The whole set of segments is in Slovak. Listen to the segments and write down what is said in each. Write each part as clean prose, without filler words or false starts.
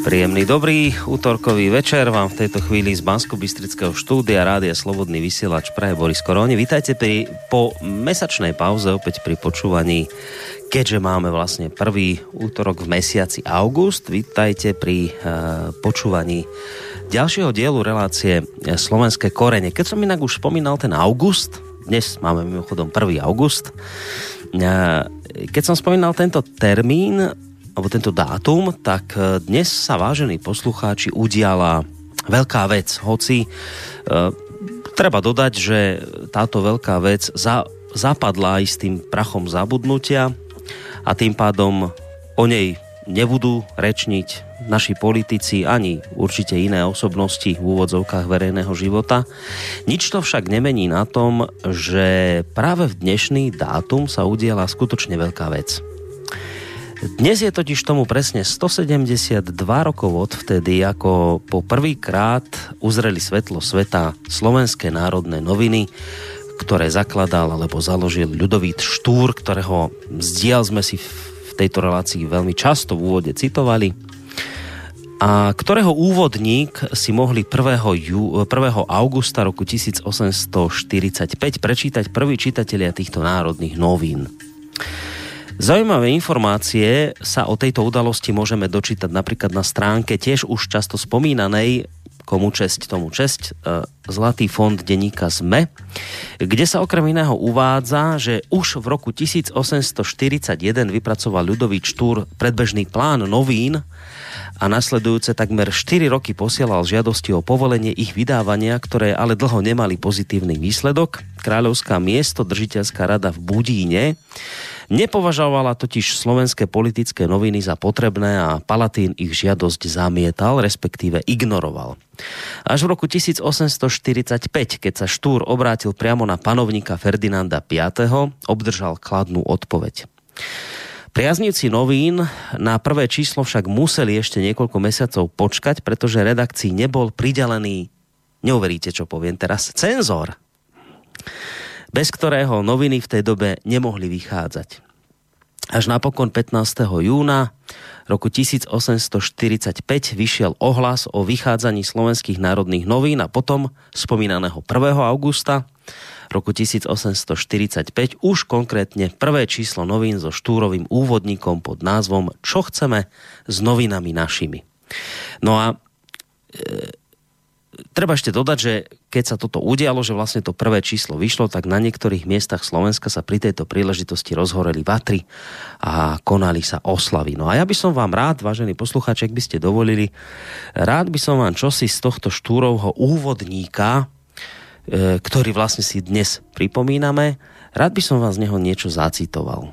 Príjemný dobrý útorkový večer vám v tejto chvíli z Banskobystrického štúdia Rádia Slobodný vysielač praje Boris Koroni. Vítajte po mesačnej pauze opäť pri počúvaní, keďže máme vlastne prvý útorok v mesiaci august. Vítajte pri počúvaní ďalšieho dielu relácie Slovenské korene. Keď som inak už spomínal ten august, dnes máme mimochodom 1. august, keď som spomínal tento termín, alebo tento dátum, tak dnes sa, vážení poslucháči, udiala veľká vec. Hoci treba dodať, že táto veľká vec zapadla aj s tým prachom zabudnutia a tým pádom o nej nebudú rečniť naši politici ani určite iné osobnosti v úvodzovkách verejného života. Nič to však nemení na tom, že práve v dnešný dátum sa udiala skutočne veľká vec. Dnes je totiž tomu presne 172 rokov odvtedy, ako po prvýkrát uzreli svetlo sveta Slovenské národné noviny, ktoré zakladal alebo založil Ľudovít Štúr, ktorého zdiel sme si v tejto relácii veľmi často v úvode citovali a ktorého úvodník si mohli 1. augusta roku 1845 prečítať prví čitatelia týchto národných novín. Zaujímavé informácie sa o tejto udalosti môžeme dočítať napríklad na stránke tiež už často spomínanej, komu česť, tomu česť, Zlatý fond denníka SME, kde sa okrem iného uvádza, že už v roku 1841 vypracoval Ľudovít Štúr predbežný plán novín a nasledujúce takmer 4 roky posielal žiadosti o povolenie ich vydávania, ktoré ale dlho nemali pozitívny výsledok. Kráľovská miestodržiteľská rada v Budíne nepovažovala totiž slovenské politické noviny za potrebné a Palatín ich žiadosť zamietal, respektíve ignoroval. Až v roku 1845, keď sa Štúr obrátil priamo na panovníka Ferdinanda V., obdržal kladnú odpoveď. Priaznivci novín na prvé číslo však museli ešte niekoľko mesiacov počkať, pretože redakcii nebol pridelený, neuveríte, čo poviem teraz, cenzor, bez ktorého noviny v tej dobe nemohli vychádzať. Až napokon 15. júna roku 1845 vyšiel ohlas o vychádzaní slovenských národných novín a potom spomínaného 1. augusta roku 1845 už konkrétne prvé číslo novín so Štúrovým úvodníkom pod názvom Čo chceme s novinami našimi. No a treba ešte dodať, že keď sa toto udialo, že vlastne to prvé číslo vyšlo, tak na niektorých miestach Slovenska sa pri tejto príležitosti rozhoreli vatry a konali sa oslavy. No a ja by som vám rád, vážení poslucháči, ak by ste dovolili, rád by som vám čosi z tohto Štúrovho úvodníka, ktorý vlastne si dnes pripomíname, rád by som vám z neho niečo zacitoval.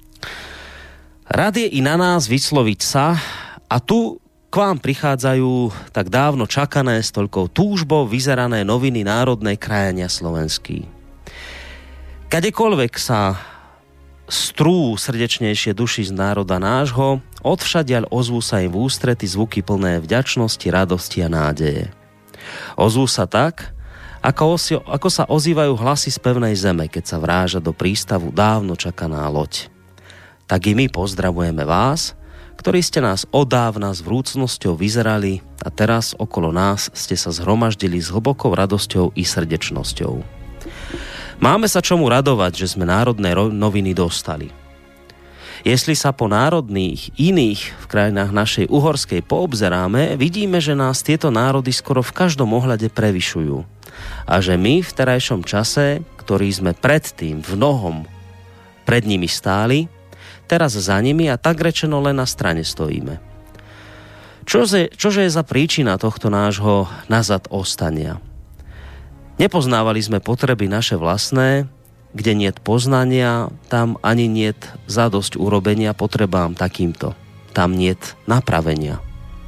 Rád je i na nás vysloviť sa a tu k vám prichádzajú tak dávno čakané s toľkou túžbou vyzerané noviny národnej krajania slovenský. Kadekoľvek sa strú srdečnejšie duši z národa nášho, odvšadiaľ ozvú sa im v ústrety zvuky plné vďačnosti, radosti a nádeje. Ozvú sa tak, ako sa ozývajú hlasy z pevnej zeme, keď sa vráža do prístavu dávno čakaná loď. Tak i my pozdravujeme vás, ktorí ste nás odávna s vrúcnosťou vyzerali a teraz okolo nás ste sa zhromaždili s hlbokou radosťou i srdečnosťou. Máme sa čomu radovať, že sme národné noviny dostali. Jestli sa po národných iných v krajinách našej uhorskej poobzeráme, vidíme, že nás tieto národy skoro v každom ohľade prevyšujú. A že my v terajšom čase, ktorý sme predtým v mnohom pred nimi stáli, teraz za nimi a tak rečeno len na strane stojíme. Čože je za príčina tohto nášho nazad ostania? Nepoznávali sme potreby naše vlastné, kde niet poznania, tam ani niet zadosť urobenia potrebám takýmto. Tam niet napravenia.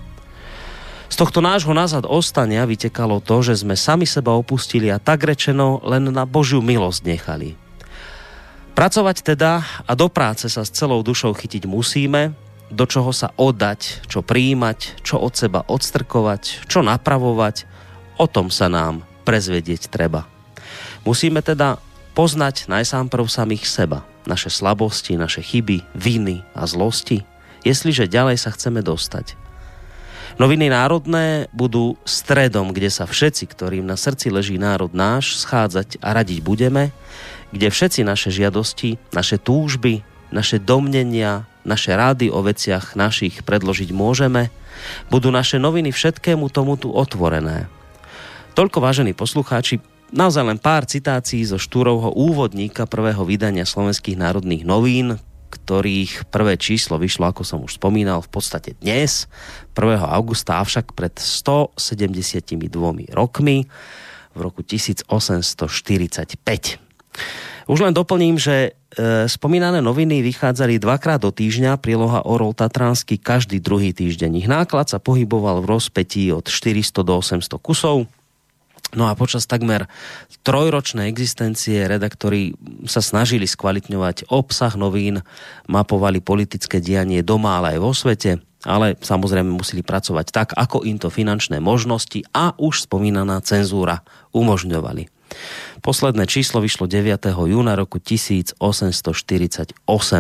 Z tohto nášho nazad ostania vytekalo to, že sme sami seba opustili a tak rečeno len na Božiu milosť nechali. Pracovať teda a do práce sa s celou dušou chytiť musíme, do čoho sa oddať, čo prijímať, čo od seba odstrkovať, čo napravovať, o tom sa nám prezvedieť treba. Musíme teda poznať najsámprv samých seba, naše slabosti, naše chyby, viny a zlosti, jestliže ďalej sa chceme dostať. Noviny národné budú stredom, kde sa všetci, ktorým na srdci leží národ náš, schádzať a radiť budeme, kde všetci naše žiadosti, naše túžby, naše domnenia, naše rády o veciach našich predložiť môžeme, budú naše noviny všetkému tomuto otvorené. Toľko, vážení poslucháči, naozaj len pár citácií zo Štúrovho úvodníka prvého vydania Slovenských národných novín, ktorých prvé číslo vyšlo, ako som už spomínal, v podstate dnes, 1. augusta, avšak pred 172 rokmi, v roku 1845. Už len doplním, že spomínané noviny vychádzali dvakrát do týždňa, príloha Orol Tatranský každý druhý týždeň. Ich náklad sa pohyboval v rozpätí od 400 do 800 kusov. No a počas takmer trojročnej existencie redaktori sa snažili skvalitňovať obsah novín, mapovali politické dianie doma, ale aj vo svete, ale samozrejme museli pracovať tak, ako im to finančné možnosti a už spomínaná cenzúra umožňovali. Posledné číslo vyšlo 9. júna roku 1848.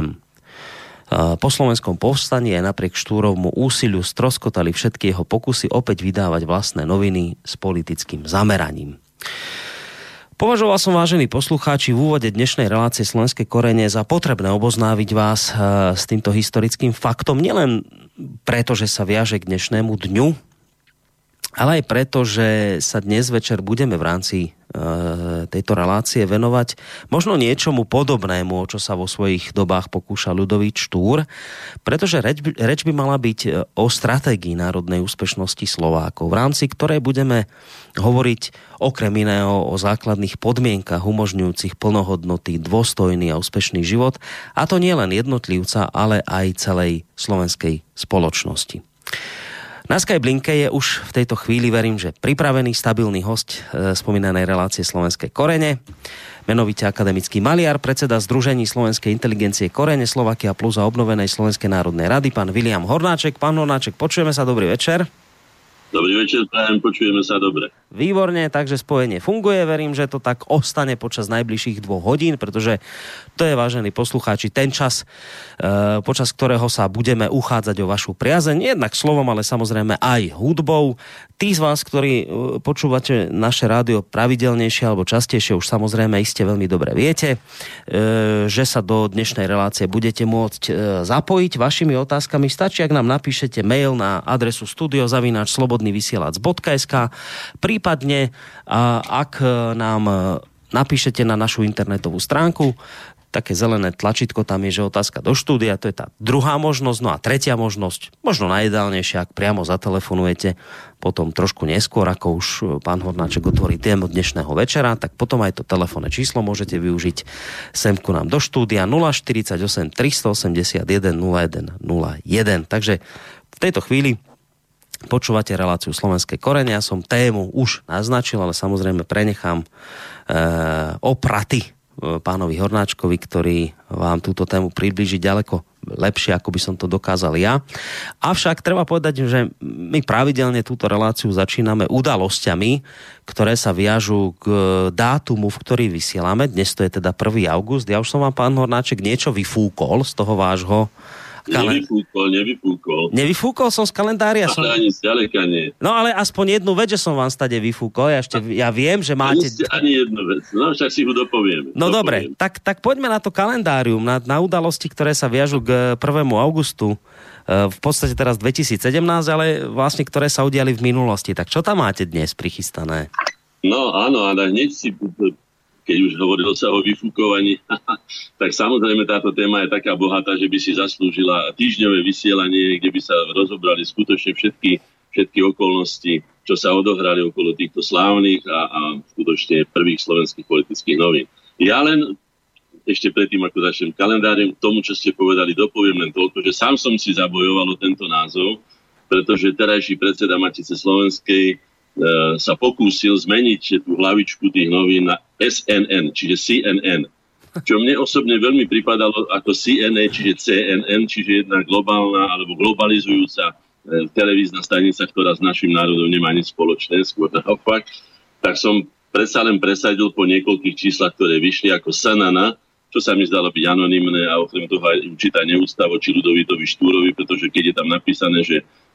Po slovenskom povstaní aj napriek Štúrovmu úsiliu stroskotali všetky jeho pokusy opäť vydávať vlastné noviny s politickým zameraním. Považoval som, vážení poslucháči, v úvode dnešnej relácie Slovenské korene za potrebné oboznáviť vás s týmto historickým faktom, nielen preto, že sa viaže k dnešnému dňu, ale aj preto, že sa dnes večer budeme v rámci tejto relácie venovať možno niečomu podobnému, o čo sa vo svojich dobách pokúša Ľudovít Štúr, pretože reč by mala byť o stratégii národnej úspešnosti Slovákov, v rámci ktorej budeme hovoriť okrem iného o základných podmienkach umožňujúcich plnohodnotný, dôstojný a úspešný život, a to nie len jednotlivca, ale aj celej slovenskej spoločnosti. Na Skype linke je už v tejto chvíli, verím, že pripravený stabilný host spomínanej relácie Slovenské korene, menovite akademický maliar, predseda Združení slovenskej inteligencie Korene, Slovakia plus a obnovenej Slovenskej národnej rady, pán Viliam Hornáček. Pán Hornáček, počujeme sa, dobrý večer. Dobrý večer, prajem, počujeme sa dobre. Výborne, takže spojenie funguje, verím, že to tak ostane počas najbližších 2 hodín, pretože to je, vážení poslucháči, ten čas, počas ktorého sa budeme uchádzať o vašu priazeň, jednak slovom, ale samozrejme aj hudbou. Tí z vás, ktorí počúvate naše rádio pravidelnejšie alebo častejšie, už samozrejme iste veľmi dobre viete, že sa do dnešnej relácie budete môcť zapojiť vašimi otázkami. Stačí, ak nám napíšete mail na adresu studio@slobodnyvysielac.sk, prípadne ak nám napíšete na našu internetovú stránku, také zelené tlačítko tam je, že otázka do štúdia, to je tá druhá možnosť. No a tretia možnosť, možno najideálnejšia, ak priamo zatelefonujete potom trošku neskôr, ako už pán Hornáček otvorí tému dnešného večera, tak potom aj to telefónne číslo môžete využiť semku nám do štúdia 048 381 01 01. Takže v tejto chvíli počúvate reláciu Slovenské korene. Ja som tému už naznačil, ale samozrejme prenechám opraty pánovi Hornáčkovi, ktorý vám túto tému priblíži ďaleko lepšie, ako by som to dokázal ja. Avšak treba povedať, že my pravidelne túto reláciu začíname udalosťami, ktoré sa viažú k dátumu, v ktorý vysielame. Dnes to je teda 1. august. Ja už som vám, pán Hornáček, niečo vyfúkol z toho vášho Nevyfúkol. Nevyfúkol som z kalendária? Ale ani zďaleka nie. No ale aspoň jednu vec, že som vám stade vyfúkol. Ja viem, že máte... Ani jednu vec. No však si ho dopovieme. No dobre, tak poďme na to kalendárium, na udalosti, ktoré sa viažú k 1. augustu. V podstate teraz 2017, ale vlastne ktoré sa udiali v minulosti. Tak čo tam máte dnes prichystané? No áno, ale hneď si... Keď už hovorilo sa o vyfúkovaní, tak samozrejme táto téma je taká bohatá, že by si zaslúžila týždňové vysielanie, kde by sa rozobrali skutočne všetky okolnosti, čo sa odohrali okolo týchto slávnych a skutočne prvých slovenských politických novín. Ja len ešte predtým, ako začnem kalendárium, k tomu, čo ste povedali, dopoviem len toľko, že sám som si zabojoval o tento názov, pretože terajší predseda Matice slovenskej sa pokúsil zmeniť tú hlavičku tých novín na SNN, čiže CNN. Čo mne osobne veľmi pripadalo ako CNN, čiže CNN, čiže jedna globálna alebo globalizujúca televízna stanica, ktorá s našim národom nemá nič spoločné, skôr naopak. Tak som predsa len presadil po niekoľkých číslach, ktoré vyšli ako SNN, čo sa mi zdalo byť anonymné a okrem toho aj určitá neústa voči Ľudovítovi Štúrovi, pretože keď je tam napísané, že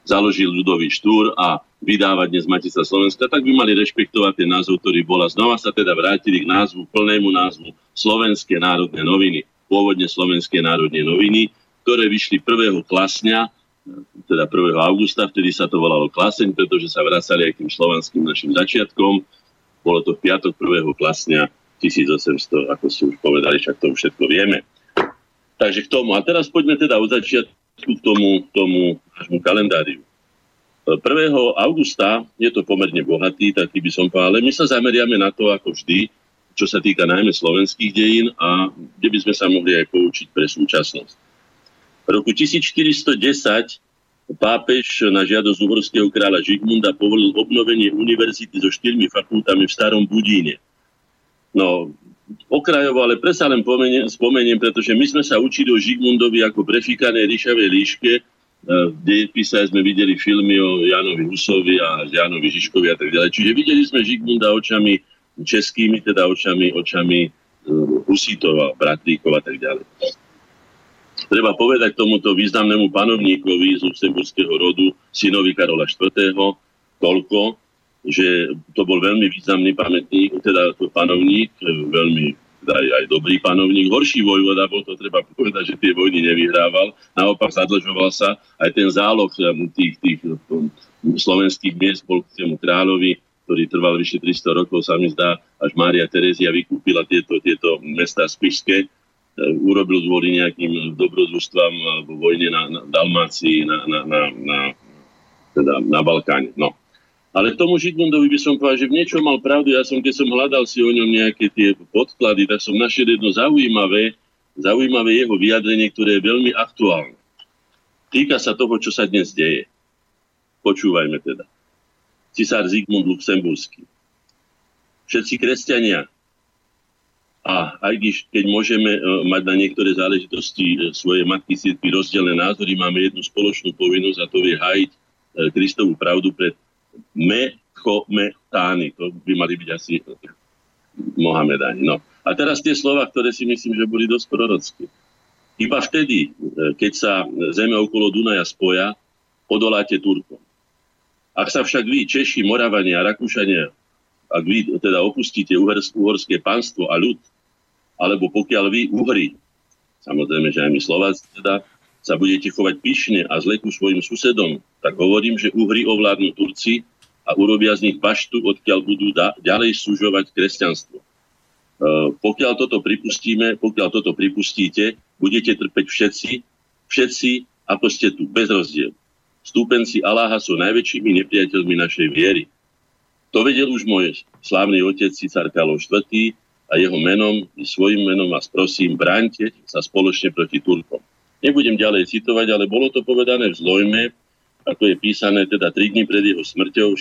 založil ľudový Štúr a vydávať dnes Matica Slovenska, tak by mali rešpektovať ten názov, ktorý bol. A znova sa teda vrátili k názvu, plnému názvu Slovenské národné noviny. Pôvodne Slovenské národné noviny, ktoré vyšli 1. klasňa, teda 1. augusta, vtedy sa to volalo klaseň, pretože sa vracali aj tým slovanským našim začiatkom. Bolo to v piatok 1. klasňa 1800, ako ste už povedali, však to už všetko vieme. Takže k tomu. A teraz poďme teda od začiatku k tomu nášmu kalendáriu. 1. augusta je to pomerne bohatý, taký by som povedal, ale my sa zameriame na to, ako vždy, čo sa týka najmä slovenských dejín a kde by sme sa mohli aj poučiť pre súčasnosť. V roku 1410 pápež na žiadosť uhorského kráľa Žigmunda povolil obnovenie univerzity so 4 fakultami v Starom Budíne. No, okrajovo, ale predsa len spomeniem, pretože my sme sa učili o Žigmundovi ako prefíkanej ríšavej líške. V dejepise sme videli filmy o Jánovi Husovi a Jánovi Žižkovi a tak ďalej. Čiže videli sme Žigmunda očami českými, teda očami Husitov a Bratríkov a tak ďalej. Treba povedať tomuto významnému panovníkovi z luxemburského rodu, synovi Karola IV., toľko, že to bol veľmi významný pamätník, teda to panovník, veľmi aj dobrý panovník. Horší vojvoda bol, to treba povedať, že tie vojny nevyhrával. Naopak zadlžoval sa. Aj ten záloh tých slovenských miest bol k tému kráľovi, ktorý trval vyše 300 rokov, sa mi zdá, až Mária Terézia vykúpila tieto mestá spišské. Urobil kvôli nejakým dobrodružstvám alebo vojne na Dalmácii, na Balkáne. No. Ale tomu Žigmundovi by som povedal, že v niečom mal pravdu. Keď som hľadal si o ňom nejaké tie podklady, tak som našiel jedno zaujímavé jeho vyjadrenie, ktoré je veľmi aktuálne. Týka sa toho, čo sa dnes deje. Počúvajme teda. Cisár Zigmund Luxemburský. Všetci kresťania, a aj keď môžeme mať na niektoré záležitosti svoje matky cirkvi rozdielne názory, máme jednu spoločnú povinnosť a to je hájiť Kristovú pravdu pred Mechometány. To by mali byť asi Mohamedáni. No. A teraz tie slova, ktoré si myslím, že boli dosť prorocké. Iba vtedy, keď sa zeme okolo Dunaja spoja, odoláte Turkom. Ak sa však vy, Češi, Moravania, Rakúšania, ak vy teda opustíte uhorské panstvo a ľud, alebo pokiaľ vy, Uhri, samozrejme, že aj my Slováci teda, sa budete chovať pyšne a zle ku svojim susedom, tak hovorím, že Uhri ovládnu Turci a urobia z nich baštu, odkiaľ budú ďalej súžovať kresťanstvo. Pokiaľ toto pripustíte, budete trpeť všetci ako ste tu, bez rozdielu. Stúpenci Aláha sú najväčšími nepriateľmi našej viery. To vedel už môj slávny otec Císar Karol IV. A jeho menom, svojim menom vás prosím, bráňte sa spoločne proti Turkom. Nebudem ďalej citovať, ale bolo to povedané v Zlojme, ako je písané teda 3 dní pred jeho smrťou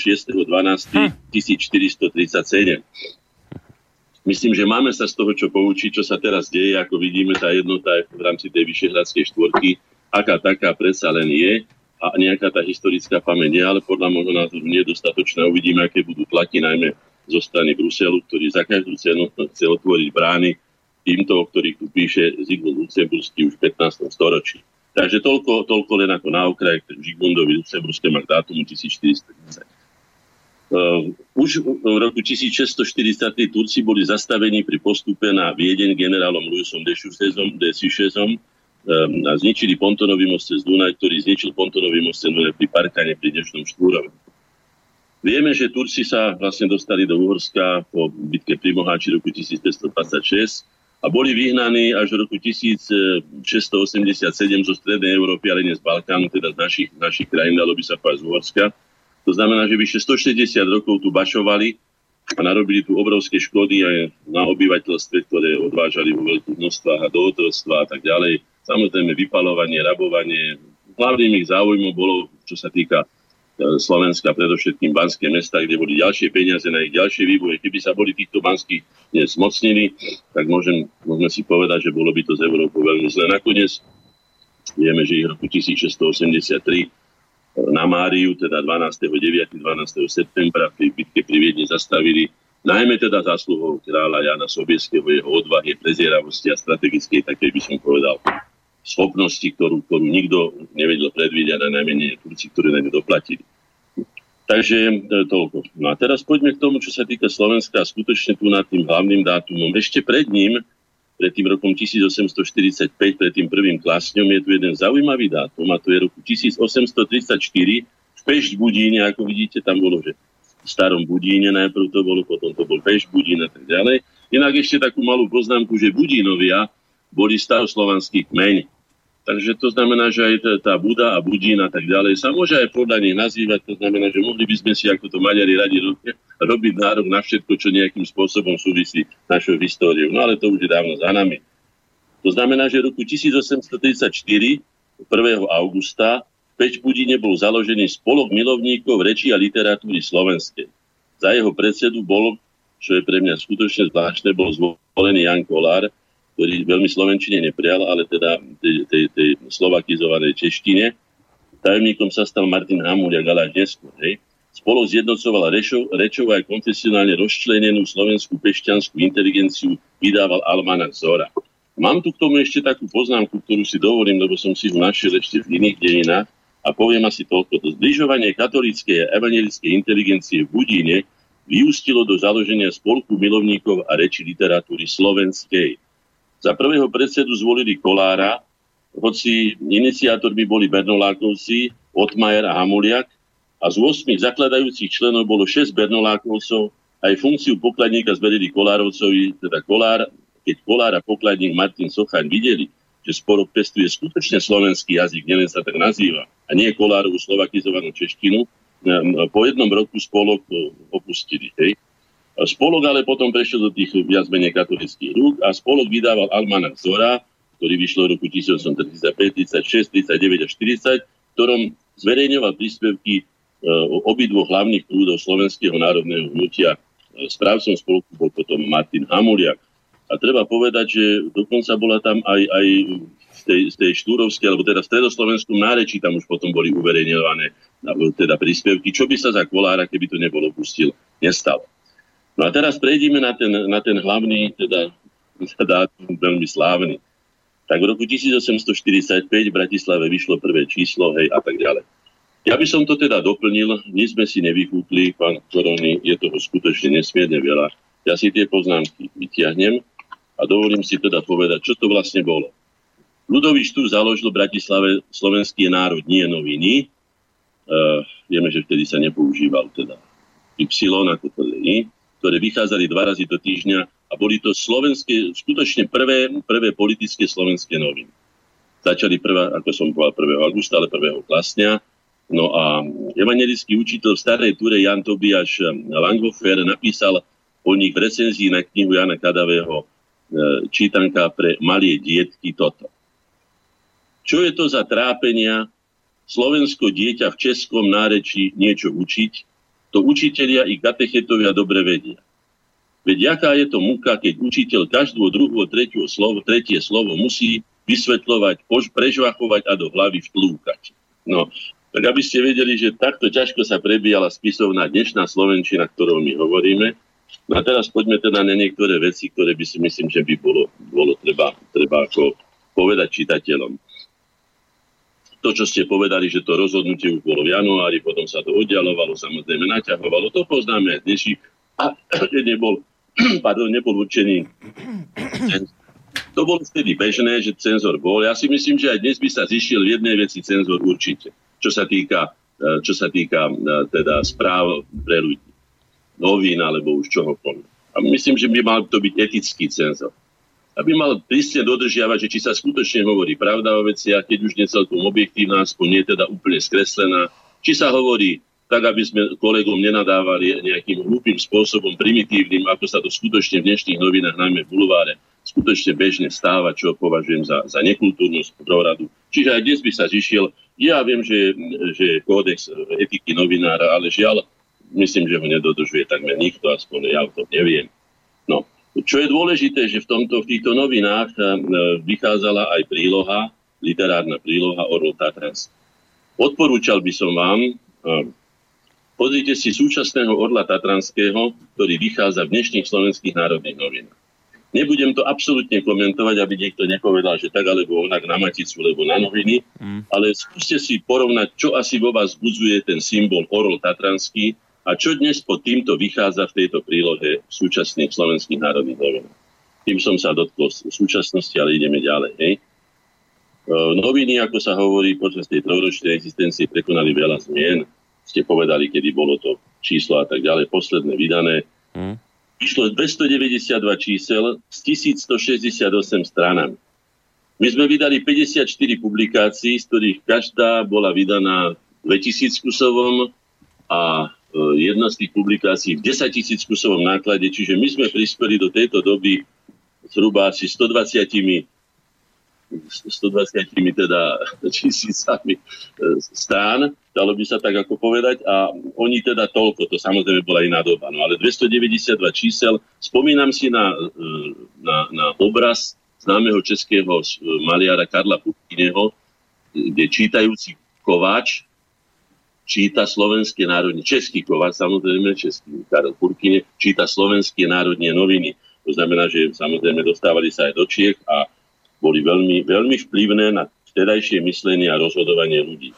6.12.1437. Myslím, že máme sa z toho, čo poučiť, čo sa teraz deje, ako vidíme, tá jednota v rámci tej Vyšehradskej štvorky, aká taká predsa len je a nejaká tá historická pamäť je, ale podľa môjho názoru nie je dostatočná. Uvidíme, aké budú tlaky, najmä zo strany Bruselu, ktorý za každú cenu chce otvoriť brány týmto, o ktorých tu píše Zigmund Luxemburský už v 15. storočí. Takže toľko len ako na okraj k Žigmundovi Luxemburskému k dátumu 1410. Už v roku 1643 Turci boli zastavení pri postupe na Viedeň generálom Louisom de Suchezom a zničili pontonový most cez Dunaj, ktorý zničil pontonový most cez Dunaj pri Parkane pri dnešnom Štúrove. Vieme, že Turci sa vlastne dostali do Uhorska po bitke pri Moháči roku 1526 a boli vyhnaní až v roku 1687 zo strednej Európy, ale nie z Balkánu, teda z našich krajín, dalo by sa povedať z Uhorska. To znamená, že vyše 160 rokov tu bašovali a narobili tu obrovské škody aj na obyvateľstve, ktoré odvážali vo veľkých množstvách a do otroctva a tak ďalej. Samozrejme vypaľovanie, rabovanie. Hlavným ich záujmom bolo, čo sa týka Slovenska, predovšetkým banské mesta, kde boli ďalšie peniaze na ich ďalšie vývoje. Keby sa boli týchto banských zmocnili, tak môžeme si povedať, že bolo by to z Európou veľmi zle. Nakoniec vieme, že ich roku 1683 na Máriu, teda 12. septembra pri bitke pri Viedni zastavili, najmä teda zásluhou kráľa Jana Sobieského, jeho odvahy, prezieravosti a strategickej, také by som povedal, schopnosti, ktorú nikto nevedel predvídať, a najmenej Turci, ktorí na ňu doplatili. Takže toľko. No a teraz poďme k tomu, čo sa týka Slovenska, skutočne tu nad tým hlavným dátumom. Ešte pred tým rokom 1845, pred tým prvým klasňom, je tu jeden zaujímavý dátum, a to je roku 1834 v Pešť-Budíne, ako vidíte, tam bolo, že v starom Budíne najprv to bolo, potom to bol Pešť-Budín a tak ďalej. Inak ešte takú malú poznámku, že Budínovia boli staroslovanský kmeň. Takže to znamená, že aj tá Buda a Budín a tak ďalej sa môže aj podľa nich nazývať. To znamená, že mohli by sme si, ako to Maďari radi robiť nárok na všetko, čo nejakým spôsobom súvisí našou históriou. No ale to už je dávno za nami. To znamená, že v roku 1834, 1. augusta, v Pešť-Budíne bol založený spolok milovníkov reči a literatúry slovenskej. Za jeho predsedu bol, čo je pre mňa skutočne zvláštne, bol zvolený Jan Kolár, ktorý veľmi slovenčine neprijal, ale teda tej slovakizovanej češtine. Tajomníkom sa stal Martin Hamuliak, ale až neskôr. Spolok zjednocoval rečov aj konfesionálne rozčlenenú slovenskú pešťanskú inteligenciu, vydával almanach Zora. Mám tu k tomu ešte takú poznámku, ktorú si dovolím, lebo som si ju našiel ešte v iných dejinách, a poviem asi toľko. To zbližovanie katolíckej a evangelickej inteligencie v Budíne vyústilo do založenia spolku milovníkov a reči literatúry slovenskej. Za prvého predsedu zvolili Kolára, hoci iniciátormi boli Bernolákovci, Ottmajer a Hamuliak, a z 8 zakladajúcich členov bolo 6 Bernolákovcov, aj funkciu pokladníka zverili Kolárovcovi, teda Kolár. Keď Kolár a pokladník Martin Sochaň videli, že spolok pestuje skutočne slovenský jazyk, nielen sa tak nazýva, a nie Kolárovú slovakizovanú češtinu, po jednom roku spolok opustili. Spolok ale potom prešiel do tých viac menej katolických rúk a spolok vydával almanach Zora, ktorý vyšlo v roku 1835, 36, 39 a 40, v ktorom zverejňoval príspevky obidvoch hlavných prúdov slovenského národného hnutia. Správcom spolku bol potom Martin Hamuliak. A treba povedať, že dokonca bola tam aj z tej štúrovskej, alebo teda v stredoslovenskom nárečí tam už potom boli uverejňované teda príspevky, čo by sa za Kolára, keby to nebolo pustil, nestalo. No a teraz prejdeme na ten hlavný, teda dátum veľmi slávny. Tak v roku 1845 v Bratislave vyšlo prvé číslo, a tak ďalej. Ja by som to teda doplnil, nič sme si nevychúpli, pán Korony, je toho skutočne nesmierne veľa. Ja si tie poznámky vytiahnem a dovolím si teda povedať, čo to vlastne bolo. Ľudový Štúr založil v Bratislave Slovenský národ, nie noviny. Vieme, že vtedy sa nepoužíval teda Y ako to I, ktoré vychádzali 2 razy do týždňa a boli to slovenské, skutočne prvé politické slovenské noviny. Začali ako som povedal, 1. augusta, ale 1. klasňa. No a evangelický učiteľ v Starej Ture Jan Tobiáš Langhofer napísal o nich v recenzii na knihu Jana Kadavého čítanka pre malé dietky toto. Čo je to za trápenia slovensko dieťa v českom nárečí niečo učiť? To učitelia i katechetovia dobre vedia. Veď jaká je to múka, keď učiteľ každú druhú, tretie slovo musí vysvetľovať, prežvachovať a do hlavy vtlúkať. No, tak aby ste vedeli, že takto ťažko sa prebíjala spisovná dnešná slovenčina, ktorou my hovoríme. No a teraz poďme teda na niektoré veci, ktoré by si myslím, že by bolo treba ako povedať čitateľom. To, čo ste povedali, že to rozhodnutie už bolo v januári, potom sa to oddialovalo, samozrejme naťahovalo. To poznáme aj dnes. A nebol určený cenzor. To bolo vtedy bežné, že cenzor bol. Ja si myslím, že aj dnes by sa zišiel v jednej veci cenzor určite. Čo sa týka teda správ pre ľudí. Novín alebo už čohokoľvek. A myslím, že by mal to byť etický cenzor. Aby mal prísne dodržiavať, že či sa skutočne hovorí pravda o veciach, keď už nie celkom objektívna, aspoň nie teda úplne skreslená. Či sa hovorí tak, aby sme kolegom nenadávali nejakým hlúpym spôsobom, primitívnym, ako sa to skutočne v dnešných novinách, najmä v bulváre, skutočne bežne stáva, čo považujem za nekultúrnosť prohradu. Čiže aj dnes by sa zišiel. Ja viem, že je kódex etiky novinára, ale žiaľ, myslím, že ho nedodržuje takmer nikto, aspoň ja o tom neviem. No. Čo je dôležité, že v týchto novinách vychádzala aj príloha, literárna príloha Orol Tatranský. Odporúčal by som vám, pozrite si súčasného Orla Tatranského, ktorý vychádza v dnešných slovenských národných novinách. Nebudem to absolútne komentovať, aby niekto nepovedal, že tak alebo onak na Maticu, alebo na noviny, ale skúste si porovnať, čo asi vo vás vzbudzuje ten symbol orol tatranský a čo dnes pod týmto vychádza v tejto prílohe súčasných slovenských národných novinách. Tým som sa dotkol v súčasnosti, ale ideme ďalej. Hej. Noviny, ako sa hovorí, počas tej trojročnej existencie prekonali veľa zmien. Ste povedali, kedy bolo to číslo a tak ďalej, posledné vydané. Išlo 292 čísel s 1168 stranami. My sme vydali 54 publikácií, z ktorých každá bola vydaná 2000 kusovom a jedna z tých publikácií v 10 000 kusovom náklade, čiže my sme prispeli do tejto doby zhruba asi 120 teda tisícami strán, dalo by sa tak ako povedať, a oni teda toľko, to samozrejme bola iná doba, no ale 292 čísel, spomínam si na obraz známeho českého maliara Karla Purkyneho, kde čítajúci kováč číta slovenské národne, český kováč, samozrejme český Karel Purkyne, číta slovenské národne noviny. To znamená, že samozrejme dostávali sa aj do Čiech a boli veľmi, veľmi vplyvné na vtedajšie myslenie a rozhodovanie ľudí.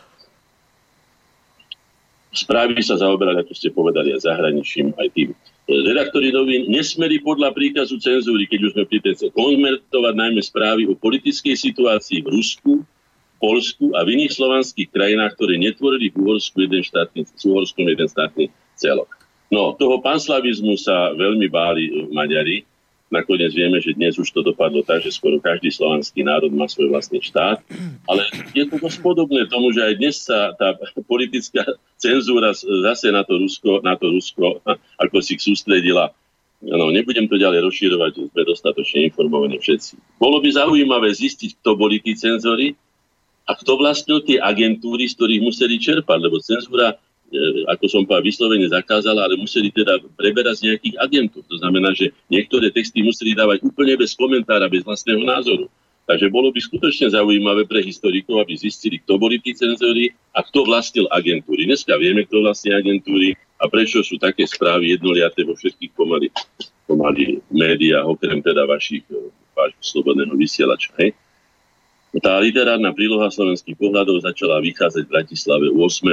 Správy sa zaoberali, ako ste povedali, aj zahraničím, aj tým. Redaktori novín nesmeli podľa príkazu cenzúry, keď už sme pri tej konvertovať najmä správy o politickej situácii v Rusku, Poľsku a v iných slovanských krajinách, ktoré netvorili v Uhorsku jeden štátny celok. No, toho panslavizmu sa veľmi báli Maďari. Nakoniec vieme, že dnes už to dopadlo tak, že skoro každý slovanský národ má svoj vlastný štát. Ale je to dosť podobné tomu, že aj dnes sa tá politická cenzúra zase na to Rusko ako si sústredila. No, nebudem to ďalej rozširovať, sme dostatočne informovaní všetci. Bolo by zaujímavé zistiť, kto boli tí cenzori a kto vlastnil tie agentúry, z ktorých museli čerpať, lebo cenzúra, ako som povedal, vyslovene zakázala, ale museli teda preberať z nejakých agentov. To znamená, že niektoré texty museli dávať úplne bez komentára, bez vlastného názoru. Takže bolo by skutočne zaujímavé pre historikov, aby zistili, kto boli tí cenzori a kto vlastnil agentúry. Dneska vieme, kto vlastnil agentúry a prečo sú také správy jednoliaté vo všetkých pomaly médiách, okrem teda vášho slobodného vysielača. Hej? Tá literárna príloha slovenských pohľadov začala vychádzať v Bratislave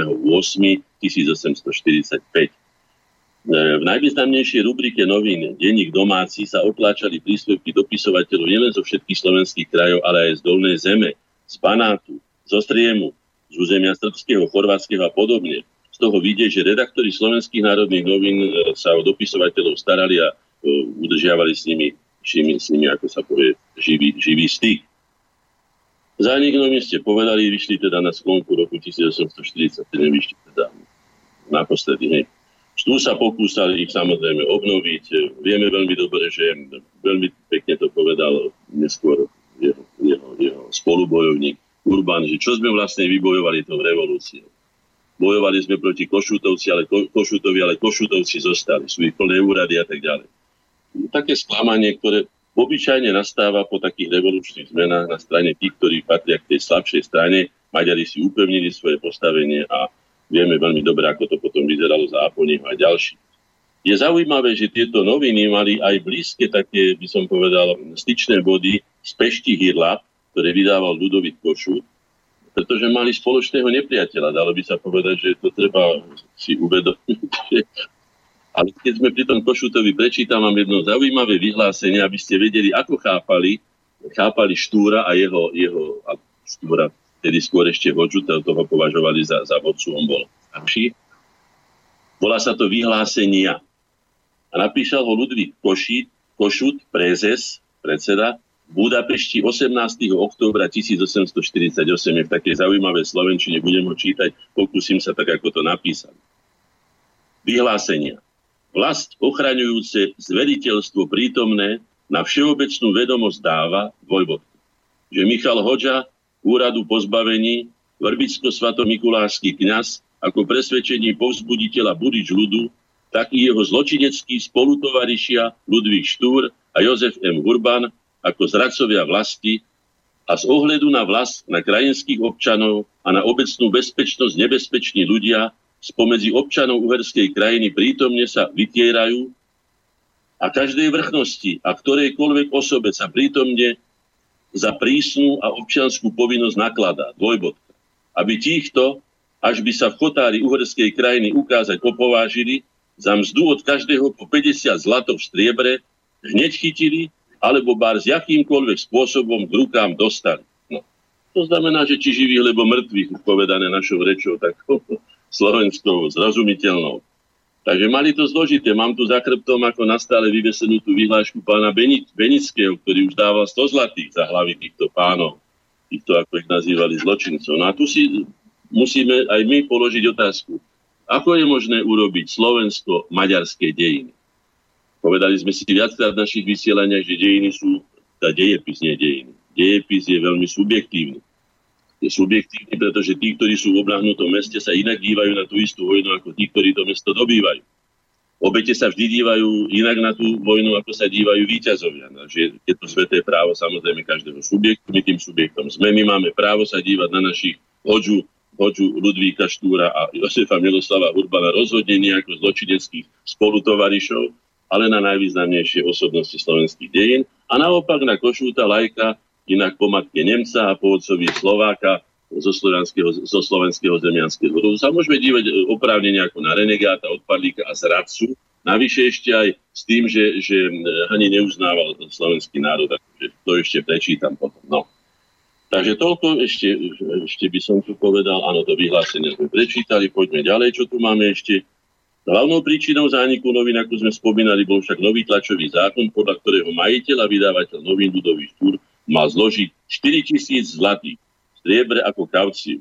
8.8.1845. V najvýznamnejšej rubrike novín Denník domáci sa otláčali príspevky dopisovateľov nielen zo všetkých slovenských krajov, ale aj z Dolnej Zeme, z Banátu, zo Striemu, z územia srbského, chorvátskeho a podobne. Z toho vidieť, že redaktori slovenských národných novín sa o dopisovateľov starali a udržiavali s nimi, ako sa povie, živý styk. Zánik novín ste povedali, vyšli teda na sklonku roku 1847, vyšli teda naposledy. Hej. Tu sa pokúsali ich samozrejme obnoviť. Vieme veľmi dobre, že veľmi pekne to povedal neskôr jeho spolubojovník Urban, že čo sme vlastne vybojovali tou revolúciou. Bojovali sme proti Košutovi, ale Košutovci zostali, sú ich plné úrady a tak ďalej. Také sklamanie, ktoré obyčajne nastáva po takých revolučných zmenách na strane tých, ktorí patria k tej slabšej strane. Maďari si upevnili svoje postavenie a vieme veľmi dobre, ako to potom vyzeralo za Aponiho a ďalší. Je zaujímavé, že tieto noviny mali aj blízke také, by som povedal, styčné body z Pešti Hyrlap, ktoré vydával Ľudovít Košut, pretože mali spoločného nepriateľa. Dalo by sa povedať, že to treba si uvedomiť. Ale keď sme pri tom Košutovi, prečítam vám jedno zaujímavé vyhlásenie, aby ste vedeli, ako chápali Štúra a jeho Štúra, tedy skôr ešte Hodžu, toho považovali za vodcu, on bol starší. Volá sa to vyhlásenia. A napísal ho Ludvík Košut, prezes, predseda, v Budapešti 18. októbra 1848. Je v takej zaujímavej slovenčine, budem ho čítať, pokúsim sa tak, ako to napísal. Vyhlásenia. Vlast ochraňujúce zveriteľstvo prítomné na všeobecnú vedomosť dáva vojvodku, že Michal Hodža, úradu pozbavení, Vrbicko-svatomikulášsky kňaz, ako presvedčení povzbuditeľa budič ľudu, tak i jeho zločineckí spolutovarišia Ludvík Štúr a Jozef M. Urban, ako zradcovia vlasti a z ohľadu na vlast, na krajinských občanov a na obecnú bezpečnosť nebezpeční ľudia spomedzi občanov uherskej krajiny prítomne sa vytierajú a každej vrchnosti a ktorejkoľvek osobe sa prítomne za prísnu a občiansku povinnosť nakladá. Dvojbodka. Aby týchto, až by sa v chotári uhorskej krajiny ukázať opovážili, za mzdu od každého po 50 zlatov v striebre hneď chytili, alebo bár s jakýmkoľvek spôsobom k rukám dostali. No. To znamená, že či živých, lebo mŕtvych, povedané našou rečou, tak slovenskou, zrozumiteľnou. Takže mali to zložité. Mám tu za chrbtom ako nastále vyvesenú tú vyhlášku pána Benického, ktorý už dával 100 zlatých za hlavy týchto pánov, týchto, ako ich nazývali, zločincov. No a tu si musíme aj my položiť otázku. Ako je možné urobiť slovensko-maďarské dejiny? Povedali sme si viackrát v našich vysielaniach, že dejiny sú, dejepis, nie dejiny. Dejepis je veľmi subjektívny. Je subjektívny, pretože tí, ktorí sú v obľahnutom meste, sa inak dívajú na tú istú vojnu, ako tí, ktorí to mesto dobývajú. Obete sa vždy dívajú inak na tú vojnu, ako sa dívajú víťazovia. Takže je to sveté právo samozrejme každého subjektu. My tým subjektom sme. My máme právo sa dívať na našich Hodžu Ludvíka Štúra a Josefa Miloslava Urbana rozhodne nie ako zločineckých spolutovarišov, ale na najvýznamnejšie osobnosti slovenských dejín. A naopak na Košúta Lajka, inak po matke Nemca a po otcovi Slováka zo slovenského zemianskeho rodu. Sa môžeme dívať oprávnene ako na renegáta, odpadlíka a zradcu. Navyše ešte aj s tým, že ani neuznával slovenský národ. Takže to ešte prečítam potom. No. Takže toľko ešte by som tu povedal. Áno, to vyhlásenie sme prečítali. Poďme ďalej, čo tu máme ešte. Hlavnou príčinou zániku novín, ako sme spomínali, bol však nový tlačový zákon, podľa ktorého majiteľ a vydavateľ novín Ľudový Štúr mal zložiť 4 000 zlatých striebre ako kauciu.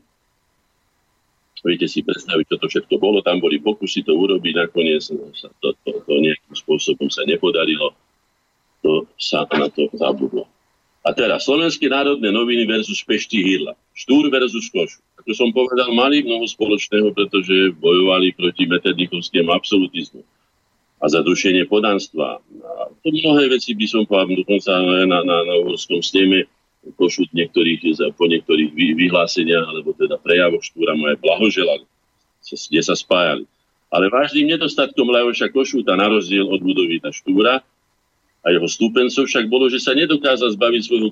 Viete si predstaviť, čo to všetko bolo. Tam boli pokusy to urobiť, nakoniec sa to nejakým spôsobom sa nepodarilo. To sa na to zabudlo. A teraz Slovenské národné noviny versus Pešti Hyrla. Štúr versus Košut. Ako som povedal, mali mnoho spoločného, pretože bojovali proti meternichovskému absolutizmu a zadušenie podanstva. A to mnohé veci by som povedal, dokonca na uhorskom sneme Košut po niektorých vyhláseniach, alebo teda prejavoch Štúra mu aj blahoželali, kde sa spájali. Ale vážnym nedostatkom Lajoša Košuta, na rozdiel od Ľudovita Štúra a jeho stúpencov, však bolo, že sa nedokázal zbaviť svojho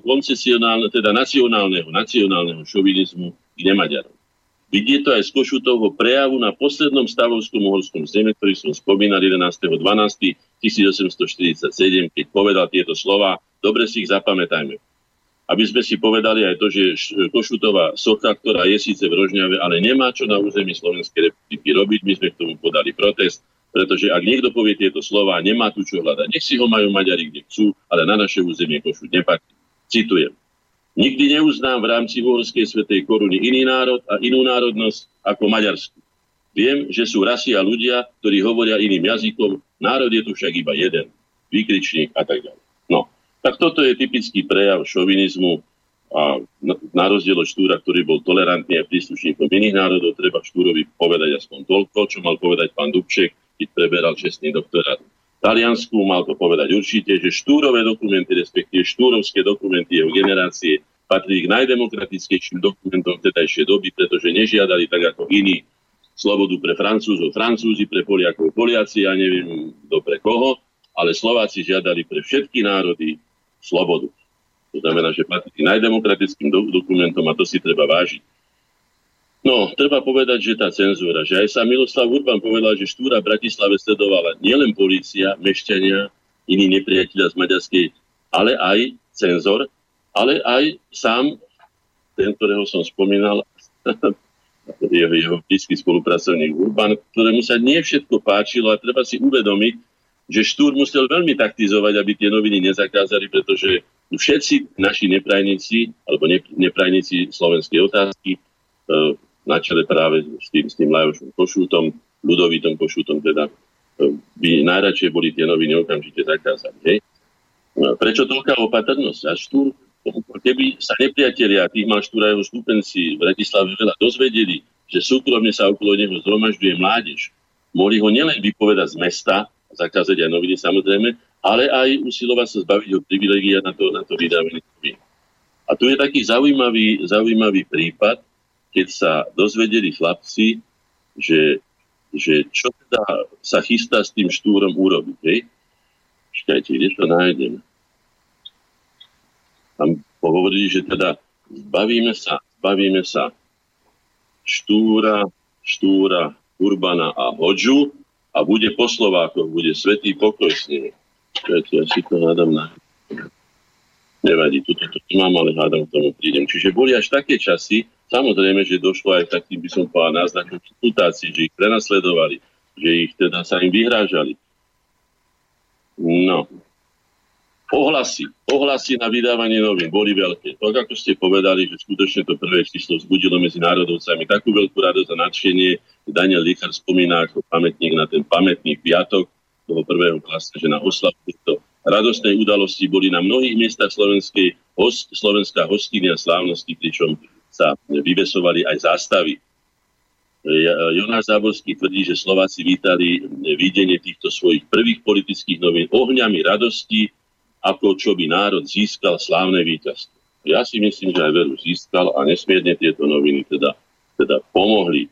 nacionálneho šovinizmu k nemaďarom. Vidieť to aj z Košutovho prejavu na poslednom stavovskom uhorskom sneme, ktorý som spomínal 11.12.1847, keď povedal tieto slova. Dobre si ich zapamätajme. Aby sme si povedali aj to, že Košutová socha, ktorá je síce v Rožňave, ale nemá čo na území Slovenskej republiky robiť. My sme k tomu podali protest, pretože ak niekto povie tieto slova, nemá tu čo hľadať. Nech si ho majú Maďari, kde chcú, ale na naše územie Košut nepatrí. Citujem. Nikdy neuznám v rámci uhorskej svätej koruny iný národ a inú národnosť ako maďarskú. Viem, že sú rasy a ľudia, ktorí hovoria iným jazykom. Národ je tu však iba jeden. Výkričník a tak ďalej. No, tak toto je typický prejav šovinizmu a na rozdiel od Štúra, ktorý bol tolerantný a príslušníkom iných národov, treba Štúrovi povedať aspoň toľko, čo mal povedať pán Dubček, keď preberal čestný doktorát v Taliansku, mal to povedať určite, že Štúrové dokumenty, respektíve štúrovské dokumenty jeho generácie patrí k najdemokratickejším dokumentom vtedajšej doby, pretože nežiadali tak ako iní slobodu pre Francúzov, Francúzi, pre Poliakov, Poliaci, ja neviem kto pre koho, ale Slováci žiadali pre všetky národy slobodu. To znamená, že patrí k najdemokratickým dokumentom a to si treba vážiť. No, treba povedať, že tá cenzúra, že aj sa Miloslav Urban povedal, že Štúra v Bratislave sledovala nielen polícia, mešťania, iní nepriatelia z maďarskej, ale aj cenzor, ale aj sám, ten, ktorého som spomínal, jeho blízky spolupracovník Urban, ktorému sa nie všetko páčilo a treba si uvedomiť, že Štúr musel veľmi taktizovať, aby tie noviny nezakázali, pretože všetci naši neprajníci, alebo neprajníci slovenskej otázky, na čele práve s tým Lajošom Košútom, Ľudovítom Košútom, teda by najradšej boli tie noviny okamžite zakázané. Hej? Prečo toľká opatrnosť? A Štúr, keby sa nepriatelia, tých mal Štúr a jeho stúpenci v Bratislave veľa dozvedeli, že súkromne sa okolo neho zhromažďuje mládež, mohli ho nielen vypovedať z mesta, zakázať aj noviny samozrejme, ale aj usilovať sa zbaviť ho privilegia na to vydávanie novín. A tu je taký zaujímavý prípad, keď sa dozvedeli chlapci, že čo teda sa chystá s tým Štúrom urobiť. Hej? Čakajte, kde to nájdem? Tam hovorí, že teda zbavíme sa Štúra, Urbana a Hodžu a bude po Slovákoch, bude svätý pokoj s nimi. Čakajte, ja si to hádam na... Nevadí, tuto mám, ale hádam k tomu prídem. Čiže boli až také časy, samozrejme, že došlo aj takým, by som povedal, náznakom situácií, že ich prenasledovali, že ich teda sa im vyhrážali. No. Ohlasy na vydávanie novín boli veľké. Tak, ako ste povedali, že skutočne to prvé číslo vzbudilo medzi národovcami takú veľkú radosť a nadšenie. Daniel Lichar spomína ako pamätník na ten pamätný piatok toho prvého klasa, že na oslavu týchto radostnej udalosti boli na mnohých miestach slovenská hoskynia slávnosti, pričom sa vyvesovali aj zástavy. Jonáš Záborský tvrdí, že Slováci vítali videnie týchto svojich prvých politických novín ohňami radosti, ako čo by národ získal slávne víťazstvo. Ja si myslím, že aj veru získal a nesmierne tieto noviny teda pomohli.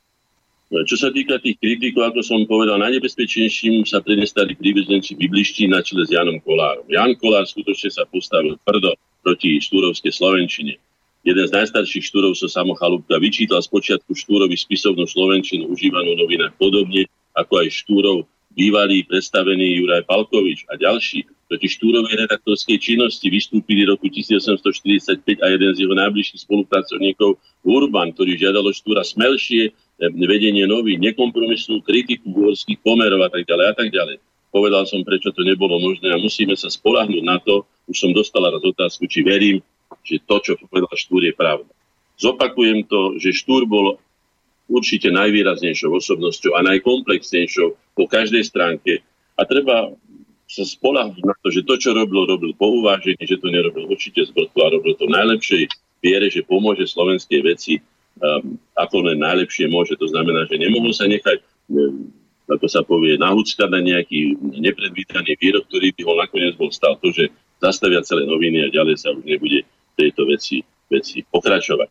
Čo sa týka tých kritikov, ako som povedal, najnebezpečnejším sa prednestali príbezenci bibliští na čele s Janom Kolárom. Jan Kolár skutočne sa postavil tvrdo proti štúrovskej slovenčine. Jeden z najstarších Štúrov so Samo Chalúbka vyčítal spočiatku Štúrovi spisovnú slovenčinu užívanú v novinách podobne, ako aj Štúrov bývalý predstavený Juraj Palkovič a ďalší. Proti Štúrovej redaktorskej činnosti vystúpili roku 1845 a jeden z jeho najbližších spolupracovníkov Urban, ktorý žiadalo Štúra smelšie vedenie novín, nekompromisnú kritiku uhorských pomerov a tak ďalej. Povedal som, prečo to nebolo možné a musíme sa spoľahnúť na to. Už som dostala raz otázku, či verím, že to, čo povedal Štúr, je pravda. Zopakujem to, že Štúr bol určite najvýraznejšou osobnosťou a najkomplexnejšou po každej stránke a treba sa spoľahnúť na to, že to, čo robil po uvážení, že to nerobil určite zbrtko a robil to v najlepšej viere, že pomôže slovenskej veci ako len najlepšie môže. To znamená, že nemohol sa nechať, ako sa povie, nahúckať na nejaký nepredvídaný výrok, ktorý by ho nakoniec bol stal to, že zastavia celé noviny a ďalej sa už nebude tejto veci pokračovať.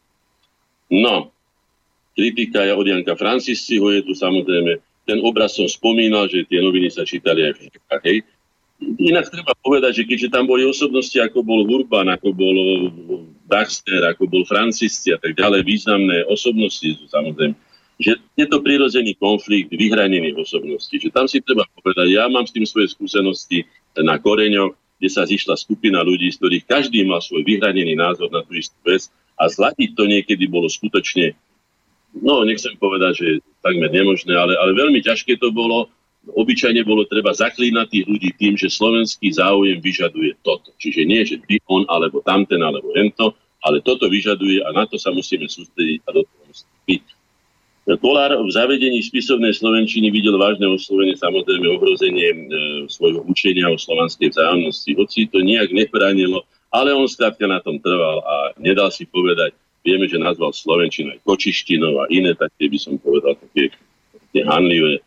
No, kritika je od Janka Francisciho, je tu samozrejme, ten obraz som spomínal, že tie noviny sa čítali aj v Čechách, hej. Inak treba povedať, že keďže tam boli osobnosti, ako bol Urban, ako bol Baxter, ako bol Francisci a tak ďalej, významné osobnosti sú samozrejme, že je to prirodzený konflikt vyhranených osobností. Že tam si treba povedať, ja mám s tým svoje skúsenosti na koreňoch, kde sa zišla skupina ľudí, z ktorých každý mal svoj vyhranený názor na tú istú vec a zladiť to niekedy bolo skutočne, no nechcem povedať, že takmer nemožné, ale veľmi ťažké to bolo. Obyčajne bolo treba zaklínať tých ľudí tým, že slovenský záujem vyžaduje toto. Čiže nie, že ty, on, alebo tamten, alebo hento, ale toto vyžaduje a na to sa musíme sústrediť a do toho musíme byť. Kolár v zavedení spisovnej slovenčiny videl vážne oslovenie, samozrejme ohrozenie svojho učenia o slovanskej vzájomnosti. Hoci to nejak nebránilo, ale on skrátka na tom trval a nedal si povedať, vieme, že nazval slovenčinu aj kočištinou a iné, také by som povedal, také hanlivé.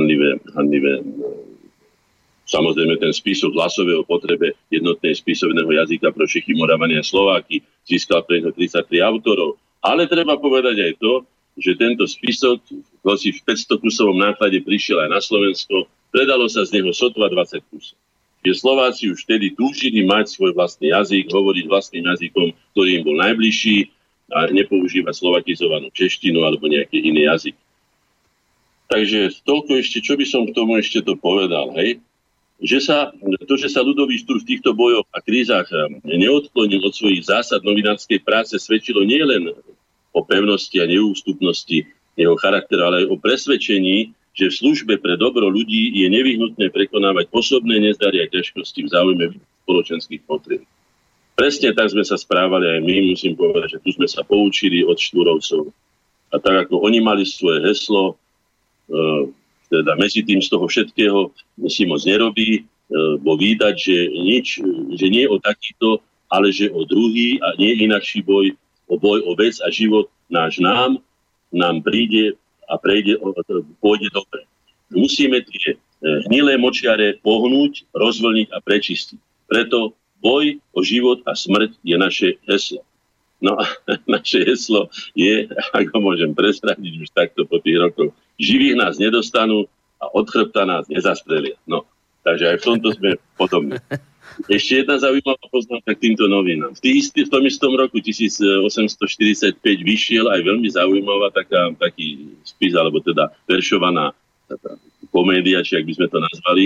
Samozrejme ten spisok hlasové o potrebe jednotnej spisovného jazyka pro Čechy, Moravany a Slováky získal pre 33 autorov. Ale treba povedať aj to, že tento spisok, hoci v 500 kusovom náklade prišiel aj na Slovensko, predalo sa z neho sotva 20 kusov. Že Slováci už vtedy túžili mať svoj vlastný jazyk, hovoriť vlastným jazykom, ktorý im bol najbližší a nepoužívať slovakizovanú češtinu alebo nejaký iný jazyk. Takže toľko ešte, čo by som k tomu ešte to povedal, hej? Že sa ľudový Štúr v týchto bojoch a krízach neodklonil od svojich zásad novinárskej práce, svedčilo nielen o pevnosti a neústupnosti jeho charakteru, ale aj o presvedčení, že v službe pre dobro ľudí je nevyhnutné prekonávať osobné nezdary a ťažkosti v záujme spoločenských potrieb. Presne tak sme sa správali aj my, musím povedať, že tu sme sa poučili od Štúrovcov. A tak ako oni mali svoje heslo, teda medzi tým z toho všetkého si moc nerobí, bo vídať, že nie o takýto, ale že o druhý a nie inakší boj o vec a život náš nám príde a pôjde dobre. Musíme tie hnilé močiare pohnúť, rozvlniť a prečistiť. Preto boj o život a smrť je naše heslo. No a naše heslo je, ako môžem presradiť už takto po tých rokoch, živých nás nedostanú a od chrbta nás nezastrelia. No, Takže aj v tomto sme podobní. Ešte jedna zaujímavá poznámka k týmto novinám. V tom istom roku 1845 vyšiel aj veľmi zaujímavá taký spis, alebo teda veršovaná komédia, či ak by sme to nazvali,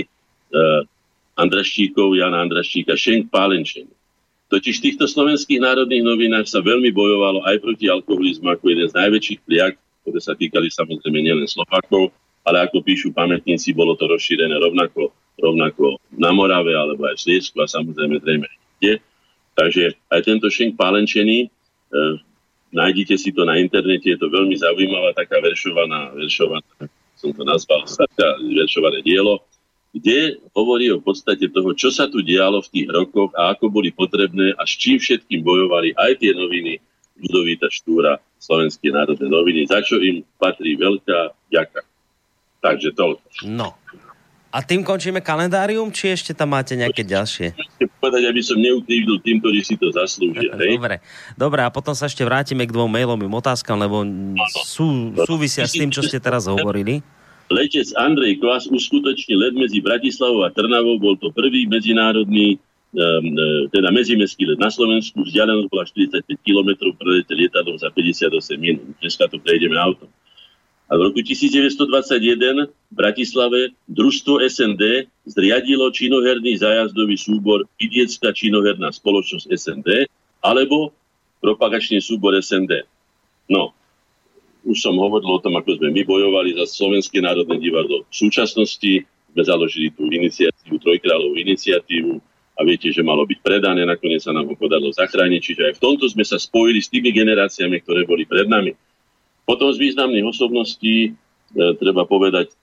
Jana Andraščíka, Šenk pálenčený. Totiž v týchto slovenských národných novinách sa veľmi bojovalo aj proti alkoholizmu ako jeden z najväčších pliag, ktoré sa týkali samozrejme nielen Slovákov, ale ako píšu pamätníci, bolo to rozšírené rovnako na Morave, alebo aj v Sliecku a samozrejme zrejme kde. Takže aj tento Šenk pálenčený, nájdete si to na internete, je to veľmi zaujímavá taká veršovaná, som to nazval, veršované dielo, kde hovorí o podstate toho, čo sa tu dialo v tých rokoch a ako boli potrebné a s čím všetkým bojovali aj tie noviny Ľudovíta Štúra, Slovenské národné noviny, za čo im patrí veľká vďaka. Takže toľko. No. A tým končíme kalendárium, či ešte tam máte nejaké ďalšie? Chcem povedať, aby som neukrivdil tým, ktorí si to zaslúžia. Dobre, a potom sa ešte vrátime k 2 mailovým otázkam, lebo súvisia s tým, čo ste teraz hovorili. Letec Andrej Kvas uskutočnil let medzi Bratislavou a Trnavou. Bol to prvý medzinárodný, teda medzimestský let na Slovensku. Vzdialenosť bola 45 km, prelete lietadlom za 58 minút. Dneska to prejdeme autom. A v roku 1921 v Bratislave družstvo SND zriadilo činoherný zájazdový súbor Vidiecka činoherná spoločnosť SND alebo propagačný súbor SND. No, už som hovoril o tom, ako sme my bojovali za Slovenské národné divadlo. V súčasnosti sme založili tú iniciatívu, Trojkráľovú iniciatívu a viete, že malo byť predané, nakoniec sa nám ho podarilo zachrániť. Čiže aj v tomto sme sa spojili s tými generáciami, ktoré boli pred nami. Potom z významných osobností treba povedať,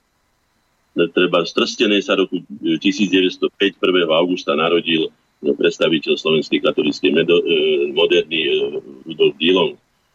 z Trstenej sa roku 1905 1. augusta narodil predstaviteľ slovenskej katolíckej moderny Rudolf Dillon,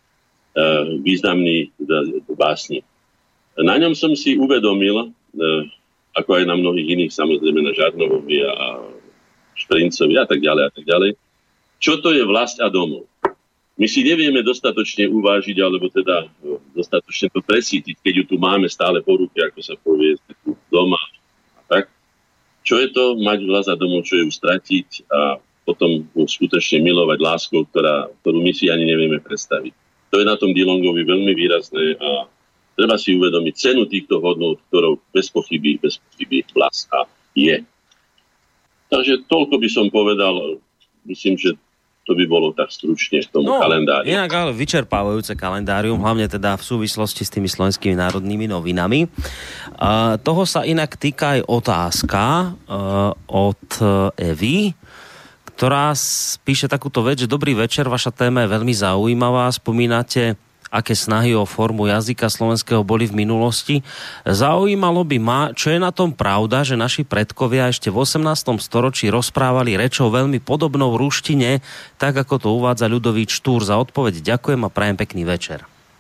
významný básnik. Na ňom som si uvedomil, ako aj na mnohých iných, samozrejme na Žarnovovi a Šprincovi a tak ďalej, čo to je vlast a domov. My si nevieme dostatočne uvážiť, alebo teda dostatočne to presítiť, keď ju tu máme stále po ruke, ako sa povie, doma a tak. Čo je to mať vlast a domov, čo je ju stratiť a potom skutočne milovať láskou, ktorú my si ani nevieme predstaviť. To je na tom Dillongovi veľmi výrazné a treba si uvedomiť cenu týchto hodnôt, ktorou bez pochyby láska je. Takže toľko by som povedal, myslím, že to by bolo tak stručne v tom kalendári. Inak ale vyčerpávajúce kalendárium, hlavne teda v súvislosti s tými slovenskými národnými novinami. Toho sa inak týka aj otázka od Evy, ktorá píše takúto vec, že dobrý večer, vaša téma je veľmi zaujímavá, spomínate, aké snahy o formu jazyka slovenského boli v minulosti. Zaujímalo by ma, čo je na tom pravda, že naši predkovia ešte v 18. storočí rozprávali rečou veľmi podobnou ruštine, tak ako to uvádza Ľudovít Štúr. Za odpoveď ďakujem a prajem pekný večer.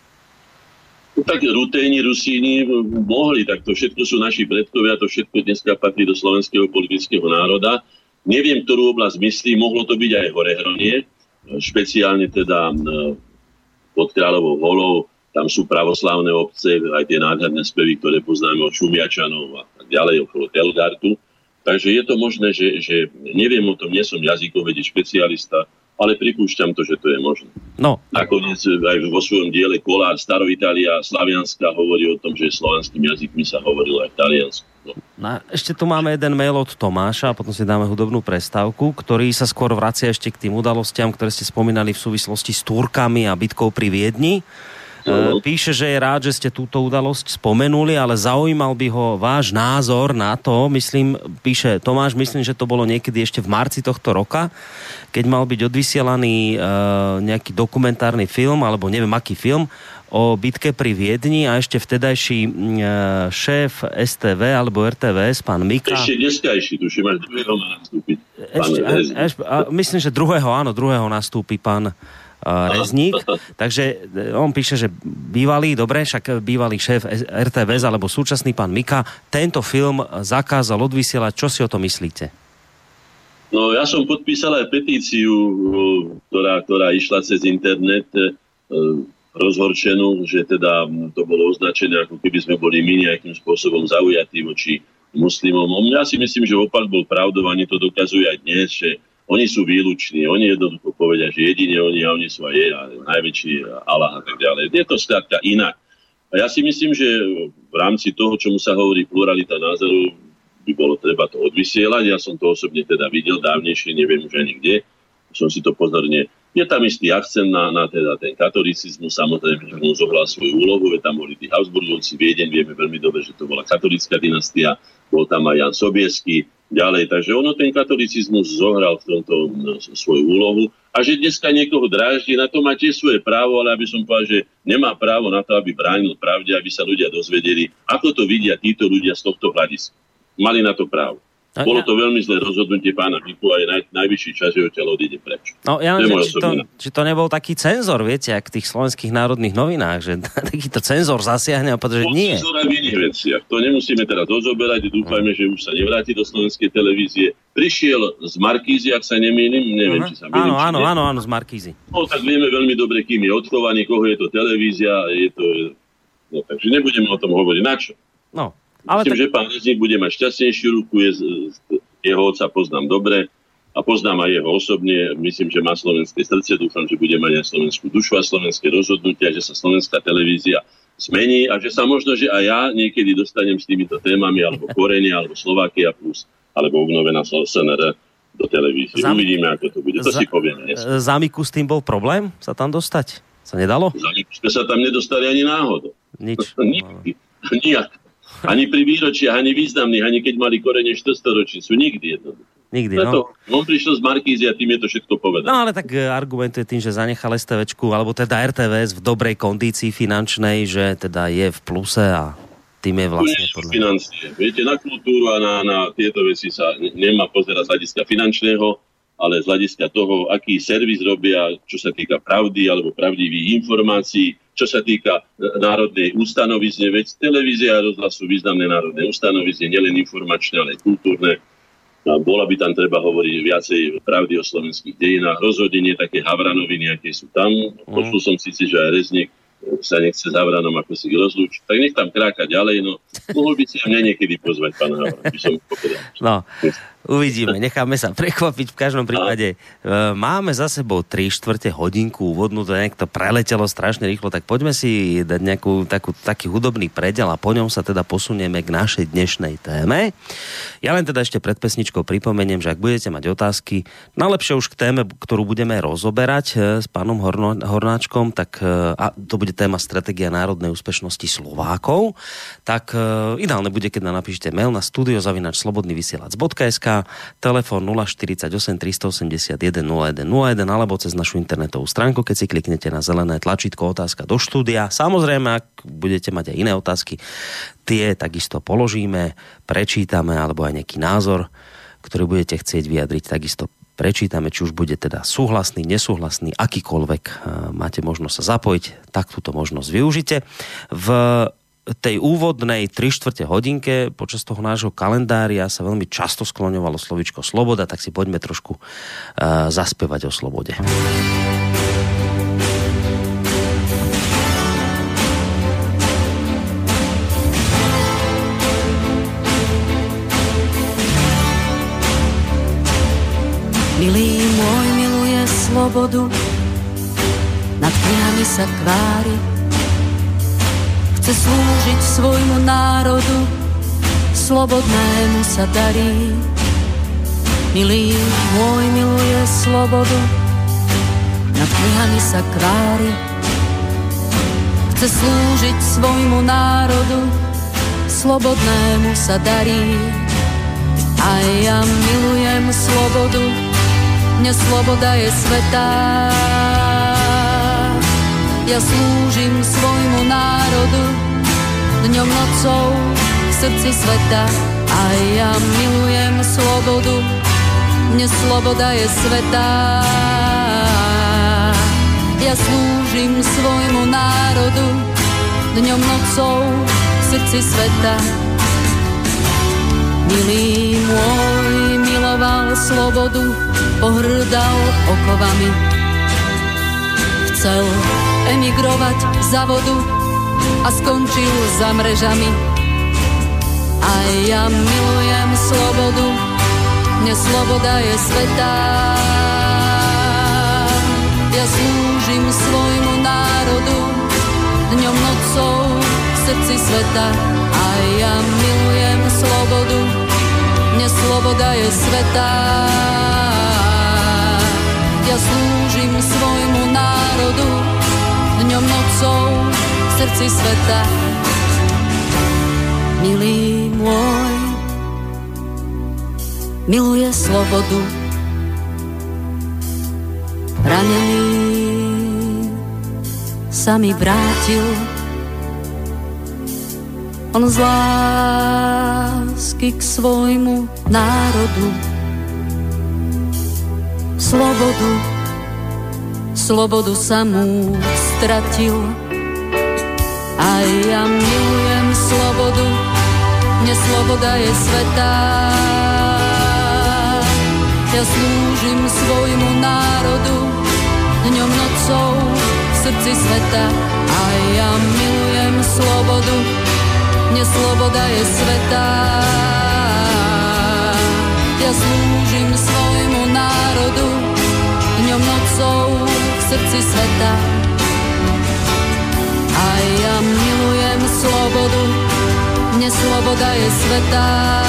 Tak Ruténi, Rusíni mohli, tak to všetko sú naši predkovia, to všetko dneska patrí do slovenského politického národa. Neviem, ktorú oblasť myslí, mohlo to byť aj Horehronie, špeciálne teda pod Kráľovou holou, tam sú pravoslávne obce, aj tie nádherné spevy, ktoré poznáme od Šumiačanov a tak ďalej, okolo Telgartu. Takže je to možné, že neviem o tom, nie som jazykovedi špecialista, ale pripúšťam to, že to je možné. No. Nakoniec aj vo svojom diele Kolár Staroitália Slavianska hovorí o tom, že slovenskými jazykmi sa hovorilo aj v Taliansku. No, ešte tu máme jeden mail od Tomáša, a potom si dáme hudobnú prestávku, ktorý sa skôr vracia ešte k tým udalostiam, ktoré ste spomínali v súvislosti s Turkami a bitkou pri Viedni. Píše, že je rád, že ste túto udalosť spomenuli, ale zaujímal by ho váš názor na to, píše Tomáš, myslím, že to bolo niekedy ešte v marci tohto roka, keď mal byť odvysielaný nejaký dokumentárny film, alebo neviem aký film, o bitke pri Viedni a ešte vtedajší šéf STV alebo RTVS, pán Mika. Ešte dneskajší, tuším, až druhého má nastúpiť. Myslím, že druhého nastúpi pán Rezník. Takže on píše, že bývalý šéf RTVS alebo súčasný pán Mika tento film zakázal odvysielať. Čo si o to myslíte? No, ja som podpísal aj petíciu, ktorá išla cez internet, rozhorčenú, že teda to bolo označené, ako keby sme boli my nejakým spôsobom zaujatí voči muslimom. Ja si myslím, že opak bol pravdou, ani to dokazujú aj dnes, že oni sú výluční, oni jednoducho povedia, že jedine oni a oni sú aj najväčší Allah a tak ďalej. Je to skrátka inak. A ja si myslím, že v rámci toho, čomu sa hovorí pluralita názorov, by bolo treba to odvysielať. Ja som to osobne teda videl dávnejšie, neviem už ani kde. Som si to pozorne. Je tam istý akcent na teda ten katolicizmus, samozrejme, že on zohral svoju úlohu, tam boli tí Habsburgovci, Viedeň, vieme veľmi dobre, že to bola katolická dynastia, bol tam aj Jan Sobiesky, ďalej. Takže ono ten katolicizmus zohral v tomto svoju úlohu. A že dneska niekoho dráždi, na to má tiež svoje právo, ale aby som povedal, že nemá právo na to, aby bránil pravde, aby sa ľudia dozvedeli, ako to vidia títo ľudia z tohto hľadiska. Mali na to právo. Bolo to veľmi zlé rozhodnutie pána Miku a je najvyšší čas, že odtiaľ odíde preč. No ja neviem, či to nebol taký cenzor, viete, jak v tých slovenských národných novinách, že takýto cenzor zasiahne a povedal, že nie. Cenzor aj v iných veciach. To nemusíme teraz rozoberať, dúfajme, že už sa nevráti do slovenskej televízie. Prišiel z Markízy, ak sa nemýlim, neviem, či sa mýlim. Áno, z Markízy. No tak vieme veľmi dobre, kým je odchovaný, koho je to televízia, no takže nebudeme o tom hovoriť. Na čo? No. Myslím, že pán Rezník bude mať šťastnejšiu ruku, jeho otca poznám dobre a poznám aj jeho osobne. Myslím, že má slovenské srdce, dúfam, že bude mať aj slovenskú dušu a slovenské rozhodnutia, že sa slovenská televízia zmení a že sa možno, že aj ja niekedy dostanem s týmito témami, alebo Korene, alebo Slovakia Plus, alebo obnovená SNR do televízie. Uvidíme, ako to bude. To si poviem dnes. Za Miku s tým bol problém sa tam dostať? Sa nedalo? Za Miku sme sa tam nedostali ani náhodou. Nič. Nijak. Ani pri výročiach, ani významných, ani keď mali Korene 400 ročnicu. Nikdy jednoducho. Nikdy, no. On prišiel z Markízy a tým je to všetko povedal. No ale tak argumentuje tým, že zanechal STVčku, alebo teda RTVS v dobrej kondícii finančnej, že teda je v pluse a tým je vlastne... Financie. Viete, na kultúru a na tieto veci sa nemá pozerať z hľadiska finančného, ale z hľadiska toho, aký servis robia, čo sa týka pravdy alebo pravdivých informácií, čo sa týka národnej ustanovizne, veď televízia a rozhlas sú významné národné ustanovizne, nielen informačné, ale aj kultúrne. A bola by tam treba hovoriť viacej pravdy o slovenských dejinách. Rozhodne nie také havranoviny, aké sú tam. Počul som síce, že aj Rezník sa nechce s Havranom ako si rozlúčiť. Tak nech tam kráka ďalej, no mohol by si mňa niekedy pozvať, pán Havran, by som povedal. No, uvidíme, necháme sa prekvapiť v každom prípade. Máme za sebou 3/4 hodinku úvodnú, to niekto preletelo strašne rýchlo, tak poďme si dať taký hudobný predel a po ňom sa teda posunieme k našej dnešnej téme. Ja len teda ešte pred pesničkou pripomeniem, že ak budete mať otázky, najlepšie už k téme, ktorú budeme rozoberať s pánom Hornáčkom, tak a to bude téma stratégia národnej úspešnosti Slovákov, tak ideálne bude, keď nám napíšete mail na studio@slobodnyvysielac.sk, telefón 048 381 0101 alebo cez našu internetovú stránku, keď si kliknete na zelené tlačítko otázka do štúdia. Samozrejme, ak budete mať aj iné otázky, tie takisto položíme, prečítame, alebo aj nejaký názor, ktorý budete chcieť vyjadriť, takisto prečítame, či už bude teda súhlasný, nesúhlasný, akýkoľvek máte možnosť sa zapojiť, tak túto možnosť využite. V tej úvodnej 3/4 hodinke počas toho nášho kalendária sa veľmi často skloňovalo slovíčko sloboda, tak si poďme trošku zaspievať o slobode. Milý môj miluje slobodu, nad knihami sa kvári, chce slúžiť svojmu národu, slobodnému sa darí. Milý môj miluje slobodu, nad knihami sa kvári, chce slúžiť svojmu národu, slobodnému sa darí. A ja milujem slobodu, mne sloboda je svätá. Ja slúžim svojmu národu, dňom nocou v srdci sveta. A ja milujem slobodu, mne sloboda je svätá. Ja slúžim svojmu národu, dňom nocou v srdci sveta. Milý môj miloval slobodu, pohrdal okovami. Chcel emigrovať za vodu a skončil za mrežami. Aj ja milujem slobodu, mne sloboda je svätá. Ja slúžim svojmu národu, dňom nocou v srdci sveta. Aj ja milujem slobodu, mne sloboda je svätá. Ja slúžim svojmu národu, dňom nocou v srdci sveta. Milý môj, miluje slobodu, ranený sa mi vrátil. On z lásky k svojmu národu slobodu sa mu stratil. Aj ja milujem slobodu, mne sloboda je svätá. Ja slúžim svojmu národu, dňom nocou v srdci sveta. Aj ja milujem slobodu, mne sloboda je svätá. Ja slúžim svojmu národu, dňom nocou v srdci sveta. Aj ja milujem slobodu, mne sloboda je svätá.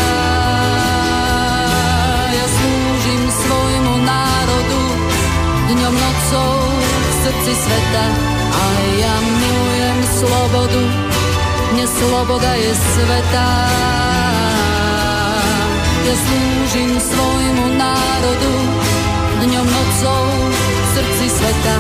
Ja slúžim svojmu národu, dňom nocou v srdci sveta. Aj ja milujem slobodu, mne sloboda je svätá. Ja slúžim svojmu národu, dňom nocou v srdci sveta.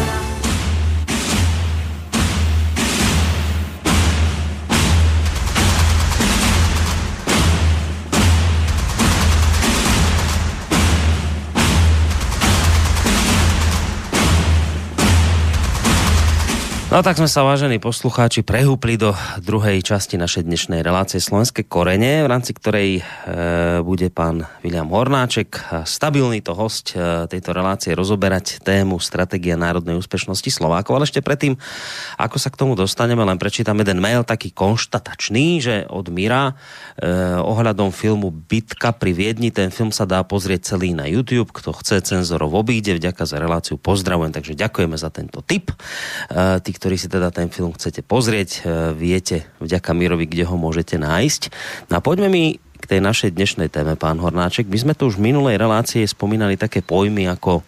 No tak sme sa, vážení poslucháči, prehúpli do druhej časti našej dnešnej relácie Slovenské korene, v rámci ktorej bude pán Viliam Hornáček, stabilný to hosť tejto relácie, rozoberať tému Stratégia národnej úspešnosti Slovákov. Ale ešte predtým, ako sa k tomu dostaneme, len prečítam jeden mail taký konštatačný, že od Mira ohľadom filmu Bitka pri Viedni. Ten film sa dá pozrieť celý na YouTube. Kto chce, cenzorov obíde. Vďaka za reláciu, pozdravujem. Takže ďakujeme za tento tip. Tí, ktorí si teda ten film chcete pozrieť, viete vďaka Mirovi, kde ho môžete nájsť. No a poďme mi k tej našej dnešnej téme, pán Hornáček. My sme tu už v minulej relácii spomínali také pojmy ako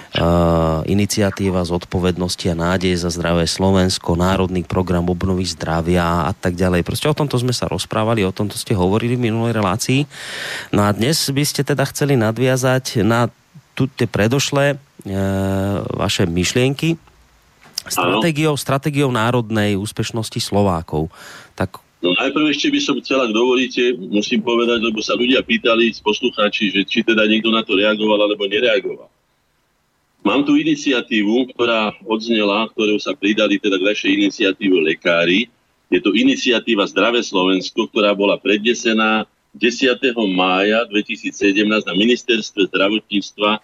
iniciatíva zodpovednosti a nádej za zdravé Slovensko, národný program obnovy zdravia a tak ďalej. Proste o tomto sme sa rozprávali, o tomto ste hovorili v minulej relácii. No a dnes by ste teda chceli nadviazať na tie predošlé vaše myšlienky stratégiou národnej úspešnosti Slovákov. Tak... No najprv ešte by som chcel, ak dovolíte, musím povedať, lebo sa ľudia pýtali, poslucháči, že či teda niekto na to reagoval alebo nereagoval. Mám tu iniciatívu, ktorá odznela, ktorou sa pridali teda k našej iniciatíve lekári. Je to iniciatíva Zdravé Slovensko, ktorá bola prednesená 10. mája 2017 na ministerstve zdravotníctva.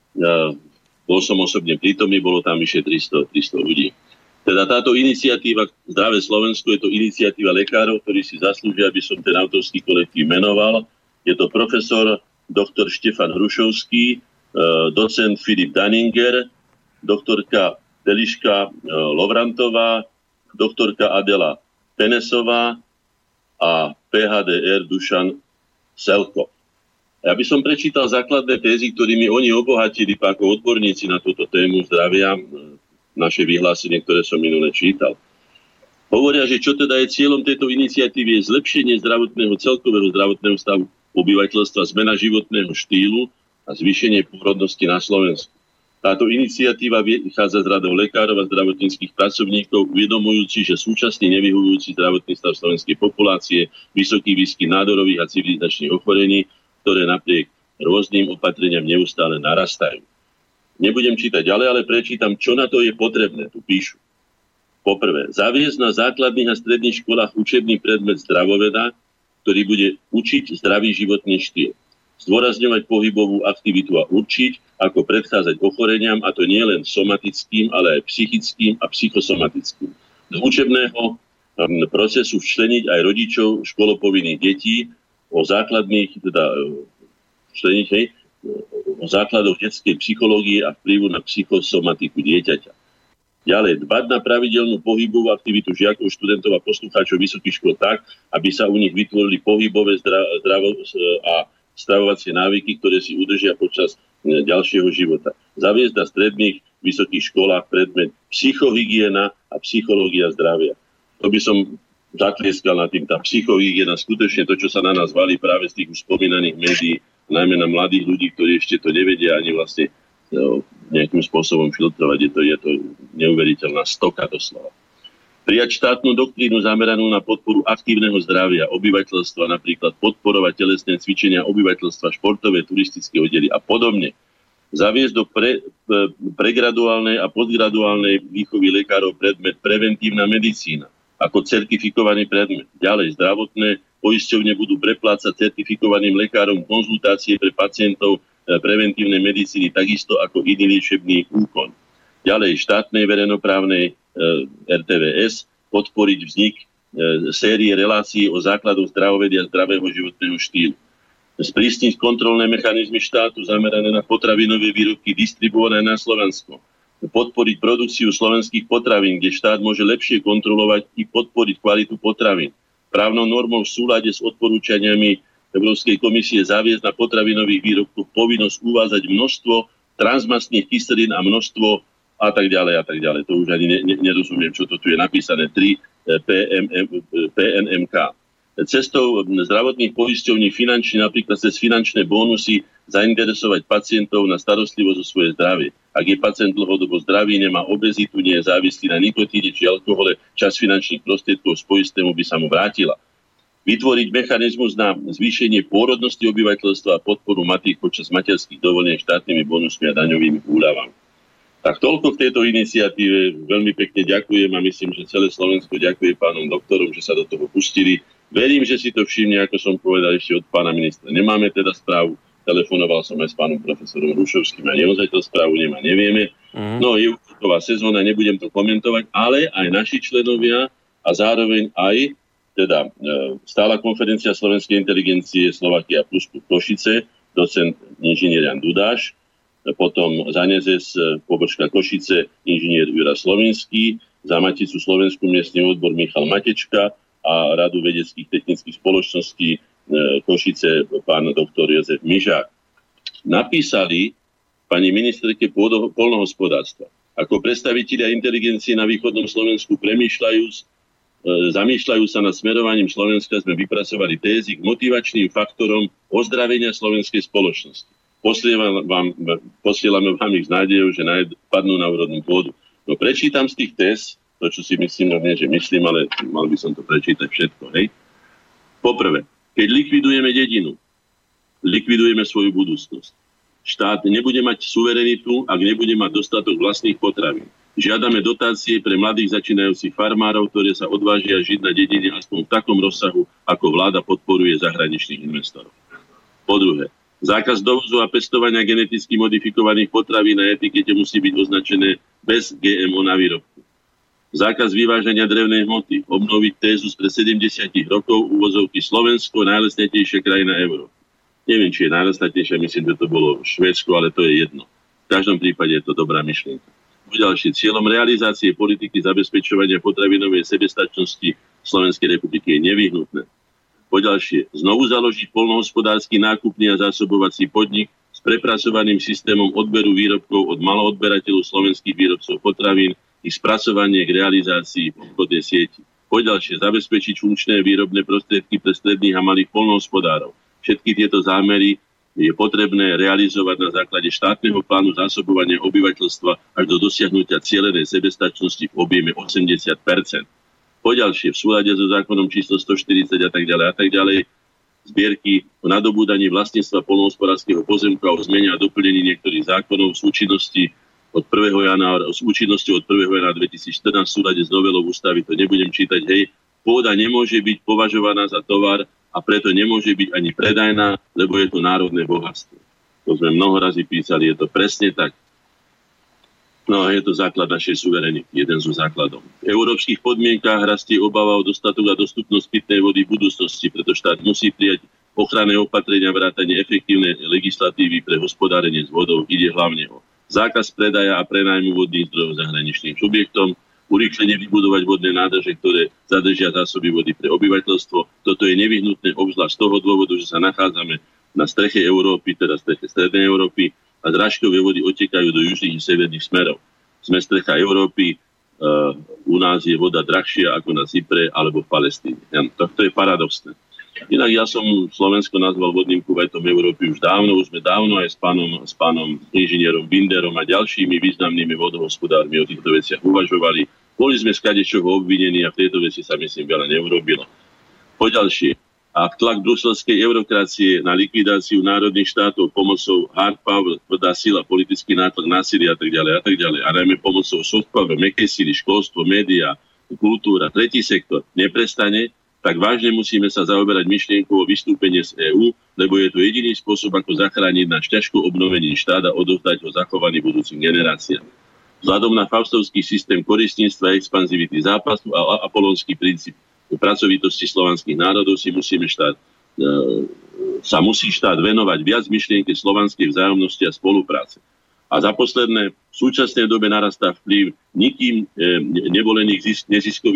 Bol som osobne prítomný, bolo tam vyše 300 ľudí. Teda táto iniciatíva Zdravé Slovensko je to iniciatíva lekárov, ktorí si zaslúžia, aby som ten autorský kolektív menoval. Je to profesor dr. Štefan Hrušovský, docent Filip Daninger, doktorka Eliška Lovrantová, doktorka Adela Penesová a PhDR Dušan Selko. Ja by som prečítal základné tézy, ktorými oni obohatili ako odborníci na túto tému zdravia, naše vyhlásenie, ktoré som minule čítal. Hovoria, že čo teda je cieľom tejto iniciatívy, je zlepšenie celkového zdravotného stavu obyvateľstva, zmena životného štýlu a zvýšenie pôrodnosti na Slovensku. Táto iniciatíva vychádza z radov lekárov a zdravotníckych pracovníkov, uvedomujúci, že súčasný nevyhovujúci zdravotný stav slovenskej populácie, vysoký výskyt nádorových a civilizačných ochorení, ktoré napriek rôznym opatreniam neustále narastajú. Nebudem čítať ďalej, ale prečítam, čo na to je potrebné. Tu píšu. Poprvé, zaviesť na základných a stredných školách učebný predmet zdravoveda, ktorý bude učiť zdravý životný štýl. Zdôrazňovať pohybovú aktivitu a určiť, ako predchádzať ochoreniam, a to nie len somatickým, ale aj psychickým a psychosomatickým. Do učebného procesu včleniť aj rodičov školopovinných detí o základných, o základoch detskej psychológie a vplyvu na psychosomatiku dieťaťa. Ďalej, dbať na pravidelnú pohybovú aktivitu žiakov, študentov a poslucháčov vysokých škôl tak, aby sa u nich vytvorili pohybové a stravovacie návyky, ktoré si udržia počas ďalšieho života. Zaviesť na stredných vysokých školách predmet psychohygiena a psychológia zdravia. To by som zatlieskal na tým, tá psychohygiena, skutočne to, čo sa na nás valí práve z tých už spomínaných médií, najmä na mladých ľudí, ktorí ešte to nevedia ani vlastne nejakým spôsobom filtrovať. Je to neuveriteľná stoka doslova. Prijať štátnu doktrínu zameranú na podporu aktívneho zdravia obyvateľstva, napríklad podporovať telesné cvičenia obyvateľstva, športové, turistické oddely a podobne. Zaviesť do pregraduálnej a postgraduálnej výchovy lekárov predmet preventívna medicína ako certifikovaný predmet. Ďalej, zdravotné poisťovne budú preplácať certifikovaným lekárom konzultácie pre pacientov preventívnej medicíny, takisto ako iný liečebný úkon. Ďalej, štátnej verejnoprávnej RTVS podporiť vznik série relácií o základoch zdravovedy a zdravého životného štýlu. Sprísniť kontrolné mechanizmy štátu zamerané na potravinové výrobky distribuované na Slovensku. Podporiť produkciu slovenských potravín, kde štát môže lepšie kontrolovať i podporiť kvalitu potravín. Právnou normou v súlade s odporúčaniami Európskej komisie zaviesť na potravinových výrobkoch povinnosť uvádzať množstvo transmastných kyselín a množstvo a tak ďalej a tak ďalej. To už ani nerozumiem, čo to tu je napísané. 3 PNMK. Cestou zdravotných poisťovní finančne, napríklad cez finančné bónusy, zainteresovať pacientov na starostlivosť o svoje zdravie. Ak je pacient dlhodobo zdravý, nemá obezitu, nie je závislý na nikotíne či alkohole, časť finančných prostriedkov z poistému by sa mu vrátila. Vytvoriť mechanizmus na zvýšenie pôrodnosti obyvateľstva a podporu matriek počas materských dovoleniek štátnymi bonusmi a daňovými úľavami. Tak toľko v tejto iniciatíve. Veľmi pekne ďakujem a myslím, že celé Slovensko ďakuje pánom doktorom, že sa do toho pustili. Verím, že si to všimne, ako som povedal ešte od pána ministra. Nemáme teda správu. Telefonoval som aj s pánom profesorom Rušovským a neozaj to správu nemá, nevieme. No, je úroková sezóna, nebudem to komentovať, ale aj naši členovia a zároveň aj teda stála konferencia slovenskej inteligencie Slovakia plus Košice, docent inžinier Jan Dudáš, potom za NEZES pobočka Košice inžinier Jura Slovinský, za Maticu Slovenskú miestny odbor Michal Matečka a Radu vedeckých technických spoločností Košice pán doktor Jozef Mižák. Napísali pani ministerke poľnohospodárstva. Ako predstavitelia inteligencie na východnom Slovensku zamýšľajú sa nad smerovaním Slovenska, sme vypracovali tézy k motivačným faktorom ozdravenia slovenskej spoločnosti. Posielame vám ich s nádejou, že padnú na úrodnú pôdu. No prečítam z tých téz, to čo si myslím, no nie, že myslím, ale mal by som to prečítať všetko, hej. Poprvé, keď likvidujeme dedinu, likvidujeme svoju budúcnosť. Štát nebude mať suverenitu, ak nebude mať dostatok vlastných potravín. Žiadame dotácie pre mladých začínajúcich farmárov, ktoré sa odvážia žiť na dedine aspoň v takom rozsahu, ako vláda podporuje zahraničných investorov. Po druhé, zákaz dovozu a pestovania geneticky modifikovaných potravín na etikete musí byť označené bez GMO na výrobku. Zákaz vyvážania drevnej hmoty, obnoviť tézu z pred 70 rokov, úvozovky Slovensko, najlesnatejšia krajina Európy. Neviem, či je najlesnatejšia, myslím, že to bolo Švédsko, ale to je jedno. V každom prípade je to dobrá myšlienka. Ďalšie, cieľom realizácie politiky zabezpečovania potravinovej sebestačnosti Slovenskej republiky je nevyhnutné. Poďalšie, znovu založiť poľnohospodársky nákupný a zásobovací podnik s prepracovaným systémom odberu výrobkov od maloodberateľov slovenských výrobcov potravín i spracovanie k realizácii v obchodnej sieti. Poďalšie, zabezpečiť funkčné výrobné prostriedky pre stredných a malých poľnohospodárov. Všetky tieto zámery je potrebné realizovať na základe štátneho plánu zásobovania obyvateľstva až do dosiahnutia cielenej sebestačnosti v objeme 80%. Poďalšie, v súlade so zákonom číslo 140 a tak ďalej, zbierky o nadobúdaní vlastníctva poľnohospodárskeho pozemku a o zmene a doplnení niektorých zákonov v súčinnosti od 1. januára 2014 v súlade s novelou ústavy, to nebudem čítať, hej, pôda nemôže byť považovaná za tovar a preto nemôže byť ani predajná, lebo je to národné bohatstvo. To sme mnoho razy písali, je to presne tak. No a je to základ našej suverenity, jeden zo základov. V európskych podmienkách rastie obava o dostatok a dostupnosť pitnej vody v budúcnosti, preto štát musí prijať ochranné opatrenia, vrátane efektívnej legislatívy pre hospodárenie s vodou, ide hlavne o zákaz predaja a prenájmu vodných zdrojov zahraničným subjektom, urýchlenie vybudovať vodné nádrže, ktoré zadržia zásoby vody pre obyvateľstvo. Toto je nevyhnutné obzvlášť z toho dôvodu, že sa nachádzame na streche Európy, teda streche strednej Európy, a zrážkové vody odtekajú do južných i severných smerov. Sme strecha Európy, u nás je voda drahšia ako na Cypre alebo v Palestíne. To je paradoxné. Inak ja som Slovensko nazval vodným kuvajtom Európy už dávno. Už sme dávno aj s pánom inžinierom Binderom a ďalšími významnými vodohospodármi o týchto veciach uvažovali. Boli sme skadečoho obvinení a v tejto veci sa myslím veľa neurobilo. Poďalšie, ak tlak bruselskej eurokracie na likvidáciu národných štátov pomocou hard power, tvrdá sila, politický nátlak, násilie a tak ďalej, a najmä pomocou soft power, mäkké sily, školstvo, médiá, kultúra, tretí sektor neprestane, tak vážne musíme sa zaoberať myšlienkou o vystúpenie z EÚ, lebo je to jediný spôsob, ako zachrániť náš ťažko obnovený štát a odovzdať ho zachovaný budúcim generáciám. Vzhľadom na faustovský systém koristníctva, expanzivity zápasu a apolonský princíp pracovitosti slovanských národov musí štát venovať viac myšlienke slovanskej vzájomnosti a spolupráce. A za posledné, v súčasnej dobe narastá vplyv nikým nevolených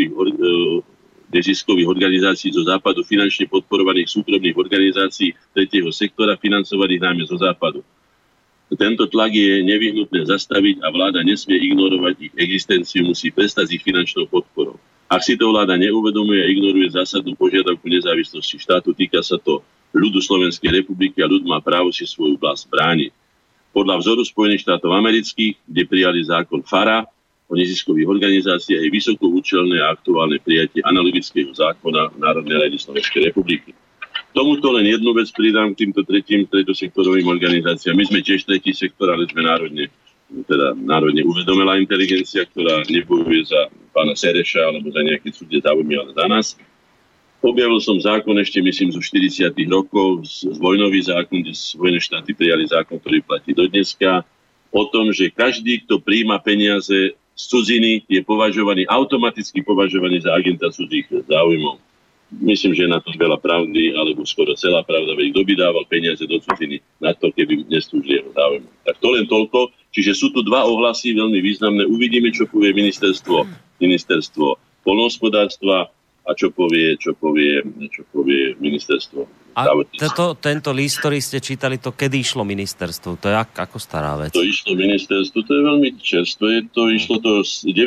neziskových organizácií zo západu, finančne podporovaných súkromných organizácií tretieho sektora, financovaných najmä zo západu. Tento tlak je nevyhnutné zastaviť a vláda nesmie ignorovať ich existenciu, musí prestať s ich finančnou podporou. Ak si to vláda neuvedomuje a ignoruje zásadnú požiadavku nezávislosti štátu, týka sa to ľudu Slovenskej republiky a ľud má právo si svoju vlast brániť. Podľa vzoru Spojených štátov amerických, kde prijali zákon FARA o neziskových organizáciách, je vysoko účelné a aktuálne prijatie analogického zákona Národnej rady Slovenskej republiky. Tomuto len jednu vec pridám k týmto tretosektorovým organizáciám. My sme tiež tretí sektor, ale sme národne uvedomelá inteligencia, ktorá nebojuje za pána Sereša alebo za nejaké cudzie záujmy, ale za nás. Objavil som zákon ešte, myslím, zo 40. rokov, vojnový zákon, kde Spojené štáty prijali zákon, ktorý platí do dneska, o tom, že každý, kto prijíma peniaze z cudziny, je automaticky považovaný za agenta cudzích záujmov. Myslím, že je na to veľa pravdy, alebo skoro celá pravda, veď kto by dával peniaze do cudziny na to, keby neslúžili jeho záujmom. Tak to len toľko. Čiže sú tu dva ohlasy veľmi významné. Uvidíme, čo povie ministerstvo poľnohospodárstva a čo povie ministerstvo. A tento list, ktorý ste čítali, to kedy išlo ministerstvo? To je ako stará vec? To išlo ministerstvo, to je veľmi čerstvé. Išlo to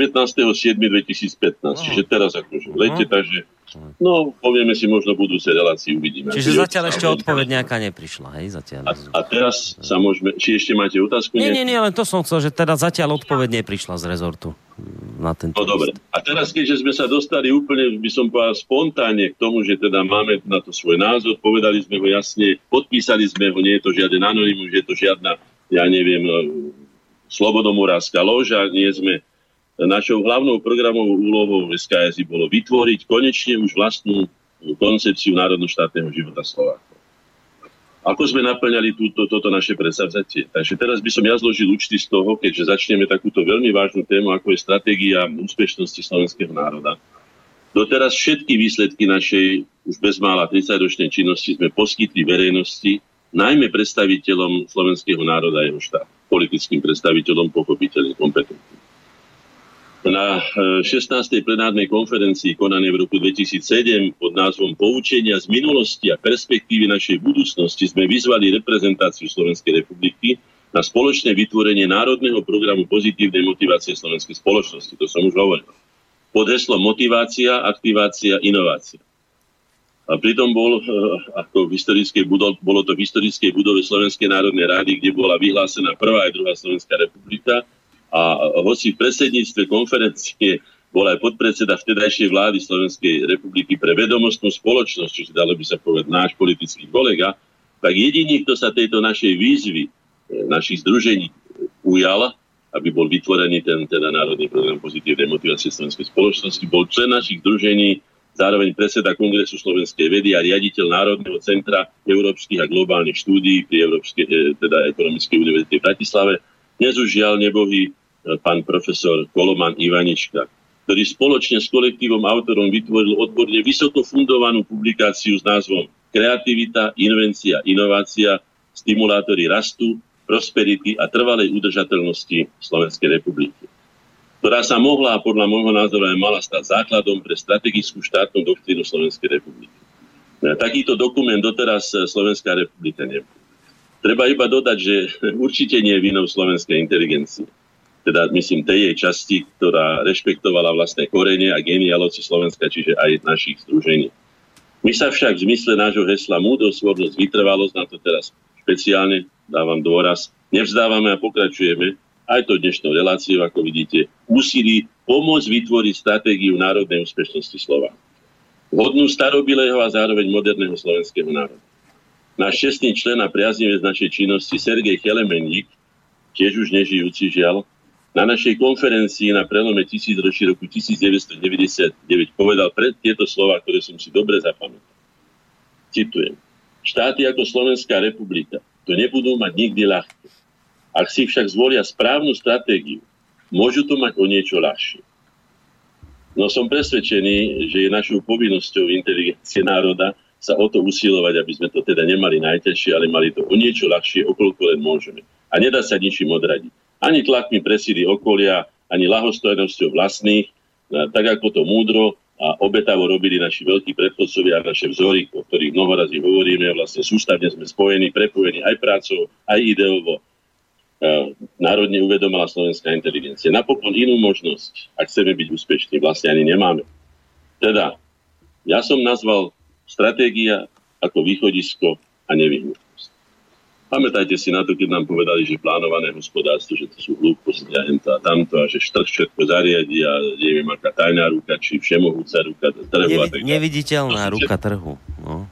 19.7.2015, čiže teraz akože v lete, takže povieme si možno budúce relácii, uvidíme. Čiže zatiaľ ešte odpoveď nejaká neprišla, hej? Zatiaľ. A teraz sa môžeme... Či ešte máte otázku? Nie, len to som chcel, že teda zatiaľ odpoveď neprišla z rezortu na tento list. Dobre. A teraz, keďže sme sa dostali úplne, by som povedal, spontánne k tomu, že teda máme na to svoj názor, povedali sme ho jasne, podpísali sme ho, nie je to žiaden anonymum, že je to žiadna, slobodomurávska loža, nie sme. Našou hlavnou programovou úlohou SKS bolo vytvoriť konečne už vlastnú koncepciu národno-štátneho života Slovákov. Ako sme naplňali toto naše predsavzatie? Takže teraz by som ja zložil účty z toho, keďže začneme takúto veľmi vážnu tému, ako je stratégia úspešnosti slovenského národa. Doteraz všetky výsledky našej už bezmála 30-ročnej činnosti sme poskytli verejnosti, najmä predstaviteľom slovenského národa a jeho štátu, politickým predstaviteľom pochopiteľne kompetentným. Na 16. plenárnej konferencii konanej v roku 2007 pod názvom Poučenia z minulosti a perspektívy našej budúcnosti sme vyzvali reprezentáciu Slovenskej republiky na spoločné vytvorenie národného programu pozitívnej motivácie slovenskej spoločnosti. To som už hovoril. Pod heslom motivácia, aktivácia, inovácia. A pritom bolo to v historickej budove Slovenskej národnej rady, kde bola vyhlásená prvá aj druhá Slovenská republika. A hoci v predsedníctve konferencie bol aj podpredseda vtedajšej vlády Slovenskej republiky pre vedomostnú spoločnosť, čiže dalo by sa povedať náš politický kolega, tak jediný, kto sa tejto našej výzvy, našich združení ujal, aby bol vytvorený ten národný program pozitívnej motivácie slovenskej spoločnosti, bol člen našich združení, zároveň predseda Kongresu slovenskej vedy a riaditeľ Národného centra európskych a globálnych štúdií pri Ekonomickej univerzite v Bratislave. Dnes už žiaľ nebohý pán profesor Koloman Ivanička, ktorý spoločne s kolektívom autorom vytvoril odborne vysoko fundovanú publikáciu s názvom kreativita, invencia, inovácia, stimulátory rastu, prosperity a trvalej udržateľnosti Slovenskej republiky, ktorá sa mohla a podľa môjho názoru aj mala stať základom pre strategickú štátnu doktrínu Slovenskej republiky. Takýto dokument doteraz Slovenská republika nemá. Treba iba dodať, že určite nie je vinou slovenskej inteligencie. Teda myslím tej jej časti, ktorá rešpektovala vlastné korene a genealógy Slovenska, čiže aj našich združení. My sa však v zmysle nášho hesla múdrosť, svornosť, vytrvalosť, na to teraz špeciálne dávam dôraz, nevzdávame a pokračujeme aj to dnešnou reláciou, ako vidíte, úsilí pomôcť vytvoriť stratégiu národnej úspešnosti Slovákov. Vhodnú starobilého a zároveň moderného slovenského národa. Náš čestný člen a priaznivec našej činnosti Sergej Chelemeník, tiež už nežijúci žiaľ, na našej konferencii na prelome tisícročí roku 1999 povedal pred tieto slova, ktoré som si dobre zapamätal. Citujem. Štáty ako Slovenská republika to nebudú mať nikdy ľahké. Ak si však zvolia správnu stratégiu, môžu to mať o niečo ľahšie. No som presvedčený, že je našou povinnosťou inteligencie národa sa o to usilovať, aby sme to teda nemali najťažšie, ale mali to o niečo ľahšie, okoľko len môžeme. A nedá sa ničím odradiť. Ani tlakmi presíly okolia, ani ľahostojnosťou vlastných, tak ako to múdro a obetavo robili naši veľkí predchodcovia a naše vzory, o ktorých mnoho razy hovoríme, vlastne sústavne sme spojení, prepojení aj prácou, aj ideovo. Národne uvedomila slovenská inteligencia. Napokon inú možnosť, ak chceme byť úspešní, vlastne ani nemáme. Teda, ja som nazval stratégia ako východisko a nevyhnutnosť. Pamätajte si na to, keď nám povedali, že plánované hospodárstvo, že to sú hlúposti a hento a tamto a že trh všetko zariadi a neviem, aká tajná ruka, či všemohúca ruka trhu. Neviditeľná ruka trhu. No.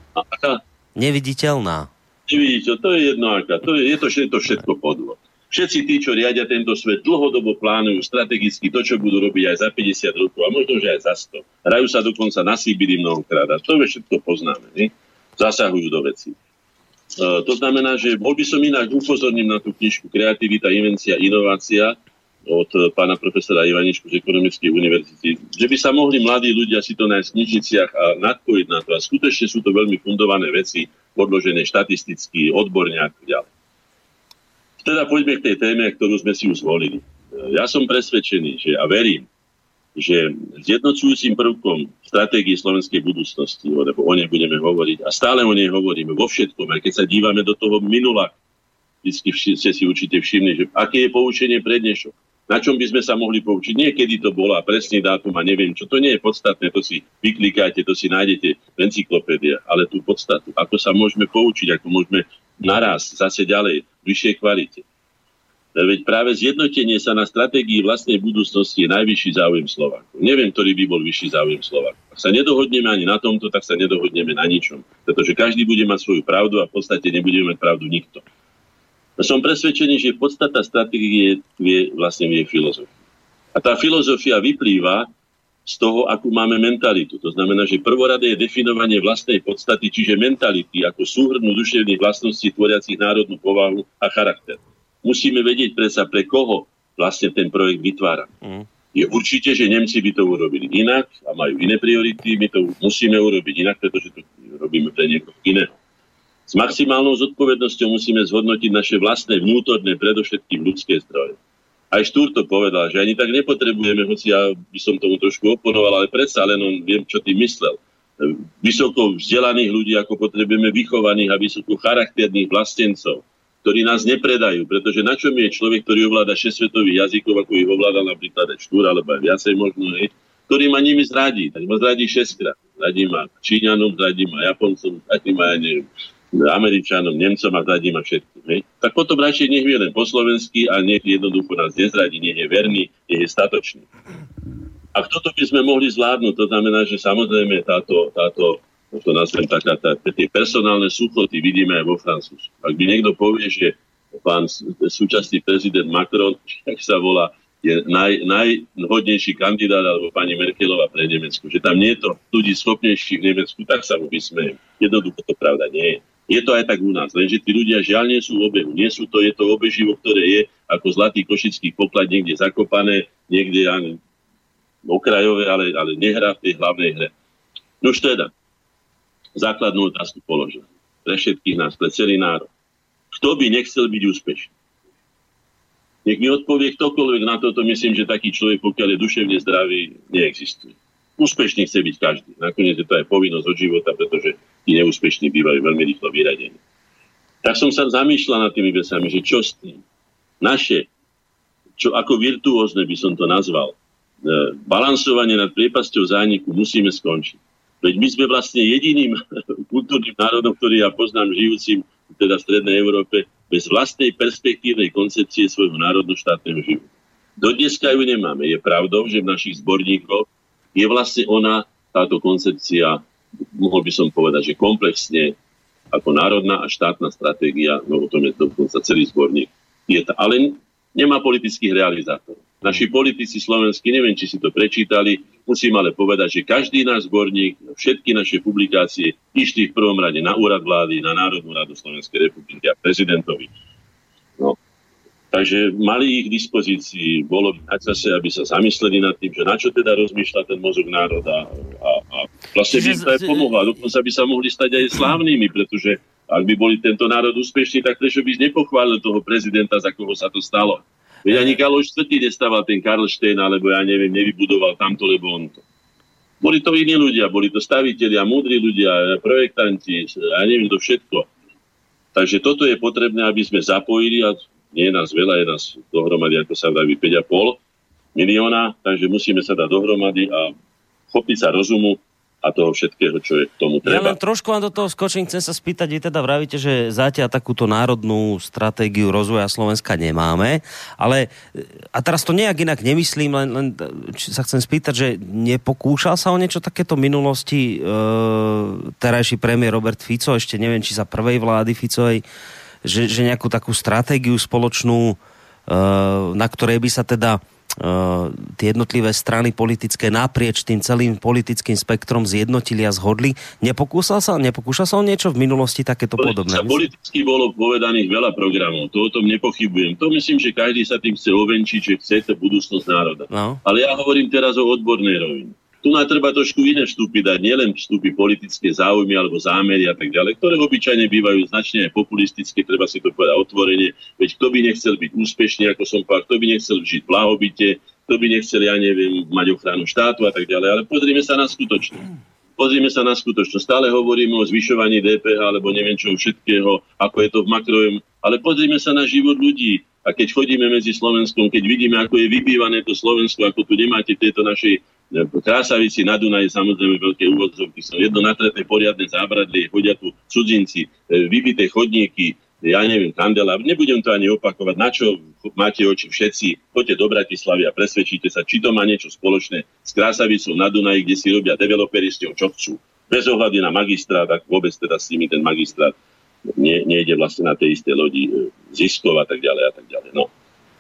Neviditeľná. Neviditeľ, to je jedno aká. Je to všetko podvod. Všetci tí, čo riadia tento svet, dlhodobo plánujú strategicky to, čo budú robiť aj za 50 rokov a možno, že aj za 100. Hrajú sa dokonca na Sibíri mnohokrát a to všetko poznáme. Ne? Zasahujú do vecí. To znamená, že bol by som inak upozorním na tú knižku Kreativita, invencia, inovácia od pána profesora Ivaničku z Ekonomickej univerzity, že by sa mohli mladí ľudia si to nájsť v knižniciach a nadpojiť na to. A skutočne sú to veľmi fundované veci, podložené štatisticky, odborne a tak ďalej. Teda poďme k tej téme, ktorú sme si už zvolili. Ja som presvedčený, že a verím, že zjednocujúcim prvkom stratégii slovenskej budúcnosti, lebo o nej budeme hovoriť a stále o nej hovoríme vo všetkom, aj keď sa dívame do toho minula, vždy ste si určite všimli, že aké je poučenie pre dnešok, na čom by sme sa mohli poučiť, nie kedy to bolo a presný dátum a neviem čo, to nie je podstatné, to si vyklikáte, to si nájdete v encyklopédiách, ale tú podstatu, ako sa môžeme poučiť, ako môžeme naraz zase ďalej, v vyššej kvalite. Veď práve zjednotenie sa na stratégii vlastnej budúcnosti je najvyšší záujem Slovákov. Neviem, ktorý by bol vyšší záujem Slovákov. Ak sa nedohodneme ani na tomto, tak sa nedohodneme na ničom. Pretože každý bude mať svoju pravdu a v podstate nebude mať pravdu nikto. A som presvedčený, že podstata stratégie je vlastne v jej filozofii. A tá filozofia vyplýva z toho, akú máme mentalitu. To znamená, že prvoradé je definovanie vlastnej podstaty, čiže mentality ako súhrnu duševných vlastností tvoriacich národnú povahu a charakter. Musíme vedieť predsa, pre koho vlastne ten projekt vytvára. Je určite, že Nemci by to urobili inak a majú iné priority, my to musíme urobiť inak, pretože to robíme pre niekoho iného. S maximálnou zodpovednosťou musíme zhodnotiť naše vlastné vnútorné, predovšetkým ľudské zdroje. Aj Štúr to povedal, že ani tak nepotrebujeme, hoci ja by som tomu trošku oponoval, ale predsa len on viem, čo tým myslel. Vysoko vzdelaných ľudí, ako potrebujeme vychovaných a vysoko charakterných vlastencov, ktorí nás nepredajú, pretože na čom je človek, ktorý ovláda 6 svetových jazykov, ako ich ovládal napríklad aj Štúr, alebo aj viacej možno, ktorý ma nimi zradí, tak ma zradí 6-krát. Zradí ma Číňanom, zradí ma Japoncom, zradí ma, ja neviem, Američanom, Nemcom a zradí ma všetkým. Tak potom radšej nech vie len po slovensky a nech jednoducho nás nezradí, nech je verný, nech je statočný. A toto by sme mohli zvládnuť, to znamená, že samozrejme táto to nazvem tie personálne súchloty vidíme aj vo Francúzsku. Ak by niekto povie, že pán súčasný prezident Macron, jak sa volá, je najhodnejší kandidát, alebo pani Merkelová pre Nemecku, že tam nie je to ľudí schopnejších v Nemecku, tak sa mu vysmejem. Jednoducho to pravda nie je. Je to aj tak u nás, lenže tí ľudia žiaľ nie sú v obehu. Nie sú to, je to obeživo, ktoré je ako zlatý košický poklad niekde zakopané, niekde okrajové, ale nehrá v tej hlavnej hre. Nož teda, základnú otázku položil. Pre všetkých nás, pre celý národ. Kto by nechcel byť úspešný? Nech mi odpovie ktokoľvek na toto, myslím, že taký človek, pokiaľ je duševne zdravý, neexistuje. Úspešný chce byť každý. Nakoniec je to aj povinnosť od života, pretože tí neúspešní bývajú veľmi rýchlo vyradení. Tak som sa zamýšľal nad tými vecami, že čo s tým? Naše, čo ako virtuózne by som to nazval, balansovanie nad priepasťou zániku musíme skončiť. Veď my sme vlastne jediným kultúrnym národom, ktorý ja poznám žijúcim teda v Strednej Európe, bez vlastnej perspektívnej koncepcie svojho národno-štátneho života. Dodneska ju nemáme. Je pravdou, že v našich zborníkoch je vlastne táto koncepcia, mohol by som povedať, že komplexne ako národná a štátna stratégia, no o tom je dokonca celý zborník, ale nemá politických realizátorov. Naši politici slovenskí, neviem, či si to prečítali, musím ale povedať, že každý náš zborník, všetky naše publikácie išli v prvom rade na úrad vlády, na Národnú radu Slovenskej republiky a prezidentovi. No. Takže mali ich k dispozícii, bolo na čase, aby sa zamysleli nad tým, že na čo teda rozmýšľa ten mozog národa a vlastne by sa aj pomohla. Dokonca by sa mohli stať aj slávnymi, pretože ak by boli tento národ úspešný, tak prečo by nepochválil toho prezidenta, za koho sa to stalo. Veď ani Kaloš IV nestával ten Karlštejn, alebo ja neviem, nevybudoval tamto, lebo on to. Boli to iní ľudia, boli to stavitelia, múdri ľudia, projektanti, ja neviem to všetko. Takže toto je potrebné, aby sme zapojili, a nie je nás veľa, je nás dohromady, ako sa vraví, 5,5 milióna, takže musíme sa dať dohromady a chopiť sa rozumu a toho všetkého, čo je k tomu treba. Ja len trošku vám do toho skočím, chcem sa spýtať, vy teda vravíte, že zatiaľ takúto národnú stratégiu rozvoja Slovenska nemáme, ale a teraz to nejak inak nemyslím, len sa chcem spýtať, že nepokúšal sa o niečo takéto v minulosti terajší premiér Robert Fico, ešte neviem, či za prvej vlády Ficovej, že nejakú takú stratégiu spoločnú, na ktorej by sa teda tie jednotlivé strany politické naprieč tým celým politickým spektrom zjednotili a zhodli. Nepokúšal sa o niečo v minulosti takéto podobné? Politicky bolo povedaných veľa programov, to o tom nepochybujem. To myslím, že každý sa tým chce ovenčiť, že chce budúcnosť národa. No. Ale ja hovorím teraz o odbornej rovine. Tu nám treba trošku iné vstupy dať, nielen vstupy politické záujmy alebo zámery a tak ďalej, ktoré obyčajne bývajú značne aj populistické, treba si to povedať otvorene, veď kto by nechcel byť úspešný, ako som povedal, kto by nechcel žiť v blahobite, kto by nechcel, ja neviem, mať ochranu štátu a tak ďalej, ale pozrime sa na skutočnosť. Stále hovoríme o zvyšovaní DPH alebo neviem čo všetkého, ako je to v makrovom, ale pozrime sa na život ľudí. A keď chodíme medzi Slovenskom, keď vidíme, ako je vybývané to Slovensko, ako tu nemáte v tejto našej Krásavici na Dunaji, samozrejme veľké úvodzovky, sú jedno natreté poriadne zábradlie, chodia tu cudzinci, vybité chodníky, ja neviem, kandela, nebudem to ani opakovať, na čo máte oči všetci, choďte do Bratislavy a presvedčíte sa, či to má niečo spoločné s Krásavicou na Dunaji, kde si robia developeri s ňou, čo chcú. Bez ohľadu na magistrát, tak vôbec teda s nimi ten magistrát nejde vlastne na tej istej lodi ziskov a tak ďalej a tak ďalej. No.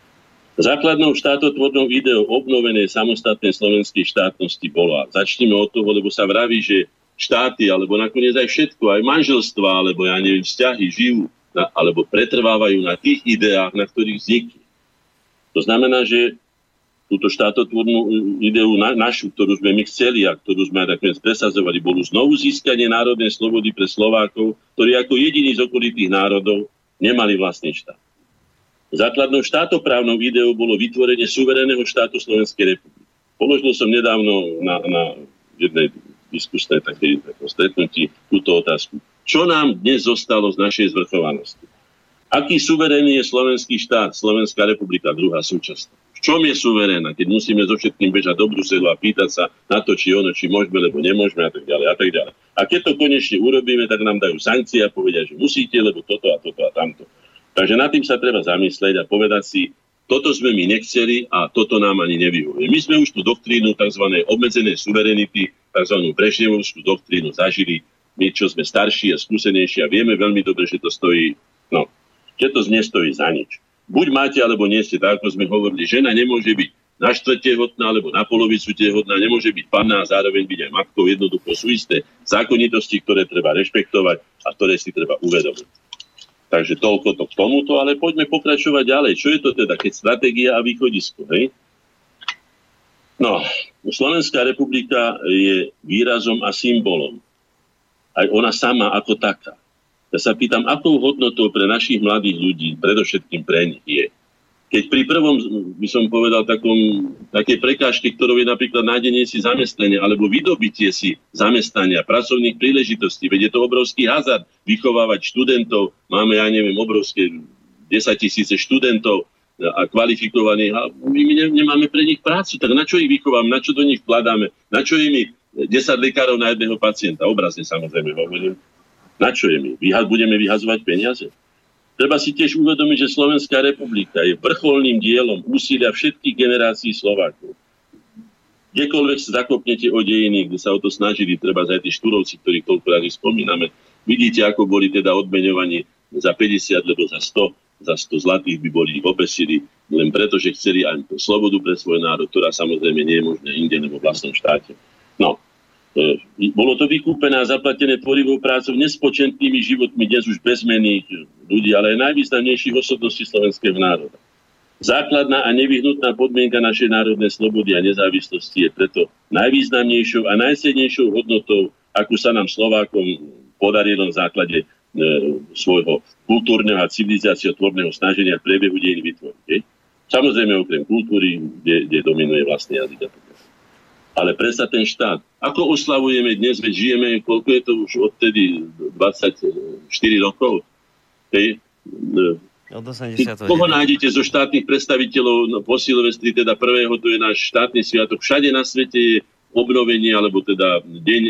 Základnou štátotvornou ideou obnovenej samostatnej slovenskej štátnosti bola. Začneme od toho, lebo sa vraví, že štáty, alebo nakoniec aj všetko, aj manželstva, alebo ja neviem, vzťahy žijú, alebo pretrvávajú na tých ideách, na ktorých vznikli. To znamená, že túto štátotvornú ideu našu, ktorú sme my chceli a ktorú sme aj nakoniec presadzovali, bolo znovu získanie národnej slobody pre Slovákov, ktorí ako jediní z okolitých národov nemali vlastný štát. Základnou štátoprávnou ideou bolo vytvorenie suverénneho štátu Slovenskej republiky. Položil som nedávno na jednej diskusnej takej stretnutí túto otázku. Čo nám dnes zostalo z našej zvrchovanosti? Aký suverénny je slovenský štát, Slovenská republika, druhá súčasná? V čom je suverénna, keď musíme so všetkým bežať do Bruselu a pýtať sa na to, či ono, či môžeme, lebo nemôžeme a tak ďalej a tak ďalej. A keď to konečne urobíme, tak nám dajú sankcie a povedia, že musíte, lebo toto a toto a tamto. Takže nad tým sa treba zamyslieť a povedať si, toto sme my nechceli a toto nám ani nevyhovuje. My sme už tú doktrínu tzv. Obmedzenej suverenity, tzv. Brežnevovskú doktrínu zažili. My, čo sme starší a skúsenejší a vieme veľmi dobre, že to stojí, že to nestojí za nič. Buď máte, alebo nie ste, tak ako sme hovorili, žena nemôže byť na štvrť tehotná, alebo na polovicu tehotná, nemôže byť panná a zároveň byť aj matkou. Jednoducho sú isté zákonitosti, ktoré treba rešpektovať a ktoré si treba uvedomiť. Takže toľko to k tomuto, ale poďme pokračovať ďalej. Čo je to teda, keď stratégia a východisko, hej? No, Slovenská republika je výrazom a symbolom. aj ona sama ako taká. Ja sa pýtam, akou hodnotou pre našich mladých ľudí, predovšetkým pre nich je, keď pri prvom, by som povedal, také prekážke, ktorou je napríklad nájdenie si zamestnania alebo vydobitie si zamestnania, pracovných príležitostí, veď je to obrovský hazard vychovávať študentov, máme, obrovské 10 000 študentov a kvalifikovaných a my nemáme pre nich prácu, tak na čo ich vychováme, na čo do nich vkladáme, na čo im 10 lekárov na jedného pacienta, obrazne samozrejme hovorím, na čo budeme vyhazovať peniaze? Treba si tiež uvedomiť, že Slovenská republika je vrcholným dielom úsilia všetkých generácií Slovákov. Kdekoľvek sa zakopnete o dejiny, kde sa o to snažili, treba aj tí Štúrovci, ktorých toľko razy spomíname, vidíte, ako boli teda odmeňovaní za 50, lebo za 100 zlatých by boli ich obesili, len preto, že chceli aj slobodu pre svoj národ, ktorá samozrejme nie je možné inde nebo v vlastnom štáte. No, bolo to vykúpené a zaplatené tvorivou prácou nespočetnými životmi dnes už bezmenných ľudí, ale aj najvýznamnejších osobností slovenského národa. Základná a nevyhnutná podmienka našej národnej slobody a nezávislosti je preto najvýznamnejšou a najcennejšou hodnotou, akú sa nám Slovákom podarilo na základe svojho kultúrneho a civilizáciotvorného snaženia v priebehu dejín vytvoriť. Samozrejme okrem kultúry, kde dominuje vlastný jazyk. Ale predsa ten štát, ako oslavujeme dnes, veď žijeme, koľko je to už odtedy 24 rokov? Od 80. Koho nájdete zo štátnych predstaviteľov po Silvestri, teda prvého, to je náš štátny sviatok. Všade na svete je obnovenie, alebo teda Deň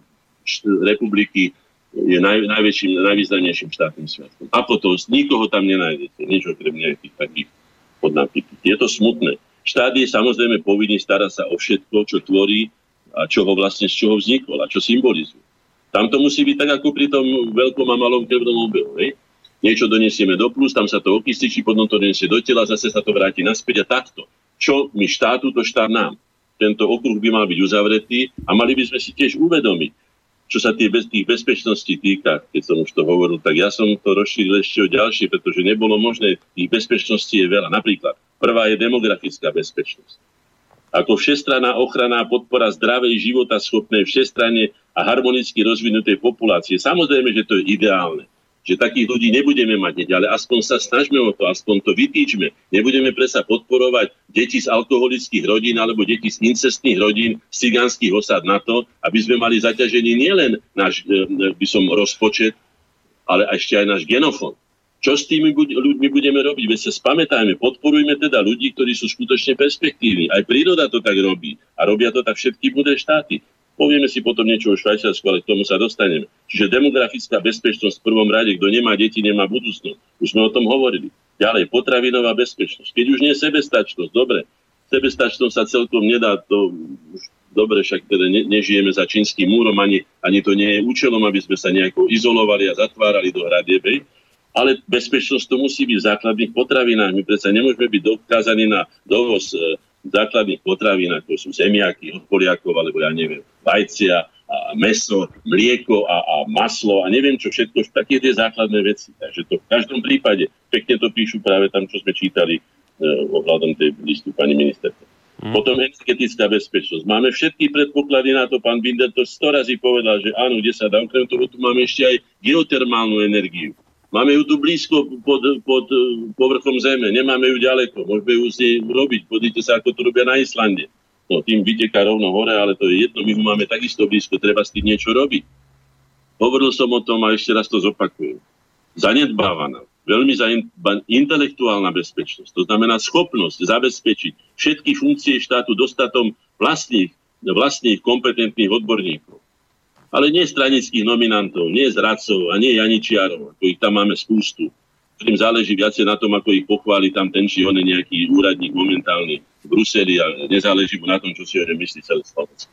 republiky je najväčším, najvýznamnejším štátnym sviatkom. A potom nikoho tam nenájdete, nič okrem nejakých takých podnápitých. Je to smutné. Štát je samozrejme povinný starať sa o všetko, čo tvorí a z čoho vznikol a čo symbolizuje. Tam to musí byť tak, ako pri tom veľkom a malom krvnom obehu. Niečo donesieme do plus, tam sa to okysličí, potom to donesie do tela, zase sa to vráti naspäť a takto. Čo my štátu, to štát nám. Tento okruh by mal byť uzavretý a mali by sme si tiež uvedomiť, čo sa tých bezpečností týka, keď som už to hovoril, tak ja som to rozšíril ešte o ďalšie, pretože nebolo možné, tých bezpečností je veľa. Napríklad, prvá je demografická bezpečnosť. Ako všestranná ochrana a podpora zdravej, životaschopnej, všestranne a harmonicky rozvinutej populácie. Samozrejme, že to je ideálne, že takých ľudí nebudeme mať hneď, ale aspoň sa snažme o to, aspoň to vytýčme. Nebudeme predsa podporovať deti z alkoholických rodín alebo deti z incestných rodín, z cigánskych osád na to, aby sme mali zaťažený nielen náš, rozpočet, ale ešte aj náš genofond. Čo s tými ľuďmi budeme robiť? Veď sa spamätajme, podporujme teda ľudí, ktorí sú skutočne perspektívni. Aj príroda to tak robí. A robia to tak všetky budé štáty. Povieme si potom niečo o Švajčiarsku, ale k tomu sa dostaneme. Čiže demografická bezpečnosť v prvom rade, kto nemá deti, nemá budúcnosť. Už sme o tom hovorili. Ďalej, potravinová bezpečnosť. Keď už nie je sebestačnosť, dobre. Sebestačnosť sa celkom nedá, to už dobre, však teda nežijeme za čínskym múrom, ani to nie je účelom, aby sme sa nejako izolovali a zatvárali do hradieb. Ale bezpečnosť to musí byť v základných potravinách. My predsa nemôžeme byť dokázaní na dovoz základných potravín, ako sú zemiaky od Poliakov, alebo ja neviem, vajcia, a mäso, mlieko a maslo a neviem čo všetko, také tie základné veci. Takže to v každom prípade, pekne to píšu práve tam, čo sme čítali ohľadom tej listu pani ministerka. Potom energetická bezpečnosť. Máme všetky predpoklady na to, pán Binder to 100 razy povedal, že áno, kde sa dá. Okrem toho tu máme ešte aj geotermálnu energiu. Máme ju tu blízko pod povrchom zeme, nemáme ju ďaleko, môžeme ju z nej robiť. Pozrite sa, ako to robia na Islande. No, tým vyteká rovno hore, ale to je jedno, my ho máme takisto blízko, treba s tým niečo robiť. Hovoril som o tom a ešte raz to zopakujem. Zanedbávaná, veľmi intelektuálna bezpečnosť, to znamená schopnosť zabezpečiť všetky funkcie štátu dostatom vlastných kompetentných odborníkov. Ale nie stranických nominantov, nie zradcov a nie janičiarov, ako ich tam máme spústu. Ktorým záleží viacej na tom, ako ich pochváli tam ten či on nejaký úradník momentálny v Bruseli a nezáleží mu na tom, čo si o ňom myslí celé Slovensko.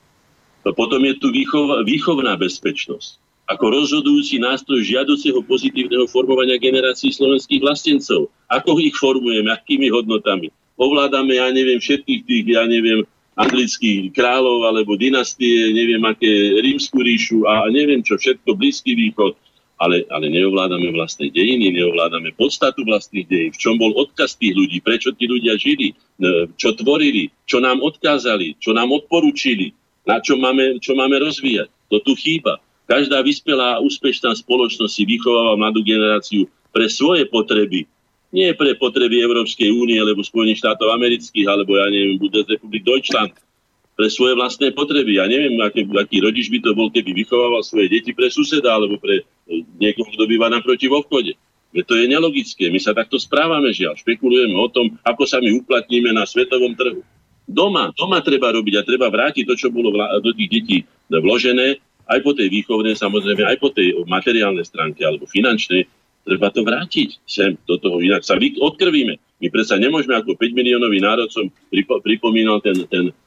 Potom je tu výchovná bezpečnosť. Ako rozhodujúci nástroj žiaduceho pozitívneho formovania generácií slovenských vlastencov. Ako ich formujeme, akými hodnotami. Ovládame, všetkých tých, anglických kráľov alebo dynastie, neviem aké, Rímsku ríšu a neviem čo, všetko, Blízky východ, ale neovládame vlastné dejiny, neovládame podstatu vlastných dejín, v čom bol odkaz tých ľudí, prečo tí ľudia žili, čo tvorili, čo nám odkázali, čo nám odporúčili, na čo máme rozvíjať. To tu chýba. Každá vyspelá a úspešná spoločnosť si vychováva mladú generáciu pre svoje potreby. Nie pre potreby Európskej únie, alebo Spojených štátov amerických, alebo ja neviem, Bundesrepublik Deutschland. Pre svoje vlastné potreby. Ja neviem, aký rodič by to bol, keby vychovával svoje deti pre suseda, alebo pre niekoho, kto býva naproti v obchode. To je nelogické. My sa takto správame, žiaľ. Špekulujeme o tom, ako sa my uplatníme na svetovom trhu. Doma treba robiť a treba vrátiť to, čo bolo do tých detí vložené, aj po tej výchovnej, samozrejme, aj po tej materiálnej stránke alebo finančnej. Treba to vrátiť sem do toho, inak sa odkrvíme. My predsa nemôžeme ako 5 miliónový národ, som pripomínal ten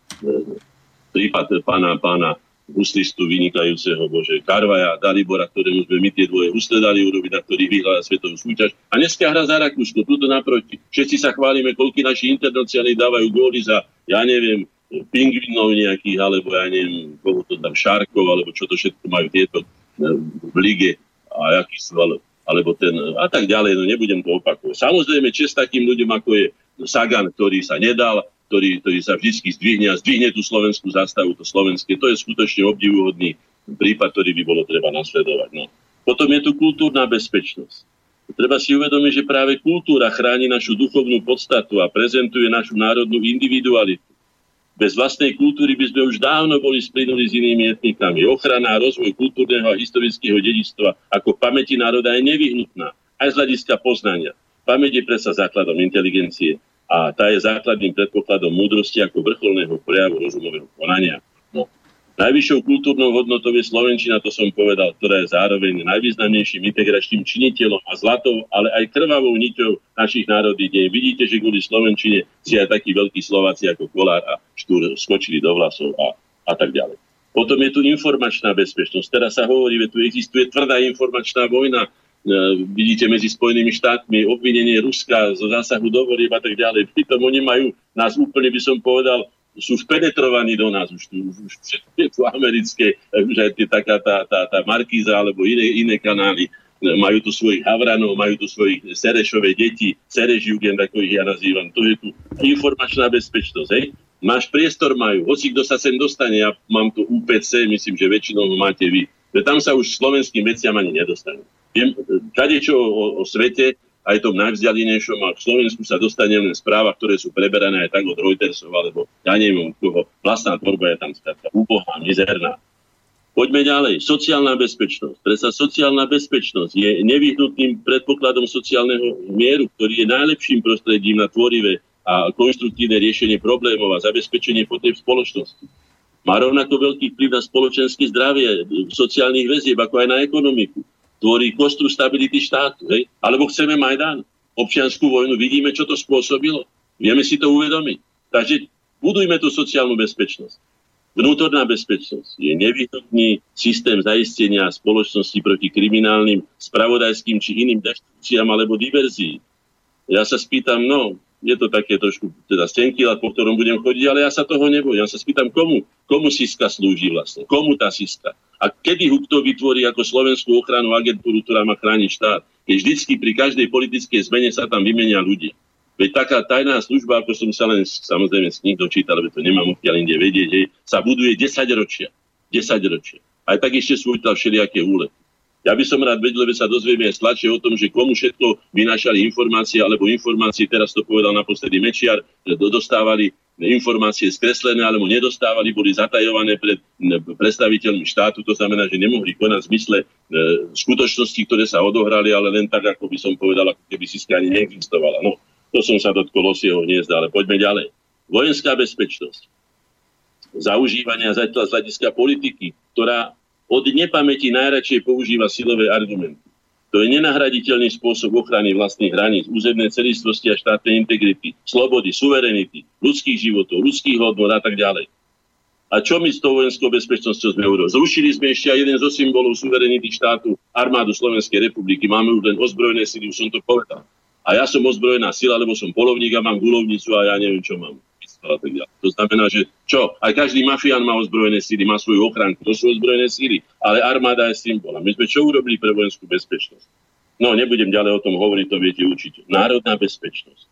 prípad pána huslistu vynikajúceho, Karvaja, Dalibora, ktorému sme my tie dvoje husle dali urobiť, na ktorý vyhľadá svetovú súťaž. A dneska hra za Rakúsko, tuto naproti. Všetci sa chválime, koľko naši internacionáli dávajú góly za, ja neviem, pingvinov nejakých, alebo ja neviem, koho to tam, Šárkov, alebo čo to všetko majú tieto v lige a jaký sú, alebo ten, a tak ďalej, no nebudem to opakovať. Samozrejme, čest takým ľuďom, ako je Sagan, ktorý sa nedal, ktorý sa vždy zdvihne tú slovenskú zastavu, to slovenské. To je skutočne obdivuhodný prípad, ktorý by bolo treba nasledovať. No. Potom je tu kultúrna bezpečnosť. Treba si uvedomiť, že práve kultúra chráni našu duchovnú podstatu a prezentuje našu národnú individualitu. Bez vlastnej kultúry by sme už dávno boli splynuli s inými etnikami. Ochrana a rozvoj kultúrneho a historického dedičstva ako pamäti národa je nevyhnutná, aj z hľadiska poznania. Pamäť je predsa základom inteligencie a tá je základným predpokladom múdrosti ako vrcholného prejavu rozumového konania. No. Najvyššou kultúrnou hodnotou je slovenčina, to som povedal, ktorá je zároveň najvýznamnejším integračným činiteľom a zlatou, ale aj krvavou niťou našich národných dejín. Vidíte, že kvôli slovenčine si aj takí veľkí Slováci ako Kolár a Štúr skočili do vlasov a tak ďalej. Potom je tu informačná bezpečnosť. Teraz sa hovorí, že tu existuje tvrdá informačná vojna. Vidíte medzi Spojenými štátmi obvinenie Ruska zo zásahu do volieb a tak ďalej. Pritom oni majú nás úplne, by som povedal, sú vpenetrovaní do nás, už je tu americké, už aj tá Markíza alebo iné kanály, majú tu svojich Havranov, majú tu svojich Serešové deti, Sereš-Jugend, ako ich ja nazývam. To je tu informačná bezpečnosť, hej? Máš priestor, majú, hoci kto sa sem dostane, ja mám tu UPC, myslím, že väčšinou máte vy. Tam sa už slovenským veciam ani nedostane. Viem kadečo o svete, aj tom najvzdialenejšom, a v Slovensku sa dostane len správa, ktoré sú preberané aj tak od Reutersov, alebo ja neviem, koho vlastná tvorba je tam úbohá, mizerná. Poďme ďalej. Sociálna bezpečnosť. Predsa sociálna bezpečnosť je nevyhnutným predpokladom sociálneho mieru, ktorý je najlepším prostredím na tvorivé a konštruktívne riešenie problémov a zabezpečenie potrieb spoločnosti. Má rovnako veľký vplyv na spoločenské zdravie, sociálnych väzieb, ako aj na ekonomiku. Tvorí kostru stability štátu. Hej? Alebo chceme Majdan, občiansku vojnu, vidíme, čo to spôsobilo. Vieme si to uvedomiť. Takže budujme tú sociálnu bezpečnosť. Vnútorná bezpečnosť je nevyhnutný systém zaistenia spoločnosti proti kriminálnym, spravodajským či iným deštrukciám alebo diverzii. Ja sa spýtam, je to také trošku stenkýľad, po ktorom budem chodiť, ale ja sa toho nebojím. Ja sa spýtam, komu SIS-ka slúži vlastne? Komu tá SIS-ka? A kedy ho kto vytvorí ako slovenskú ochrannú agentúru, ktorá má chrániť štát? Keď vždycky pri každej politickej zmene sa tam vymenia ľudia. Veď taká tajná služba, ako som sa len samozrejme z kníh dočítal, lebo to nemám odkiaľ inde vedieť, sa buduje 10 ročia. 10 ročia. Aj tak ešte sú tam všelijaké úlety. Ja by som rád vedel, lebo sa dozvieme aj tlače o tom, že komu všetko vynášali informácie, alebo informácie, teraz to povedal naposledy Mečiar, že dostávali informácie skreslené, alebo nedostávali, boli zatajované pred predstaviteľmi štátu, to znamená, že nemohli konať v zmysle skutočností, ktoré sa odohrali, ale len tak, ako by som povedal, ako keby SIS-ka ani neexistovala. To som sa dotkol osieho hniezda, ale poďme ďalej. Vojenská bezpečnosť. Zaužívania zatiaľ z hľadiska politiky, ktorá od nepamäti najradšej používa silové argumenty. To je nenahraditeľný spôsob ochrany vlastných hraníc, územnej celistvosti a štátnej integrity, slobody, suverenity, ľudských životov, ľudských hodnôt a tak ďalej. A čo my s tou vojenskou bezpečnosťou sme urobili? Zrušili sme ešte aj jeden zo symbolov suverenity štátu, armádu Slovenskej republiky. Máme už len ozbrojené sily, už som to povedal. A ja som ozbrojená sila, lebo som polovník a mám guľovnicu a ja neviem, čo mám. To znamená, že čo? Aj každý mafián má ozbrojené síly, má svoju ochranu. To sú ozbrojené síly, ale armáda je symbol. A my sme čo urobili pre vojenskú bezpečnosť? Nebudem ďalej o tom hovoriť, to viete určite. Národná bezpečnosť.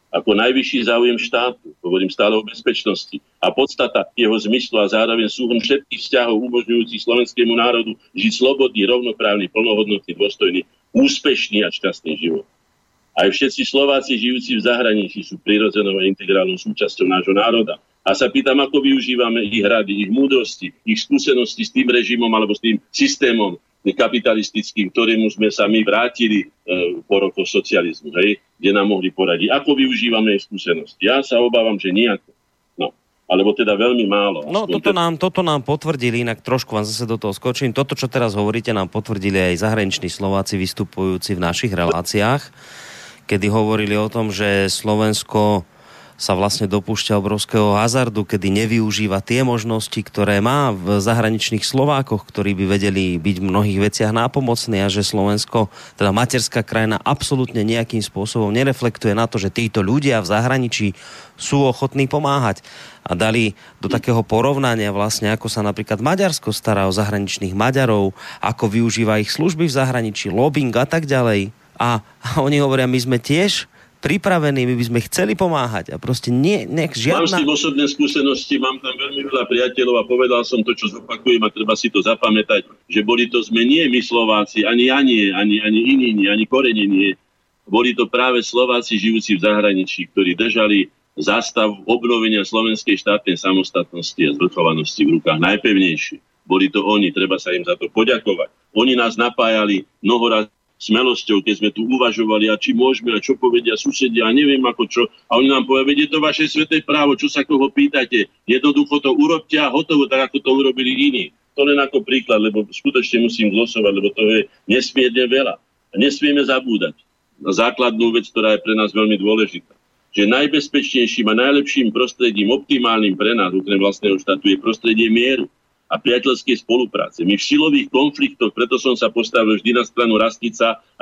ako najvyšší záujem štátu, hovorím stále o bezpečnosti, a podstata jeho zmyslu a zároveň súhrn všetkých vzťahov umožňujúcich slovenskému národu žiť slobodný, rovnoprávny, plnohodnotný, dôstojný, úspešný a šťastný život. Aj všetci Slováci žijúci v zahraničí sú prirodzenou a integrálnou súčasťou nášho národa. A sa pýtam, ako využívame ich rady, ich múdrosti, ich skúsenosti s tým režimom alebo s tým systémom kapitalistickým, ktorému sme sa my vrátili po rokoch socializmu, hej, kde nám mohli poradiť. Ako využívame ich skúsenosti? Ja sa obávam, že nejako. No, alebo teda veľmi málo. No, toto nám potvrdili, inak trošku vám zase do toho skočím. Toto, čo teraz hovoríte, nám potvrdili aj zahraniční Slováci vystupujúci v našich reláciách, kedy hovorili o tom, že Slovensko sa vlastne dopúšťa obrovského hazardu, kedy nevyužíva tie možnosti, ktoré má v zahraničných Slovákoch, ktorí by vedeli byť v mnohých veciach nápomocní, a že Slovensko, teda materská krajina, absolútne nejakým spôsobom nereflektuje na to, že títo ľudia v zahraničí sú ochotní pomáhať. A dali do takého porovnania vlastne, ako sa napríklad Maďarsko stará o zahraničných Maďarov, ako využíva ich služby v zahraničí, lobbying a tak ďalej. A oni hovoria, my sme tiež pripravení, my by sme chceli pomáhať a proste žiadna... Mám s tým osobné skúsenosti, mám tam veľmi veľa priateľov a povedal som to, čo zopakujem a treba si to zapamätať, že boli to sme nie my Slováci, ani ja nie, ani iní nie, ani korene nie. Boli to práve Slováci žijúci v zahraničí, ktorí držali zástav obnovenia slovenskej štátnej samostatnosti a zvrchovanosti v rukách najpevnejšie. Boli to oni, treba sa im za to poďakovať. Oni nás napájali mnohoraz smelosťou, keď sme tu uvažovali, a či môžeme, a čo povedia susedia, a neviem ako čo. A oni nám povedia, je to vaše sväté právo, čo sa koho pýtate. Jednoducho to urobte a hotovo, tak ako to urobili iní. To len ako príklad, lebo skutočne musím glosovať, lebo to je nesmierne veľa. A nesmieme zabúdať na základnú vec, ktorá je pre nás veľmi dôležitá. Že najbezpečnejším a najlepším prostredím, optimálnym pre nás, okrem vlastného štátu, je prostredie mieru a priateľskej spolupráce. My v silových konfliktoch, preto som sa postavil vždy na stranu Rastica a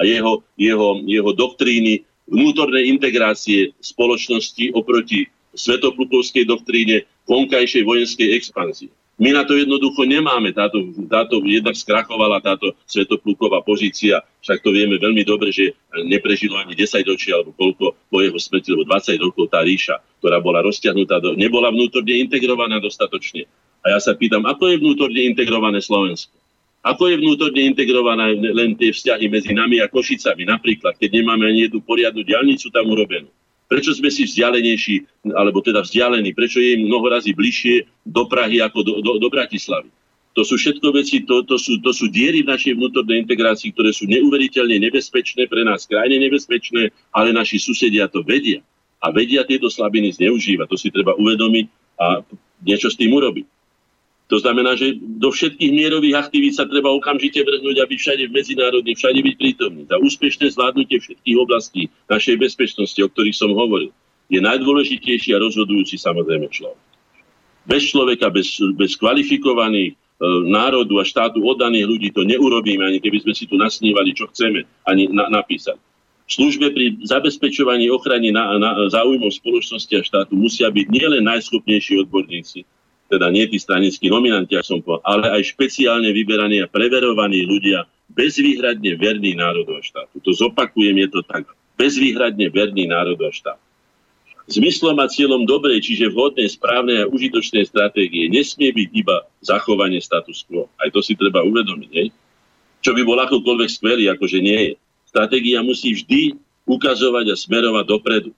jeho doktríny vnútornej integrácie spoločnosti oproti svätoplukovskej doktríne vonkajšej vojenskej expanzie. My na to jednoducho nemáme. Táto jednak skrachovala táto svätopluková pozícia, však to vieme veľmi dobre, že neprežilo ani 10 ročí alebo koľko po jeho smrti, lebo 20 rokov tá ríša, ktorá bola rozťahnutá, nebola vnútorne integrovaná dostatočne. A ja sa pýtam, ako je vnútorne integrované Slovensko? Ako je vnútorne integrované len tie vzťahy medzi nami a Košicami? Napríklad, keď nemáme ani jednu poriadnu diaľnicu tam urobenú. Prečo sme si vzdialenejší, alebo teda vzdialení? Prečo je im mnoho razy bližšie do Prahy ako do Bratislavy? To sú všetko veci, to sú diery v našej vnútornej integrácii, ktoré sú neuveriteľne nebezpečné, pre nás krajne nebezpečné, ale naši susedia to vedia. A vedia tieto slabiny zneužívať. To si treba uvedomiť a niečo s tým urobiť. To znamená, že do všetkých mierových aktivít sa treba okamžite vrhnúť, aby všade v medzinárodných, všade byť prítomný. Za úspešné zvládnutie všetkých oblastí našej bezpečnosti, o ktorých som hovoril, je najdôležitejší a rozhodujúci samozrejme človek. Bez človeka, bez kvalifikovaných národu a štátu oddaných ľudí to neurobíme, ani keby sme si tu nasnívali, čo chceme, ani napísať. V službe pri zabezpečovaní ochrany záujmov spoločnosti a štátu musia byť nielen najschopnejší odborníci, teda nie tí stranickí nominanti, ako som povedal, ale aj špeciálne vyberaní a preverovaní ľudia bezvýhradne verní národu a štátu. To zopakujem, je to tak. Bezvýhradne verní národu a štátu. Zmyslom a cieľom dobrej, čiže vhodnej, správnej a užitočnej stratégie nesmie byť iba zachovanie status quo. Aj to si treba uvedomiť. Nie? Čo by bol akokoľvek skvelý, akože nie je. Stratégia musí vždy ukazovať a smerovať dopredu.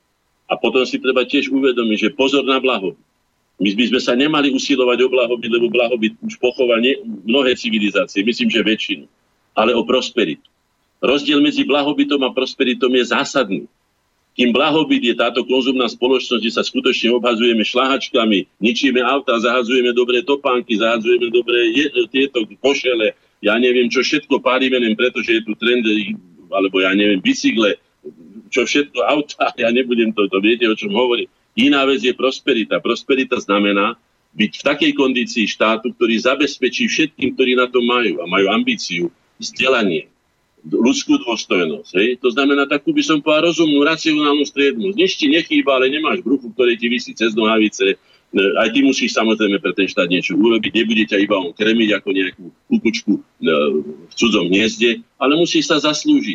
A potom si treba tiež uvedomiť, že pozor na blahobyt. My by sme sa nemali usilovať o blahobyt, lebo blahobyt už pochoval mnohé civilizácie, myslím, že väčšinu, ale o prosperitu. Rozdiel medzi blahobytom a prosperitom je zásadný. Kým blahobyt je táto konzumná spoločnosť, kde sa skutočne obhazujeme šľahačkami, ničíme auta, zahadzujeme dobré topánky, zahadzujeme dobré tieto košele, ja neviem, čo všetko pálime len preto, že je tu trend, alebo ja neviem, bicykle, čo všetko, auta, ja nebudem to viete, o čom hovorím. Iná vec je prosperita. Prosperita znamená byť v takej kondícii štátu, ktorý zabezpečí všetkým, ktorí na to majú a majú ambíciu, vzdelanie, ľudskú dôstojnosť. Hej? To znamená takú, by som povedal, rozumnú, racionálnu striednosť. Nič ti nechýba, ale nemáš bruchu, ktoré ti visí cez nohavice. Aj ty musíš samozrejme pre ten štát niečo urobiť. Nebude ťa iba on kremiť ako nejakú kukučku v cudzom hniezde, ale musíš sa zaslúžiť.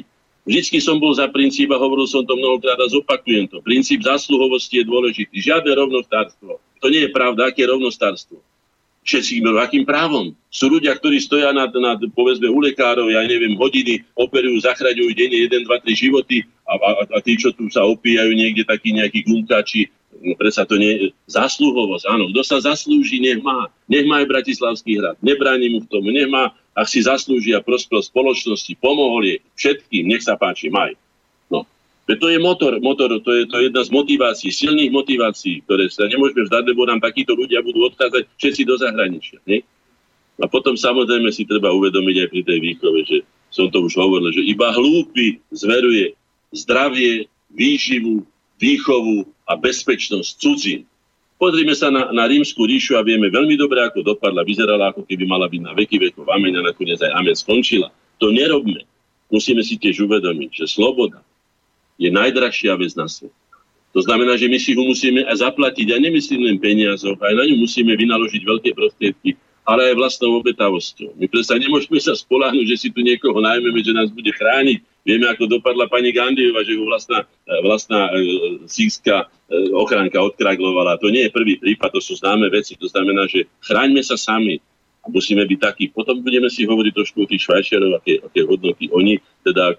Vždycky som bol za princíp a hovoril som to mnohokrát a zopakujem to. Princíp zásluhovosti je dôležitý. Žiadne rovnostárstvo. To nie je pravda, aké rovnostárstvo. Všetci berú, akým právom? Sú ľudia, ktorí stoja nad povedzme u lekárov, ja neviem, hodiny, operujú, zachraňujú denne 1, 2, 3 životy a tí, čo tu sa opíjajú niekde, takí nejakí glumkáči, predsa to nie je zásluhovosť. Áno, kto sa zaslúži, nech má. Nech má aj Bratislavský hrad. Nebráni mu v tom. Nech má, ak si zaslúži a prospel spoločnosti, pomohol je všetkým, nech sa páči, maj. No. To je motor, to je jedna z motivácií, silných motivácií, ktoré sa nemôžeme vzdať, lebo nám takíto ľudia budú odchádzať všetci do zahraničia. Nie? A potom samozrejme si treba uvedomiť aj pri tej výchove, že som to už hovoril, že iba hlúpy zveruje zdravie, výživu, výchovu a bezpečnosť cudzín. Pozrime sa na Rímsku ríšu a vieme veľmi dobre, ako dopadla. Vyzerala, ako keby mala byť na veky vekov. Amen, a nakoniec aj amen skončila. To nerobme. Musíme si tiež uvedomiť, že sloboda je najdrahšia vec na svete. To znamená, že my si ho musíme aj zaplatiť, a nemyslím len peniazov, aj na ňu musíme vynaložiť veľké prostriedky, ale aj vlastnou obetavosťou. My predsa nemôžeme sa spoľahnúť, že si tu niekoho najmeme, že nás bude chrániť. Vieme, ako dopadla pani Gandhiová, že ho vlastná sírská ochránka odkraglovala. To nie je prvý prípad, to sú známe veci. To znamená, že chráňme sa sami. A musíme byť takí. Potom budeme si hovoriť trošku o tých Švajčiarov, aké hodnoty oni teda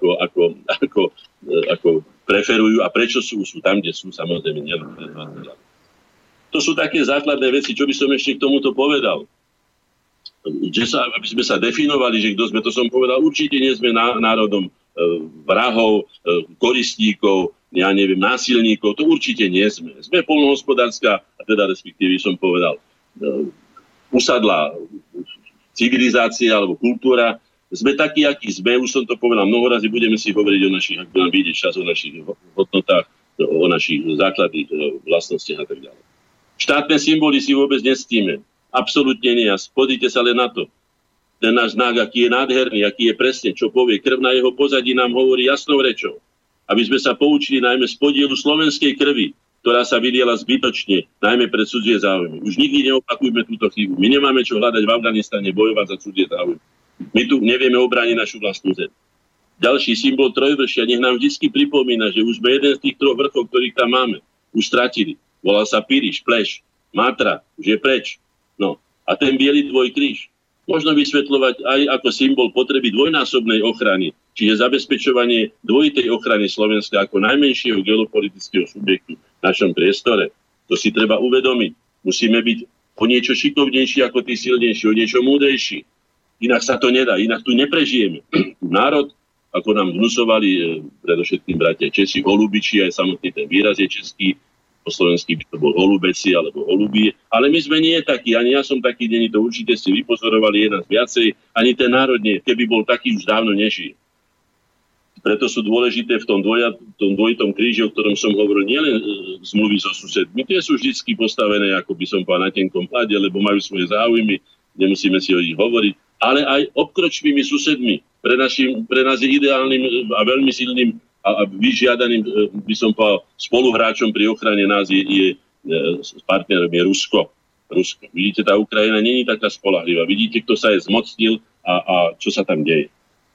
ako preferujú a prečo sú tam, kde sú, samozrejme. To sú také základné veci, čo by som ešte k tomuto povedal. Aby sme sa definovali, že kto sme, to som povedal, určite nie sme národom vrahov, koristníkov, ja neviem, násilníkov, to určite nie sme. Sme poľnohospodárska, a teda respektíve som povedal, usadlá civilizácia alebo kultúra. Sme takí, akí sme, už som to povedal mnoho razy, budeme si hovoriť o našich, ak budem vidieť čas, o našich hodnotách, o našich základných vlastnostiach a tak ďalej. Štátne symboly si vôbec nectíme. Absolútne nie. Pozrite sa len na to. Ten náš znak, aký je nádherný, aký je presne, čo povie. Krv na jeho pozadí nám hovorí jasnou rečou. Aby sme sa poučili najmä z podielu slovenskej krvi, ktorá sa vyliela zbytočne, najmä pre cudzie záujmy. Už nikdy neopakujme túto chybu. My nemáme čo hľadať v Afganistane, bojovať za cudzie záujmy. My tu nevieme obrániť našu vlastnú zem. Ďalší symbol trojvršia, nech nám vždy pripomína, že už sme jeden z tých troch vrchov, ktorých tam máme, už stratili. Volal sa Píriš, Pleš, Matra, už je preč. No. A ten biely dvojkríž možno vysvetľovať aj ako symbol potreby dvojnásobnej ochrany, čiže zabezpečovanie dvojitej ochrany Slovenska ako najmenšieho geopolitického subjektu v našom priestore. To si treba uvedomiť. Musíme byť o niečo šikovnejší ako tí silnejší, o niečo múdrejší. Inak sa to nedá, inak tu neprežijeme. Národ, ako nám vnusovali predovšetkým bratia Česi, holubiči, aj samotný ten výraz je český, po slovensky by to bol holubeci alebo holubie, ale my sme nie takí, ani ja som taký, není to určite ste vypozorovali, je nás viacej, ani ten národ nie, keby bol taký, už dávno nežije. Preto sú dôležité v tom dvojitom kríži, o ktorom som hovoril, nielen zmluvy so susedmi, tie sú vždy postavené, ako by som povedal, na tenkom pláde, lebo majú svoje záujmy, nemusíme si o nich hovoriť, ale aj obkročnými susedmi. Pre nás je ideálnym a veľmi silným a vyžiadaným, by som povedal, spoluhráčom pri ochrane nás je partnerom je Rusko. Vidíte, tá Ukrajina nie je taká spoľahlivá. Vidíte, kto sa je zmocnil a čo sa tam deje.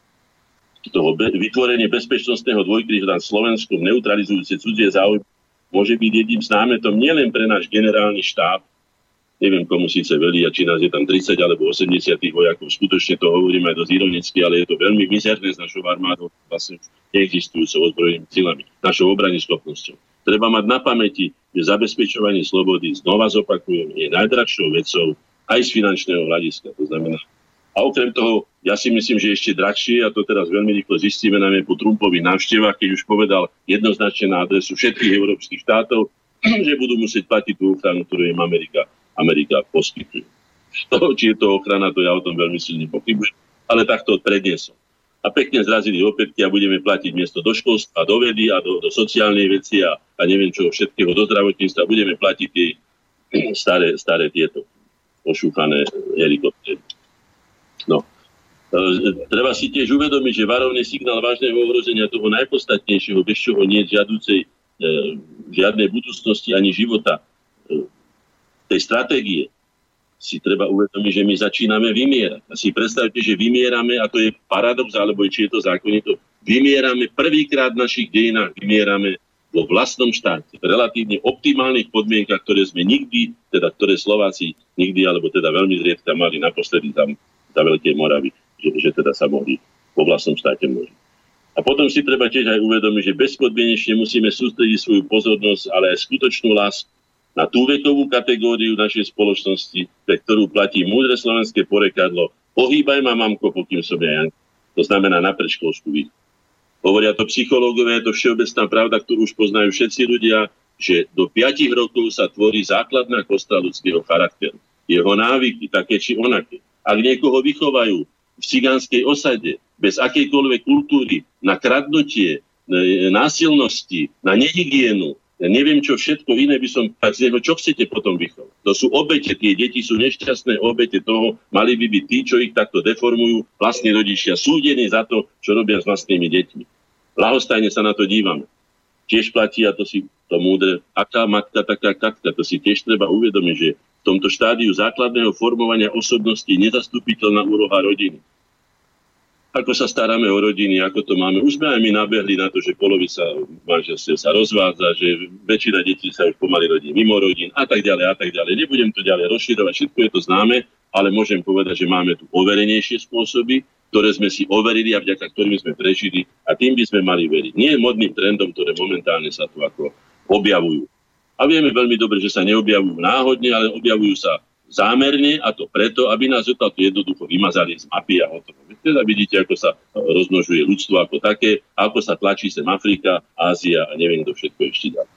Vytvorenie bezpečnostného dvojkríža nad Slovenskom, neutralizujúce cudzie záujmy, môže byť jedným z námetom nielen pre náš generálny štáb, neviem, komu síce velí, a či nás je tam 30 alebo 80 vojakov, skutočne to hovorím aj dosť ironicky, ale je to veľmi mizerné s našou armádou, vlastne neexistujúcou ozbrojenými silami, našou obranyschopnosťou. Treba mať na pamäti, že zabezpečovanie slobody, znova zopakujem, je najdrahšou vecou aj z finančného hľadiska. To znamená, a okrem toho, ja si myslím, že ešte drahšie, a to teraz veľmi rýchlo zistíme, najmä po Trumpových návštevách, keď už povedal jednoznačne na adresu všetkých európskych štátov, že budú musieť platiť tú ochranu, ktorú im Amerika poskytuje. Či je to ochrana, to ja o tom veľmi silne pochybujem, ale takto predniesol. A pekne zrazili opätky a budeme platiť miesto do školstva, do vedy a do sociálnej veci a neviem čo všetkého, do zdravotníctva, budeme platiť tie staré tieto ošúchané helikoptéry. No. Treba si tiež uvedomiť, že varovný signál vážneho ohrozenia toho najpodstatnejšieho, bez čoho nie je žiadnej budúcnosti ani života tej stratégie, si treba uvedomiť, že my začíname vymierať. A si predstavte, že vymierame, a to je paradox, alebo či je to zákonito, vymierame prvýkrát v našich dejinách, vymierame vo vlastnom štáte, v relatívne optimálnych podmienkach, ktoré sme nikdy, teda ktoré Slováci nikdy, alebo teda veľmi zriedka mali naposledy tam za Veľkej Moravy, že teda sa mohli vo vlastnom štáte môžiť. A potom si treba tiež aj uvedomiť, že bezpodmienečne musíme sústrediť svoju pozornosť, ale aj skutočnú lásku na tú vekovú kategóriu našej spoločnosti, pre ktorú platí múdre slovenské porekadlo: ohýbaj ma, mamko, pokým som ja Janko. To znamená na predškolskú výchovu. Hovoria to psychológovia, je to všeobecná pravda, ktorú už poznajú všetci ľudia, že do 5 rokov sa tvorí základná kostra ľudského charakteru. Jeho návyky, také či onaké. Ak niekoho vychovajú v cigánskej osade, bez akejkoľvek kultúry, na kradnutie, násilnosti, na nehygienu, ja neviem čo všetko iné by som, tak z neho čo chcete potom vychovať? To sú obete, tie deti sú nešťastné obete toho, mali by byť tí, čo ich takto deformujú, vlastní rodičia súdení za to, čo robia s vlastnými deťmi. Ľahostajne sa na to dívame. Tiež platí, a to si to múdre, aká matka, taká katka, to si tiež treba uvedomiť, že v tomto štádiu základného formovania osobnosti je nezastupiteľná úloha rodiny. Ako sa staráme o rodiny, ako to máme. Už sme aj my nabehli na to, že polovica manželstiev sa rozvádza, že väčšina detí sa už pomaly rodí mimo rodín a tak ďalej, a tak ďalej. Nebudem to ďalej rozširovať, všetko je to známe, ale môžem povedať, že máme tu overenejšie spôsoby, ktoré sme si overili a vďaka ktorým sme prežili, a tým by sme mali veriť. Nie modným trendom, ktoré momentálne sa tu ako objavujú. A vieme veľmi dobre, že sa neobjavujú náhodne, ale objavujú sa zámerne, a to preto, aby nás odtiaľto jednoducho vymazali z mapy a hotovo. Teda vidíte, ako sa rozmnožuje ľudstvo ako také, ako sa tlačí sem Afrika, Ázia a neviem, kto všetko ešte dá.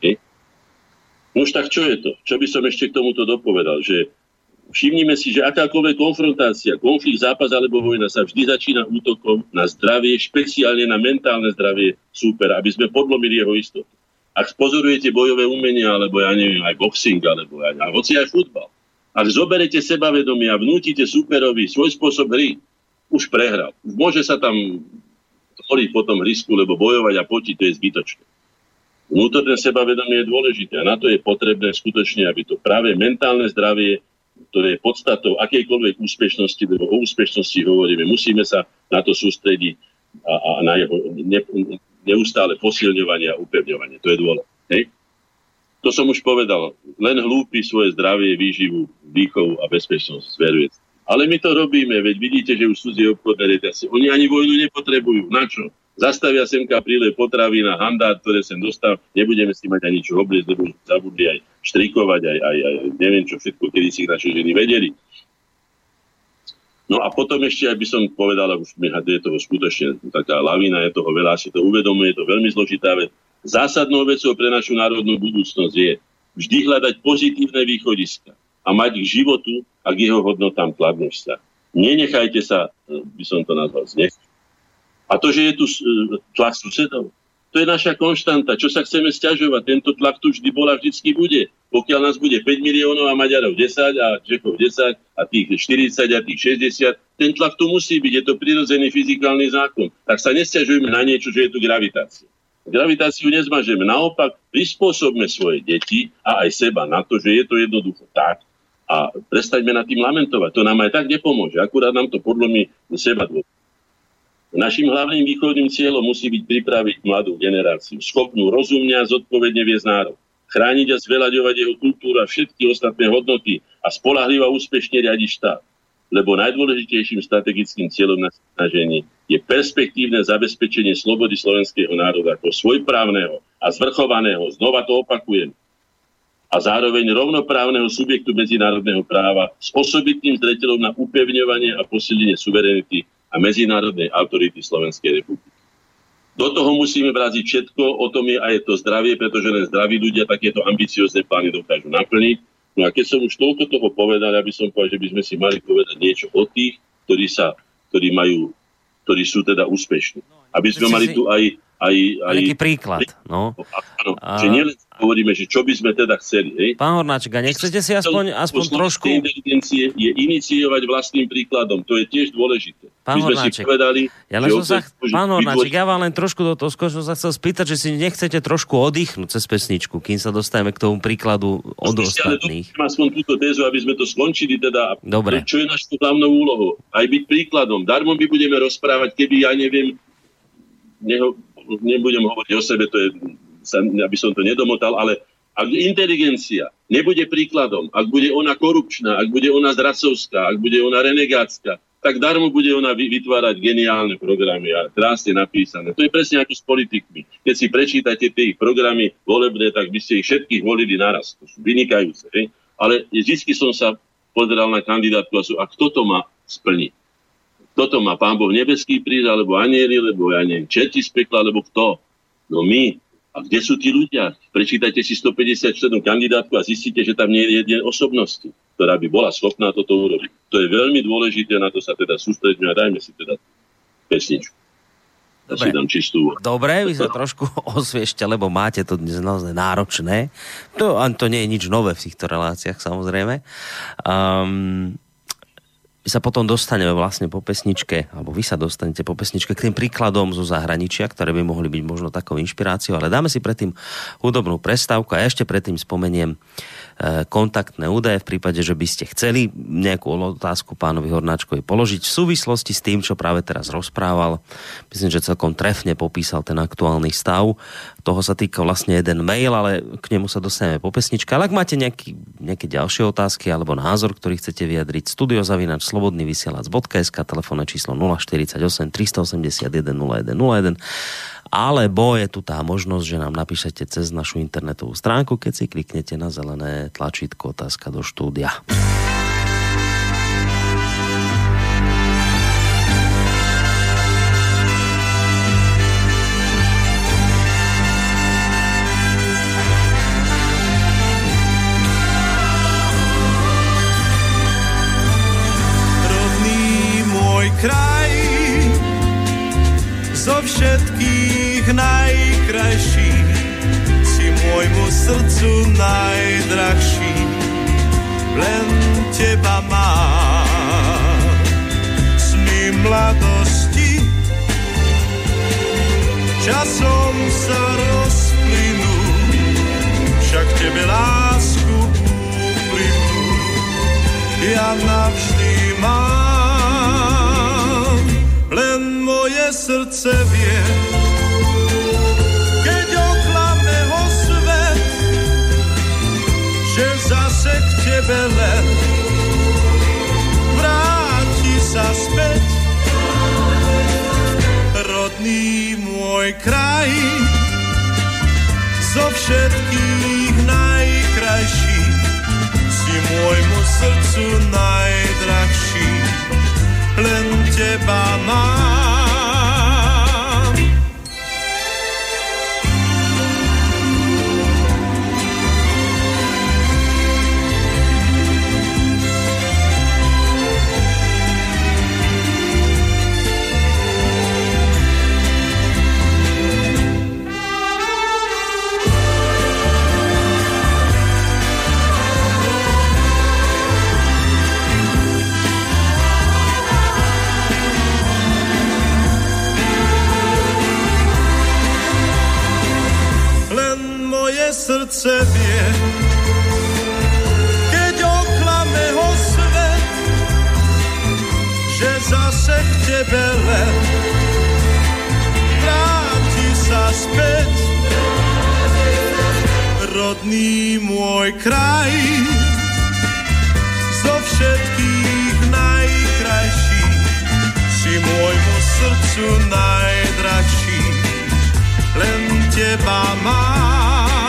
No už tak čo je to? Čo by som ešte k tomuto dopovedal? Že všimnime si, že akákoľvek konfrontácia, konflikt, zápas alebo vojna sa vždy začína útokom na zdravie, špeciálne na mentálne zdravie súpera, aby sme podlomili jeho istotu. Ak pozorujete bojové umenia, alebo ja neviem, aj boxing, alebo hoci aj futbal, ak zoberete sebavedomie a vnútite súperovi svoj spôsob hry, už prehral. Už môže sa tam tvoriť po tom hrisku, lebo bojovať a potiť, to je zbytočné. Vnútorné sebavedomie je dôležité a na to je potrebné skutočne, aby to práve mentálne zdravie, ktoré je podstatou akejkoľvek úspešnosti, lebo o úspešnosti hovoríme, musíme sa na to sústrediť a na jeho neustále posilňovanie a upevňovanie. To je dôležité. Hej? To som už povedal. Len hlúpi svoje zdravie, výživu, výchovu a bezpečnosť zveruje. Ale my to robíme, veď vidíte, že už cudzie obchodné reťazce. Oni ani vojnu nepotrebujú. Na čo? Zastavia semka prílev potravín a handát, ktoré sem dostal. Nebudeme si mať ani čo obliecť, lebo zabudli aj štrikovať, aj neviem čo všetko, kedy si ich naše ženy vedeli. No a potom ešte, aby som povedal, už je toho skutočne taká lavína, je toho veľa, si to uvedomuje, je to veľmi zložitá vec. Zásadnou vecou pre našu národnú budúcnosť je vždy hľadať pozitívne východiska a mať k životu a k jeho hodnotám kladný vzťah. Nenechajte sa, by som to nazval, znechať. A to, že je tu tlak susedov, to je naša konštanta. Čo sa chceme sťažovať? Tento tlak tu vždy bol a vždycky bude. Pokiaľ nás bude 5 miliónov a Maďarov 10 a Čechov 10 a tých 40 a tých 60, ten tlak tu musí byť. Je to prirodzený fyzikálny zákon. Tak sa nesťažujme na niečo, že je tu gravitácia. Gravitáciu nezmažeme. Naopak, prispôsobme svoje deti a aj seba na to, že je to jednoducho tak. A prestaňme nad tým lamentovať. To nám aj tak nepomôže. Akurát nám to podlomí seba dôvod. Naším hlavným východným cieľom musí byť pripraviť mladú generáciu, schopnú rozumne a zodpovedne viesť národ, chrániť a zveľaďovať jeho kultúru a všetky ostatné hodnoty a spoľahlivo a úspešne riadiť štát. Lebo najdôležitejším strategickým cieľom na snažení je perspektívne zabezpečenie slobody slovenského národa ako svojprávneho a zvrchovaného, znova to opakujem, a zároveň rovnoprávneho subjektu medzinárodného práva s osobitným zreteľom na upevňovanie a posilnenie suverenity a medzinárodnej autority Slovenskej republiky. Do toho musíme vraziť všetko, o tom je aj to zdravie, pretože len zdraví ľudia takéto ambiciozne plány dokážu naplniť. No a keď som už toľko toho povedal, ja by som povedal, že by sme si mali povedať niečo o tých, ktorí sú teda úspešní. Aby sme mali tu aj nejaký príklad. No. Áno, že nielen hovoríme, že čo by sme teda chceli. Hej? Pán Hornáček, a nechcete si aspoň trošku... Inteligencie je iniciovať vlastným príkladom. To je tiež dôležité. Pán Hornáček, ja vám len trošku do toho skôr som sa chcel spýtať, že si nechcete trošku oddychnúť cez pesničku, kým sa dostaneme k tomu príkladu od ostatných. Ale aspoň túto tézu, aby sme to skončili teda. Dobre. Čo je našou hlavnou úlohou? Aj byť príkladom. Darmo my budeme rozprávať, keby, ja neviem, nebudem hovoriť o sebe, aby som to nedomotal, ale ak inteligencia nebude príkladom, ak bude ona korupčná, ak bude ona zradcovská, ak bude ona renegátska, tak darmo bude ona vytvárať geniálne programy a krásne napísané. To je presne ako s politikmi. Keď si prečítate tie ich programy volebné, tak by ste ich všetkých volili naraz. To sú vynikajúce. Ale vždy som sa pozeral na kandidátku a kto to má splniť? Kto to má? Pán Boh nebeský prísť, alebo anieli, alebo ja neviem, čerti z pekla, alebo kto? No my. A kde sú tí ľudia? Prečítajte si 157 kandidátku a zistíte, že tam nie je jeden osobnosti, ktorá by bola schopná toto urobiť. To je veľmi dôležité, na to sa teda sústredíme a dajme si teda pesničku. Ja si dám čistú. Dobre, vy sa trošku osviešte, lebo máte to dnes naozaj náročné. To nie je nič nové v týchto reláciách, samozrejme. My sa potom dostaneme vlastne po pesničke, alebo vy sa dostanete po pesničke k tým príkladom zo zahraničia, ktoré by mohli byť možno takou inšpiráciou, ale dáme si predtým hudobnú prestávku a ešte predtým spomeniem kontaktné údaje v prípade, že by ste chceli nejakú otázku pánovi Hornáčkovi položiť v súvislosti s tým, čo práve teraz rozprával. Myslím, že celkom trefne popísal ten aktuálny stav. Toho sa týka vlastne jeden mail, ale k nemu sa dostaneme po pesničke. Ale ak máte nejaké ďalšie otázky alebo názor, ktorý chcete vyjadriť, studio@slobodnyvysielac.sk, telefónne číslo 048 381 0101, alebo je tu tá možnosť, že nám napíšete cez našu internetovú stránku, keď si kliknete na zelené tlačítko otázka do štúdia. Rodný môj kraj, zo všetkých najkrajší, si môjmu srdcu najdrahší, len teba mám. Sny mladosti časom sa rozplynú, však tebe lásku úprimnú ja navždy mám. Len moje srdce vie, keď oklame ho svet, že zase k tebe len vráti sa späť. Rodný môj kraj, zo všetkých najkrajší, si môjmu srdcu najdrahší, len teba mám. Srdce vie, keď oklame ho svet, že zase k tebe len vráti sa späť. Rodný môj kraj, zo všetkých najkrajší, si môjmu srdcu najdrahší, len teba mám.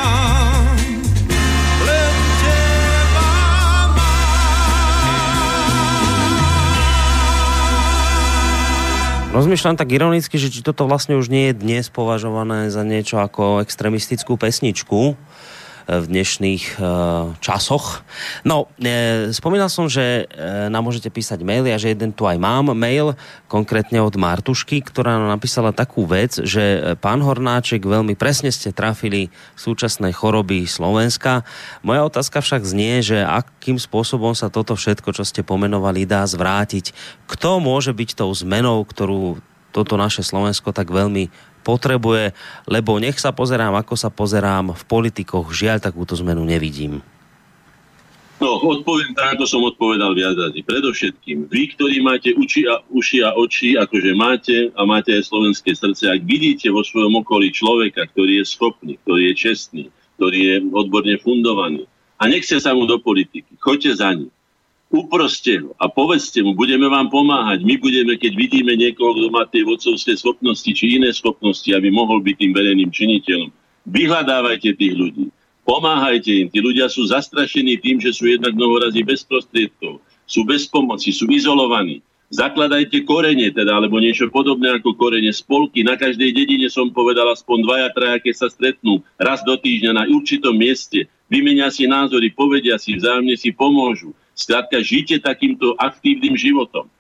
Rozmýšľam tak ironicky, že či toto vlastne už nie je dnes považované za niečo ako extrémistickú pesničku v dnešných časoch. No, spomínal som, že nám môžete písať maily a že jeden tu aj mám mail, konkrétne od Martušky, ktorá nám napísala takú vec, že pán Hornáček, veľmi presne ste trafili súčasnej choroby Slovenska. Moja otázka však znie, že akým spôsobom sa toto všetko, čo ste pomenovali, dá zvrátiť. Kto môže byť tou zmenou, ktorú toto naše Slovensko tak veľmi potrebuje, lebo nech sa pozerám, ako sa pozerám, v politikoch žiaľ takúto zmenu nevidím. No, odpoviem tak, ako som odpovedal viac razy. Predovšetkým, vy, ktorí máte uši a oči, akože máte a máte aj slovenské srdce, ak vidíte vo svojom okolí človeka, ktorý je schopný, ktorý je čestný, ktorý je odborne fundovaný a nechce sa mu do politiky, choďte za ním. Uproste ho a povedzte mu, budeme vám pomáhať. My budeme, keď vidíme niekoho, kto má tie vodcovské schopnosti či iné schopnosti, aby mohol byť tým verejným činiteľom. Vyhľadávajte tých ľudí. Pomáhajte im. Tí ľudia sú zastrašení tým, že sú jednak mnohorazí bez prostriedkov, sú bez pomoci, sú izolovaní. Zakladajte korene, teda, alebo niečo podobné ako korene, spolky. Na každej dedine som povedal aspoň 2-3, keď sa stretnú raz do týždňa na určitom mieste. Vymenia si názory, povedia si, vzájomne si pomôžu. Skrátka, žite takýmto aktívnym životom.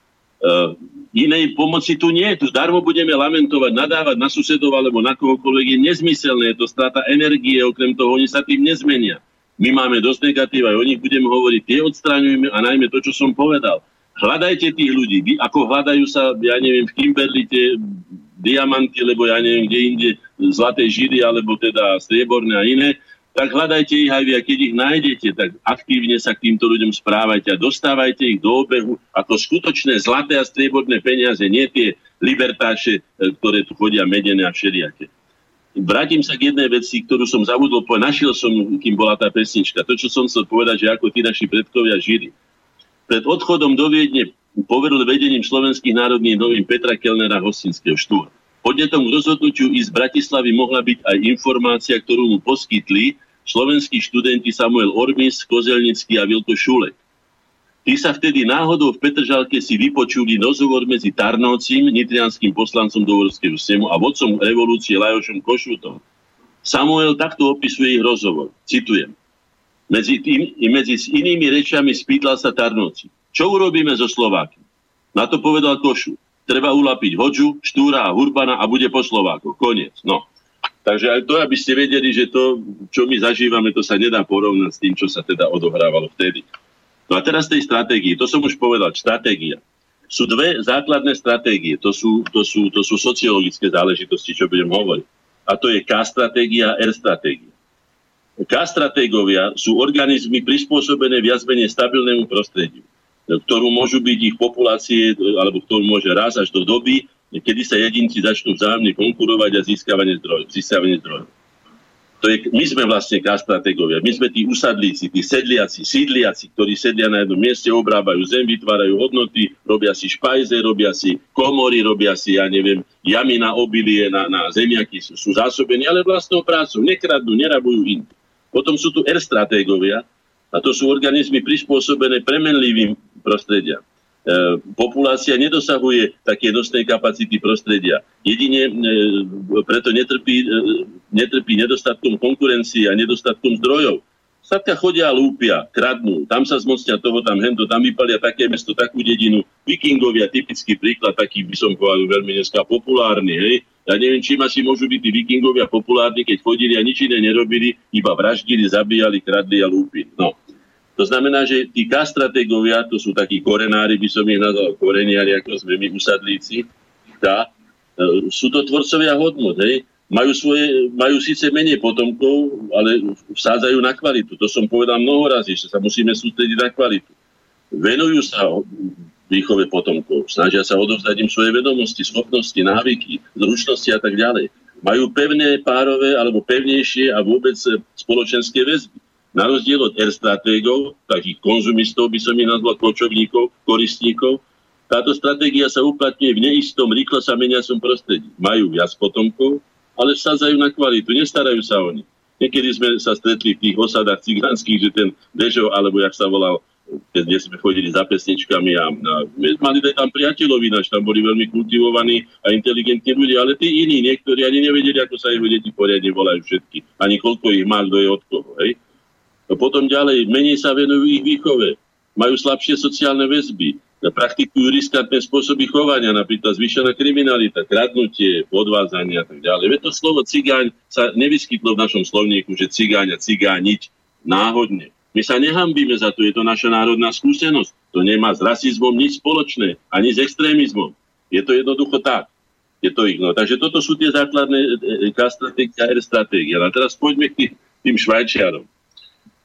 Inej pomoci tu nie. Tu darmo budeme lamentovať, nadávať na susedov alebo na kohokoľvek. Je nezmyselné. Je to strata energie. Okrem toho, oni sa tým nezmenia. My máme dosť negatív, aj o nich budeme hovoriť. Tie odstraňujeme a najmä to, čo som povedal. Hľadajte tých ľudí. Vy, ako hľadajú sa, ja neviem, v Kimberlite diamanty, lebo ja neviem, kde inde zlaté žily, alebo teda strieborné a iné, tak hľadajte ich aj vy, a keď ich nájdete, tak aktívne sa k týmto ľuďom správajte a dostávajte ich do obehu ako skutočné zlaté a strieborné peniaze, nie tie libertáše, ktoré tu chodia medené a všelijaké. Vrátim sa k jednej veci, ktorú som zabudol povedať. Našiel som, kým bola tá pesnička. To, čo som chcel povedať, že ako tí naši predkovia žili. Pred odchodom do Viedne poveril vedením Slovenských národných novín Petra Kellnera Hostinského Štúr. Podnetom k rozhodnutiu ísť z Bratislavy mohla byť aj informácia, ktorú mu poskytli slovenskí študenti Samuel Ormis, Kozelnický a Vilko Šulek. Tí sa vtedy náhodou v Petržalke si vypočuli rozhovor medzi Tarnovcím, nitrianským poslancom do Európskeho snemu a vodcom revolúcie Lajošom Košutom. Samuel takto opisuje ich rozhovor. Citujem. Medzi inými rečami spýtal sa Tarnovci. Čo urobíme so Slovákmi? Na to povedal Košut. Treba ulapiť Hodžu, Štúra a Hurbana a bude po Slovákoch. Koniec. No. Takže aj to, aby ste vedeli, že to, čo my zažívame, to sa nedá porovnať s tým, čo sa teda odohrávalo vtedy. No a teraz tej stratégii. To som už povedal. Stratégia. Sú dve základné stratégie. To sú sociologické záležitosti, čo budem hovoriť. A to je K-stratégia a R-stratégia. K-stratégovia sú organizmy prispôsobené viac menej stabilnému prostrediu, ktorú môžu byť ich populácie, alebo ktorú môže raz až do doby, kedy sa jedinci začnú vzájomne konkurovať a získavanie zdrojov. My sme vlastne K-stratégovia. My sme tí usadlíci, tí sídliaci, ktorí sedlia na jednom mieste, obrábajú zem, vytvárajú hodnoty, robia si špajze, robia si komory, robia si, ja neviem, jamy na obilie, na zemiaky, sú zásobení, ale vlastnou prácou. Nekradnú, nerabujú inde. Potom sú tu R-stratégovia, a to sú organizmy prispôsobené premenlivým prostrediam. Populácia nedosahuje také nosnej kapacity prostredia. Jedine preto netrpí nedostatkom konkurencie a nedostatkom zdrojov. Skrátka chodia a lúpia, kradnú, tam sa zmocnia toho, tam hento, tam vypalia také mesto, takú dedinu. Vikingovia, typický príklad, taký by som povedal veľmi dneska populárny, hej. Ja neviem, čím asi môžu byť tí vikingovia populárni, keď chodili a nič iné nerobili, iba vraždili, zabíjali, kradli a lúpili. No. To znamená, že tí K-stratégovia, to sú takí korenári, by som ich nazval koreniari, ako sme my usadlíci, sú to tvorcovia hodnot, hej. Majú síce menej potomkov, ale vsádzajú na kvalitu. To som povedal mnoho razy, že sa musíme sústrediť na kvalitu. Venujú sa výchove potomkov, snažia sa odovzdať im svoje vedomosti, schopnosti, návyky, zručnosti a tak ďalej. Majú pevné párové alebo pevnejšie a vôbec spoločenské väzby. Na rozdiel od R-stratégov, takých konzumistov by som ich nazval, kočovníkov, koristníkov, táto stratégia sa uplatňuje v neistom, rýchlo sa meniacom prostredí. Majú viac potomkov, ale vsádzajú na kvalitu, nestarajú sa o nich. Niekedy sme sa stretli v tých osadách cigánskych, že ten Dežo, alebo jak sa volal, kde sme chodili za pesničkami a mali tam priateľov ináč, tam boli veľmi kultivovaní a inteligentní ľudia, ale tí iní, niektorí ani nevedeli, ako sa jeho deti poriadne volajú všetky, ani koľko ich má, kto je od koho, hej. A potom ďalej, menej sa venujú ich výchove, majú slabšie sociálne väzby, praktikujú riskantné spôsoby chovania, napríklad zvýšená kriminalita, kradnutie, podvádzanie a tak ďalej. Veď to slovo cigáň sa nevyskytlo v našom slovníku, že cigáň a cigániť náhodne. My sa nehambíme za to, je to naša národná skúsenosť. To nemá s rasizmom nič spoločné, ani s extrémizmom. Je to jednoducho tak. Je to ich. No. Takže toto sú tie základné K-stratégia a R-stratégia. A teraz poďme k tým Švajčiarom.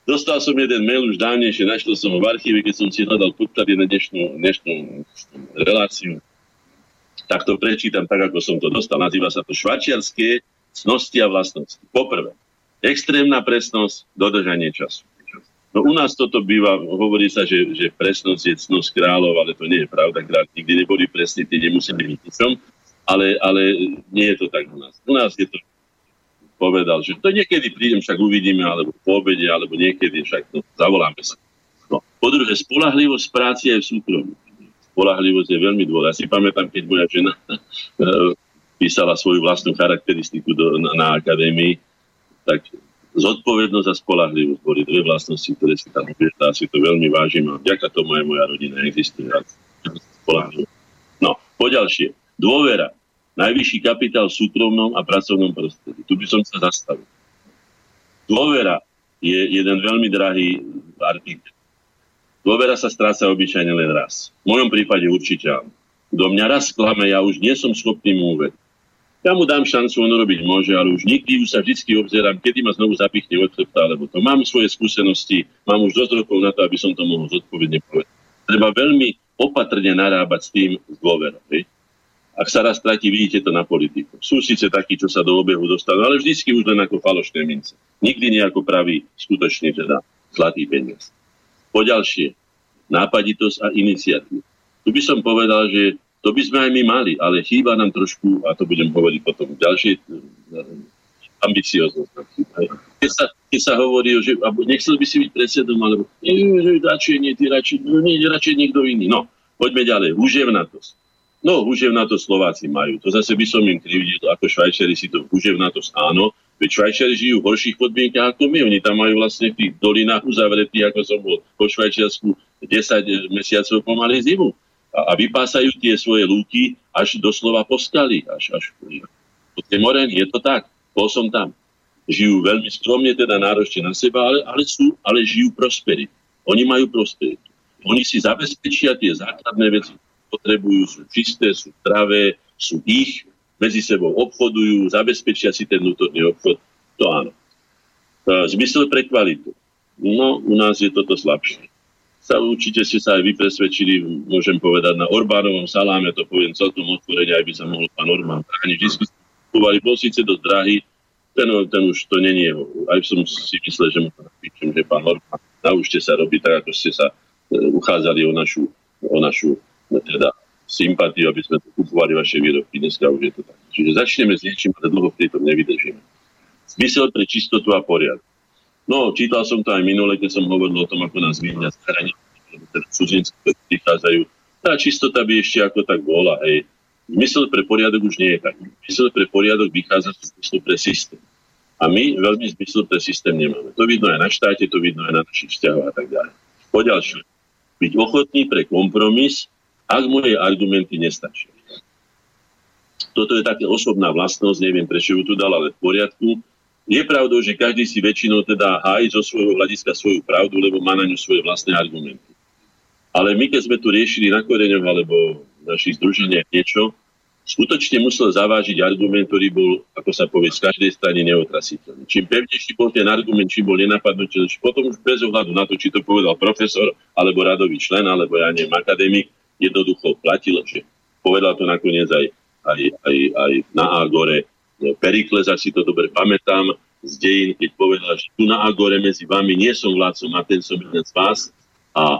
Dostal som jeden mail už dávnejšie, našiel som ho v archíve, keď som si hľadal podklady na dnešnú reláciu. Tak to prečítam tak, ako som to dostal. Nazýva sa to švajčiarske cnosti a vlastnosti. Poprvé, extrémna presnosť, dodržanie času. No u nás toto býva, hovorí sa, že presnosť je cnosť kráľov, ale to nie je pravda. Kráľ nikdy neboli presní, tí nemuseli byť ničom, ale nie je to tak u nás. U nás je to povedal, že to niekedy prídem, však uvidíme, alebo po obede, alebo niekedy, však zavoláme sa. No. Po druhé, spoľahlivosť práci aj v súkromí. Spoľahlivosť je veľmi dôležitá. Ja si pamätám, keď moja žena písala svoju vlastnú charakteristiku na akadémii, tak zodpovednosť a spoľahlivosť boli dve vlastnosti, ktoré si tam uviedla. Si to veľmi vážim a vďaka tomu aj moja rodina existuje. No, poďalšie. Dôvera. Najvyšší kapitál v súkromnom a pracovnom prostredí. Tu by som sa zastavil. Dôvera je jeden veľmi drahý artikel. Dôvera sa stráca obyčajne len raz. V mojom prípade určite áno. Kto mňa raz klame, ja už nie som schopný mu uveriť. Ja mu dám šancu, on robiť môže, ale už nikdy už sa vždy obzerám, kedy ma znovu zapichne od chrbta, alebo to. Mám svoje skúsenosti, mám už dosť rokov na to, aby som to mohol zodpovedne povedať. Treba veľmi opatrne narábať s tým s dôverou. Ak sa raz stratí, vidíte to na politiku. Sú síce takí, čo sa do obehu dostanú, ale vždycky už len ako falošné mince. Nikdy nie ako pravý, skutočne teda zlatý peniaz. Poďalšie, nápaditosť a iniciatíva. Tu by som povedal, že to by sme aj my mali, ale chýba nám trošku, a to budem hovoriť potom ďalšie, ambicioznosť. Keď sa hovorí, že nechcel by si byť predsedom, alebo radšej nie, ty radšej niekto iný. No, poďme ďalej. Húževnatosť. No, húževnatosť Slováci majú. To zase by som im krivdil, ako Švajčiari si to húževnatosť áno. Veď Švajčiari žijú v horších podmienkach ako my. Oni tam majú vlastne v tých dolinách uzavretí, ako som bol po Švajčiarsku 10 mesiacov pomaly zimu. A vypásajú tie svoje lúky až doslova po skaly. Až po tie morény. Je to tak. Bol som tam. Žijú veľmi skromne, teda náročne na seba, ale žijú prosperitu. Oni majú prosperitu. Oni si zabezpečia tie základné veci, potrebujú, sú čisté, sú zdravé, sú ich, medzi sebou obchodujú, zabezpečia si ten vnútorný obchod. To áno. Zmysel pre kvalitu. No, u nás je toto slabšie. Určite ste sa aj vy presvedčili, môžem povedať, na Orbánovom saláme, to poviem celkom otvorene, aj by sa mohol pán Orbán brániť. Vždy skúpovali, bol síce dosť drahý, ten už to není jeho. Aj som si myslel, že mu to napíčem, že pán Orbán, naučte sa robiť tak, ako ste sa uchádzali o našu teda sympatiu, aby sme kupovali vaše výrobky. Dneska už je to tak. Čiže začneme s niečím, ale dlho v tejto nevydržíme. Zmysel pre čistotu a poriadok. No, čítal som to aj minule, keď som hovoril o tom, ako nás vidia z hranice, teda cudzinci, ktorí prichádzajú. Tá čistota by ešte ako tak bola. Hej. Zmysel pre poriadok už nie je tak. Zmysel pre poriadok vychádza z zmyslu pre systém. A my veľmi zmysel pre systém nemáme. To vidno aj na štáte, to vidno aj na našich vzťahoch a tak ďalej. Poďalšie. Byť ochotný pre kompromis, ak moje argumenty nestačia. Toto je taká osobná vlastnosť, neviem prečo ju tu dal, ale v poriadku. Je pravdou, že každý si väčšinou teda hájí zo svojho hľadiska svoju pravdu, lebo má na ňu svoje vlastné argumenty. Ale my, keď sme tu riešili na Koreňoch alebo v našich združeniach niečo, skutočne musel zavážiť argument, ktorý bol, ako sa povie, z každej strany neotrasiteľný. Čím pevnejší bol ten argument, čím bol nenapadnutelný, potom už bez ohľadu na to, či to povedal profesor, alebo radový člen, alebo ja neviem, akadémik, jednoducho platilo, že povedal to nakoniec aj na Agore Perikles, ak si to dobre pamätám, z dejín, keď povedal, že tu na Agore medzi vami nie som vládcom a ten som jeden z vás a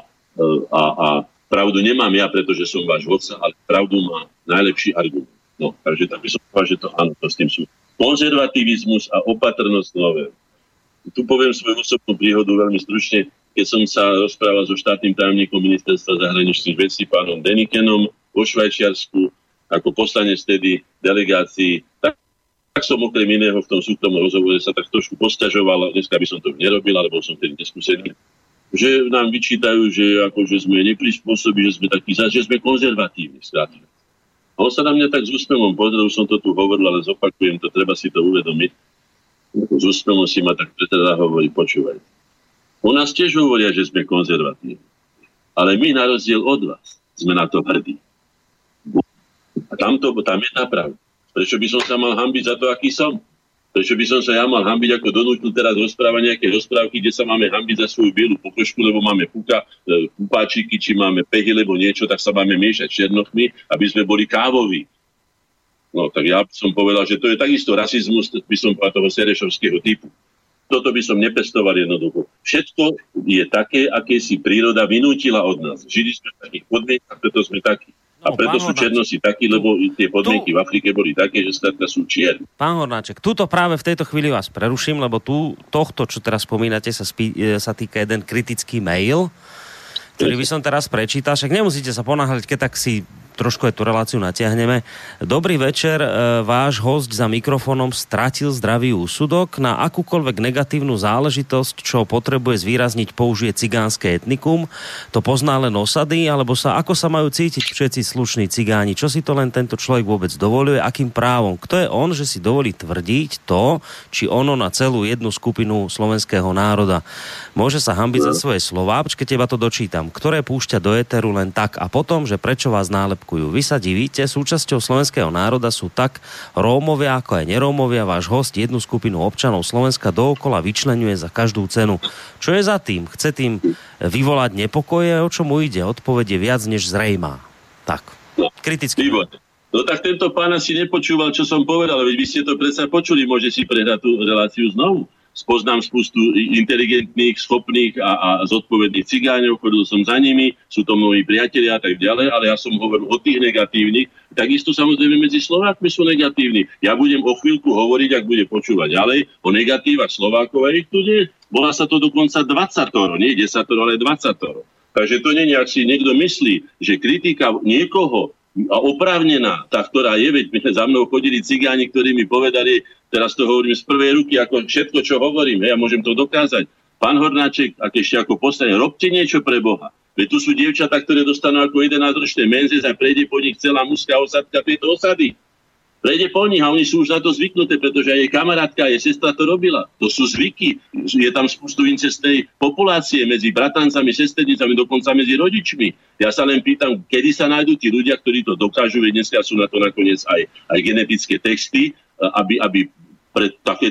pravdu nemám ja, pretože som váš vodca, ale pravdu má najlepší argument. No, takže tak by som povedal, že to áno, to s tým sú. Konzervativizmus a opatrnosť nové. Tu poviem svoju osobnú príhodu veľmi stručne. Keď som sa rozprával so štátnym tajomníkom ministerstva zahraničných vecí, pánom Denikenom, vo Švajčiarsku, ako poslanec vtedy delegácii, tak som okrem iného v tom súkromnom rozhovore sa tak trošku posťažoval, dneska by som to nerobil, ale bol som vtedy neskúsený, že nám vyčítajú, že akože sme neprispôsobí, že sme takí, že sme konzervatívni. Skrátka. A on sa na mňa tak s úsmevom pozrel, už som to tu hovoril, ale zopakujem to, treba si to uvedomiť. S úsmevom si ma tak predseda hovorí, počúvajte. U nás tiež hovoria, že sme konzervatívni. Ale my, na rozdiel od vás, sme na to hrdí. A tam je tá pravda. Prečo by som sa mal hanbiť za to, aký som? Prečo by som sa ja mal hanbiť, ako donútil teraz rozprávať nejaké rozprávky, kde sa máme hanbiť za svoju bielu pokožku, lebo máme pupáčiky, či máme pehy, lebo niečo, tak sa máme miešať černochmi, aby sme boli kávoví. No, tak ja som povedal, že to je takisto rasizmus, by som povedal toho serešovského typu. Toto by som nepestoval jednoducho. Všetko je také, aké si príroda vynútila od nás. Žili sme v takých podmienkach, preto sme takí. A preto sú černosi takí, lebo tie podmienky v Afrike boli také, že skrátka sú čierni. Pán Hornáček, tuto práve v tejto chvíli vás preruším, lebo tohto, čo teraz spomínate, sa týka jeden kritický mail, ktorý by som teraz prečítal. Však nemusíte sa ponáhľať, keď tak si trošku aj tú reláciu natiahneme. Dobrý večer, váš hosť za mikrofónom stratil zdravý úsudok. Na akúkoľvek negatívnu záležitosť, čo potrebuje zvýrazniť, použije cigánske etnikum. To pozná len osady, alebo ako sa majú cítiť všetci slušní cigáni? Čo si to len tento človek vôbec dovoľuje? Akým právom? Kto je on, že si dovolí tvrdiť to, či ono na celú jednu skupinu slovenského národa? Môže sa hanbiť za svoje slová, počkaj, teba to dočítam, ktoré púšťa do éteru len tak a potom, že prečo vás nálepkujú. Vy sa divíte, súčasťou slovenského národa sú tak Rómovia, ako aj nerómovia. Váš host jednu skupinu občanov Slovenska dookola vyčleňuje za každú cenu. Čo je za tým? Chce tým vyvolať nepokoje? O čomu ide? Odpoveď je viac než zrejmá. Tak, kriticky. No tak tento pán asi nepočúval, čo som povedal, veď vy ste to predsa počuli, môže si prehrať tú reláciu znovu. Spoznám spustu inteligentných, schopných a zodpovedných cigáňov, chodil som za nimi, sú to moji priatelia a tak ďalej, ale ja som hovoril o tých negatívnych. Takisto samozrejme medzi Slovákmi sú negatívni. Ja budem o chvíľku hovoriť, ak bude počúvať ďalej, o negatívach Slovákov a ich tu nie. Volá sa to dokonca 20, nie 10, ale 20. Takže to nie je, ak si niekto myslí, že kritika niekoho a oprávnená, tá, ktorá je, veď za mnou chodili cigáni, ktorí mi povedali, teraz to hovorím z prvej ruky, ako všetko, čo hovorím, ja môžem to dokázať. Pán Hornáček, ak ešte ako poslanec, robte niečo pre Boha. Veď tu sú dievčatá, ktoré dostanú ako 11-ročné menzes a prejde po nich celá mužská osadka tejto osady. Prejde po nich a oni sú už na to zvyknuté, pretože aj jej kamarátka, jej sestra to robila. To sú zvyky. Je tam spustu incestnej populácie medzi bratancami, sesternicami, dokonca medzi rodičmi. Ja sa len pýtam, kedy sa nájdú tí ľudia, ktorí to dokážu, veď dneska sú na to nakoniec aj genetické texty, aby pre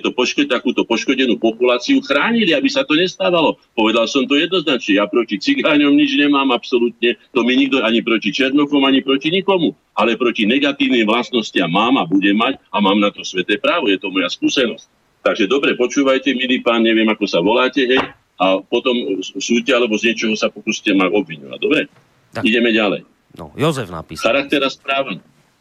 takúto poškodenú populáciu chránili, aby sa to nestávalo. Povedal som to jednoznačne. Ja proti cigáňom nič nemám absolútne. To mi nikto ani proti Černochom, ani proti nikomu. Ale proti negatívnym vlastnostiam mám a budem mať a mám na to sveté právo. Je to moja skúsenosť. Takže dobre, počúvajte, milý pán, neviem, ako sa voláte, hej, a potom súďte, alebo z niečoho sa pokúste ma obviňovať. Dobre? Tak. Ideme ďalej. No, Jozef napísal. Charakter a správanie.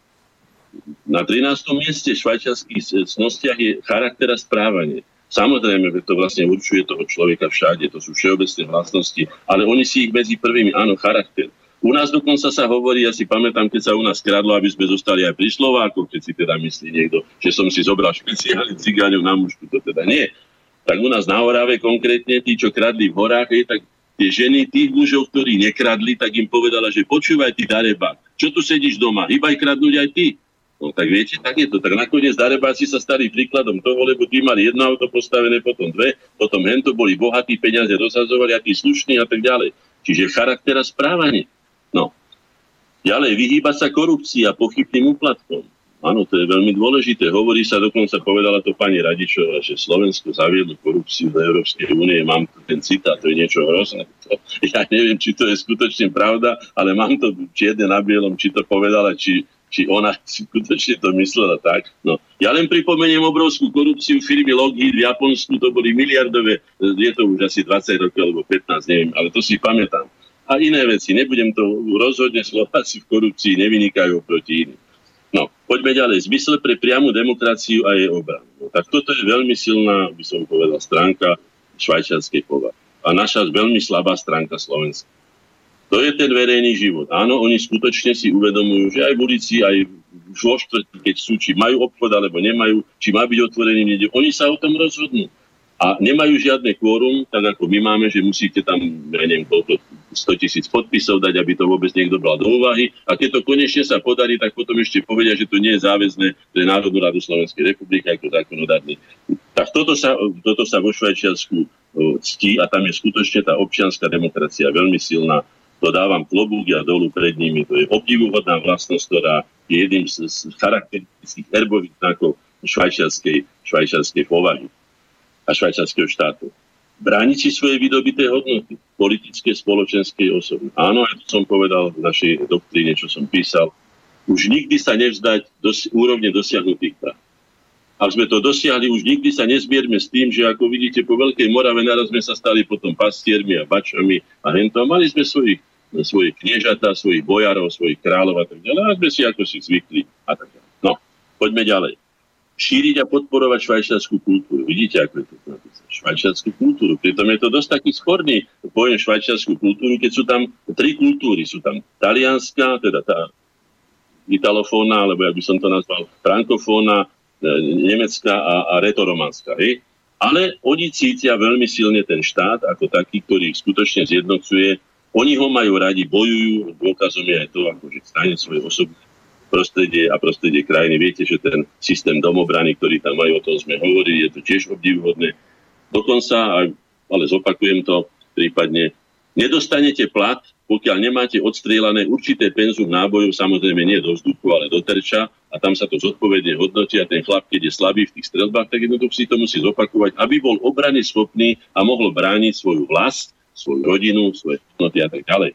Na 13. mieste v švajčiarskych cnostiach je charakter a správanie. Samozrejme, že to vlastne určuje toho človeka všade, to sú všeobecné vlastnosti, ale oni si ich medzi prvými, áno, charakter. U nás dokonca sa hovorí, ja si pamätám, keď sa u nás kradlo, aby sme zostali aj pri Slovákoch, keď si teda myslí niekto, že som si zobral špeciálnych cigáňov na mužku, to teda nie. Tak u nás na Orave konkrétne, tí, čo kradli v horách, tak tie ženy, tých mužov, ktorí nekradli, tak im povedala, že počúvaj ty darebák, čo tu sedíš doma, hýbaj kradnúť aj ty. No tak viete, tak je to. Tak nakoniec darebáci sa stali príkladom toho, lebo tí mali jedno auto postavené, potom dve, potom hento boli bohatí, peniaze rozhadzovali, a tí slušní a tak ďalej. Čiže charakter a správanie. No. Ďalej, vyhýba sa korupcii a pochybným úplatkom. Áno, to je veľmi dôležité. Hovorí sa, dokonca povedala to pani Radičová, že Slovensko zaviedlo korupciu do Európskej únie. Mám tu ten citát, to je niečo hrozné. Ja neviem, či to je skutočne pravda, ale mám to čierne na bielom, či to povedala, či ona skutočne to myslela tak. No. Ja len pripomeniem obrovskú korupciu firmy Lockheed v Japonsku, to boli miliardové, je to už asi 20 rokov, alebo 15, neviem, ale to si pamätám. A iné veci, nebudem to rozhodne, Slováci v korupcii nevynikajú proti iným. No, poďme ďalej. Zmysel pre priamu demokraciu a jej obranu. No, tak toto je veľmi silná, by som povedal, stránka švajčiarskej povahy. A naša veľmi slabá stránka Slovenska. To je ten verejný život. Áno, oni skutočne si uvedomujú, že aj v ulici, aj vo štvrti, keď sú, či majú obchod, alebo nemajú, či má byť otvorený niekde. Oni sa o tom rozhodnú. A nemajú žiadne kvórum, tak ako my máme, že musíte tam, ja neviem, koľko, 100 000 podpisov dať, aby to vôbec niekto bral do úvahy. A keď to konečne sa podarí, tak potom ešte povedia, že to nie je záväzné pre Národnú radu Slovenskej republiky ako zákonodárny. Tak toto sa vo Švajčiarsku ctí a tam je skutočne tá občianska demokracia veľmi silná. To dávam klobúk ja dolu pred nimi. To je obdivuhodná vlastnosť, ktorá je jedným z charakteristických erbových znakov švajčiarskej povahy a švajčiarskeho štátu. Brániť si svoje vydobité hodnoty, politické, spoločenské, osobné. Áno, aj to som povedal v našej doktríne, čo som písal. Už nikdy sa nevzdať úrovne dosiahnutých práv. Ak sme to dosiahli, už nikdy sa nezmierme s tým, že ako vidíte po Veľkej Morave naraz sme sa stali potom pastiermi a bačami a hentom. Mali sme svoje kniežatá, svojich bojárov, svojich kráľov a tak ďalej. A sme si ako si zvykli a tak ďalej. No, poďme ďalej. Šíriť a podporovať švajčiarsku kultúru. Vidíte, ako je to napísané? Švajčiarsku kultúru. Pritom je to dosť taký sporný pojem švajčiarsku kultúru, keď sú tam 3 kultúry. Sú tam talianská, teda tá italofónna, alebo jak by som to nazval, frankofónna, nemecká a retorománska. Hej? Ale oni cítia veľmi silne ten štát ako taký, ktorý ich skutočne zjednocuje. Oni ho majú radi, bojujú. Dôkazom je aj to, akože stane svoje osobné prostredie a prostredie krajiny. Viete, že ten systém domobrany, ktorý tam majú, o tom sme hovorili, je to tiež obdivuhodné. Dokonca, ale zopakujem to prípadne, nedostanete plat, pokiaľ nemáte odstrieľané určité penzum nábojov, samozrejme nie do vzduchu, ale do terča, a tam sa to zodpovedne hodnotí a ten chlap, keď je slabý v tých streľbách, tak jednoducho si to musí zopakovať, aby bol obrany schopný a mohol brániť svoju vlast, svoju rodinu, svoje hodnoty a tak ďalej.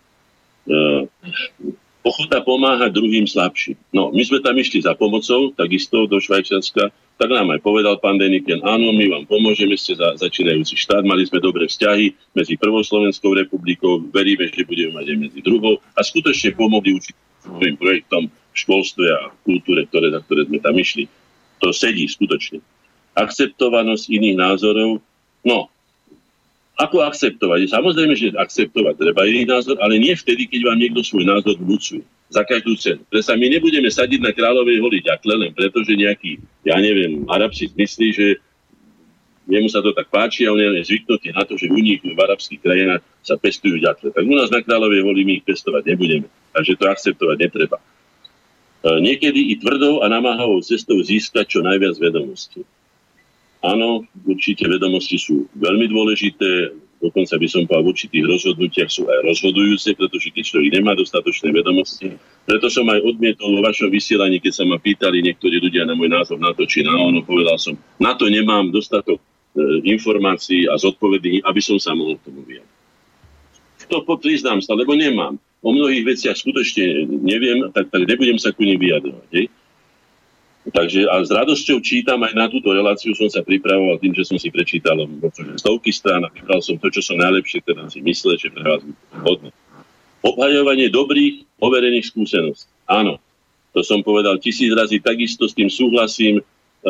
Ochota pomáhať druhým slabším. No, my sme tam išli za pomocou, takisto do Švajčiarska, tak nám aj povedal pán Deniken, áno, my vám pomôžeme, ste začínajúci štát, mali sme dobré vzťahy medzi prvou Slovenskou republikou, veríme, že budeme mať aj medzi druhou a skutočne pomohli určitým projektom v školstve a kultúre, na ktoré sme tam išli. To sedí skutočne. Akceptovanosť iných názorov, no, ako akceptovať? Samozrejme, že akceptovať treba iný názor, ale nie vtedy, keď vám niekto svoj názor vnúcuje. Za každú cenu. Preto my nebudeme sadiť na kráľovej holi ďakle, len preto, že nejaký, Arab si myslí, že jemu sa to tak páči a on je zvyknutý na to, že u nich v arabských krajinách sa pestujú ďakle. Tak u nás na kráľovej holi my ich pestovať nebudeme. Takže to akceptovať netreba. Niekedy i tvrdou a namáhavou cestou získať čo najviac vedomostí. Áno, určite vedomosti sú veľmi dôležité, dokonca by som povedal, v určitých rozhodnutiach sú aj rozhodujúce, pretože keď človek nemá dostatočné vedomosti. Preto som aj odmietol vo vašom vysielaní, keď sa ma pýtali niektorí ľudia na môj názor na to, či na ono, povedal som, na to nemám dostatok informácií a zodpovedí, aby som sa mohol k tomu vyjadriť. To priznám sa, lebo nemám. O mnohých veciach skutočne neviem, tak nebudem sa ku nim vyjadrovať. Hej? Takže a s radosťou čítam aj na túto reláciu, som sa pripravoval tým, že som si prečítal stovky strán a vybral som to, čo som najlepšie, teda si myslel, že pre vás hodné. Obhajovanie dobrých, overených skúseností. Áno, to som povedal 1000 razy, takisto s tým súhlasím.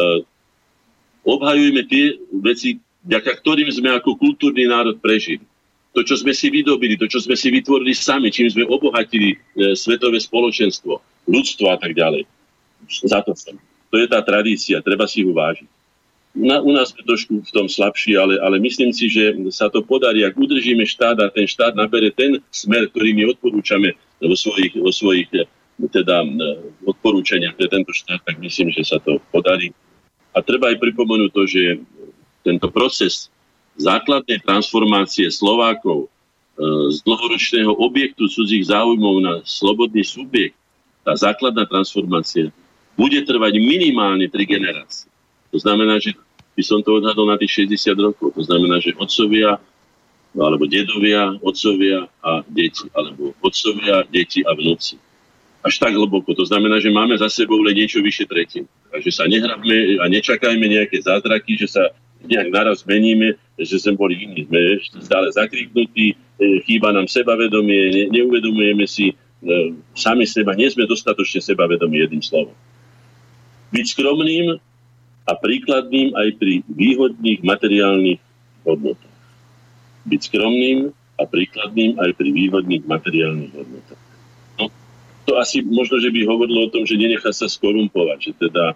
Obhajujeme tie veci, vďaka ktorým sme ako kultúrny národ prežili. To, čo sme si vydobili, to, čo sme si vytvorili sami, čím sme obohatili svetové spoločenstvo, ľudstvo a tak ďalej. Za to som. To je tá tradícia, treba si ju vážiť. U nás sme trošku v tom slabší, ale myslím si, že sa to podarí, ak udržíme štát a ten štát nabere ten smer, ktorý my odporúčame vo svojich teda, odporúčaniach pre tento štát, tak myslím, že sa to podarí. A treba aj pripomenúť to, že tento proces základnej transformácie Slovákov z dlhoročného objektu cudzích záujmov na slobodný subjekt, tá základná transformácia bude trvať minimálne 3 generácie. To znamená, že by som to odhadol na tých 60 rokov. To znamená, že otcovia, alebo dedovia, otcovia a deti, alebo otcovia, deti a vnúci. Až tak hlboko. To znamená, že máme za sebou len niečo vyše tretinu. Takže sa nehrabme a nečakajme nejaké zázraky, že sa nejak naraz zmeníme, že sme boli iní. Sme ešte stále zakriknutí, chýba nám sebavedomie, neuvedomujeme si sami seba, nie sme dostatočne sebavedomí, jedným slovom. Byť skromným a príkladným aj pri výhodných materiálnych hodnotách. Byť skromným a príkladným aj pri výhodných materiálnych hodnotách. No, to asi možno, že by hovorilo o tom, že nenechá sa skorumpovať, že teda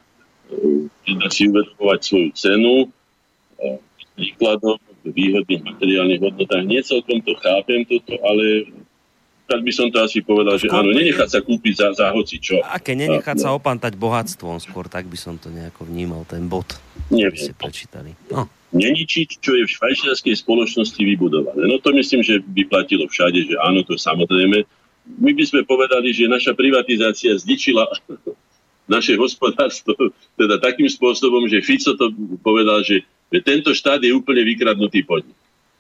si uvedomovať svoju cenu príkladom v výhodných materiálnych hodnotách. Nie celkom to chápem toto, ale tak by som to asi povedal, že áno, nenechať sa kúpiť za hoci čo. Aké nenechať sa opantať bohatstvom, skôr tak by som to nejako vnímal, ten bod, ktorý ste prečítali. No. Neničiť, čo je v švajčiarskej spoločnosti vybudované. No to myslím, že by platilo všade, že áno, to samozrejme. My by sme povedali, že naša privatizácia zničila naše hospodárstvo teda takým spôsobom, že Fico to povedal, že tento štát je úplne vykradnutý podnik.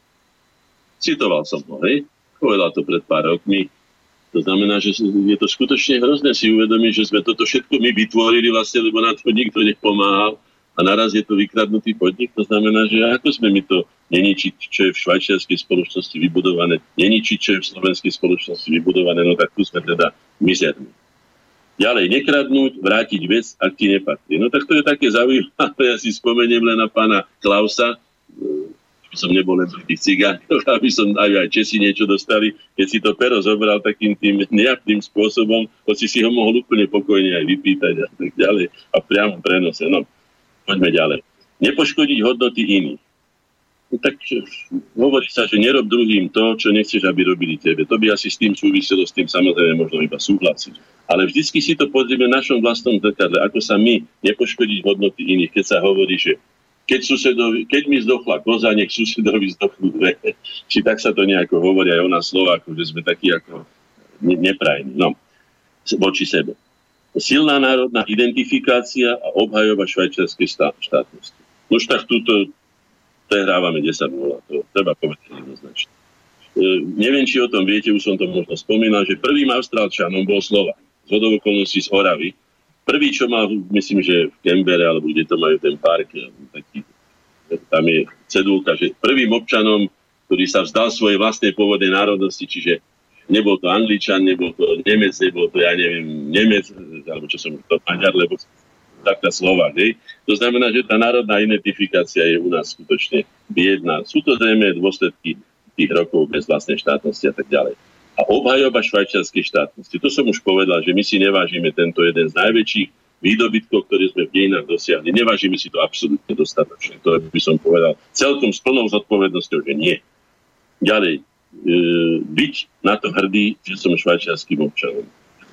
Citoval som ho, hej? Povedal to pred pár rokmi. To znamená, že je to skutočne hrozné si uvedomiť, že sme toto všetko my vytvorili vlastne, lebo na to nikto nepomáhal a naraz je to vykradnutý podnik. To znamená, že ako sme my to neničiť, čo je v švajčiarskej spoločnosti vybudované, neničiť, čo je v slovenskej spoločnosti vybudované, no tak tu sme teda mizerní. Ďalej, nekradnúť, vrátiť vec, ak ti nepatrí. No tak to je také zaujímavé, ja si spomeniem len na pána Klausa, aby som nebol len pri tých cigáňoch, aby som aj Česi niečo dostali, keď si to pero zobral takým tým nejapným spôsobom, hoci si ho mohol úplne pokojne aj vypýtať a tak ďalej a v priamom prenose. No, poďme ďalej. Nepoškodiť hodnoty iných. No, tak hovorí sa, že nerob druhým to, čo nechceš, aby robili tebe. To by asi s tým súviselo, s tým samozrejme možno iba súhlasiť. Ale vždycky si to pozrieme v našom vlastnom zrkadle, ako sa my nepoškodiť hodnoty iných, keď sa hovorí, že keď mi zdochla koza, nech susedovi zdochnú dve. Či tak sa to nejako hovorí aj o nás Slovákov, že sme takí ako neprajní. No, voči sebe. Silná národná identifikácia a obhajoba švajčiarskej štátnosti. Nož tak túto prehrávame 10-0, to treba povedať jednoznačne. Neviem, či o tom viete, už som to možno spomínal, že prvým Austrálčanom bol Slovák, zhodou okolností z Oravy. Prvý, čo mal, myslím, že v Kembere, alebo kde to majú ten park, taký, tam je cedulka, že prvým občanom, ktorý sa vzdal svojej vlastnej pôvodnej národnosti, čiže nebol to Angličan, nebol to Nemec, nebol to, ja neviem, Nemec, alebo čo som to Maďar, lebo taká Slovák, hej. To znamená, že tá národná identifikácia je u nás skutočne biedná. Sú to zrejme dôsledky tých rokov bez vlastnej štátnosti a tak ďalej. A obhajoba švajčiarskej štátnosti. To som už povedal, že my si nevážime tento jeden z najväčších výdobytkov, ktoré sme v dejinách dosiahli. Nevážime si to absolútne dostatočne. To by som povedal celkom s plnou zodpovednosťou, že nie. Ďalej, byť na to hrdý, že som švajčiarským občanom.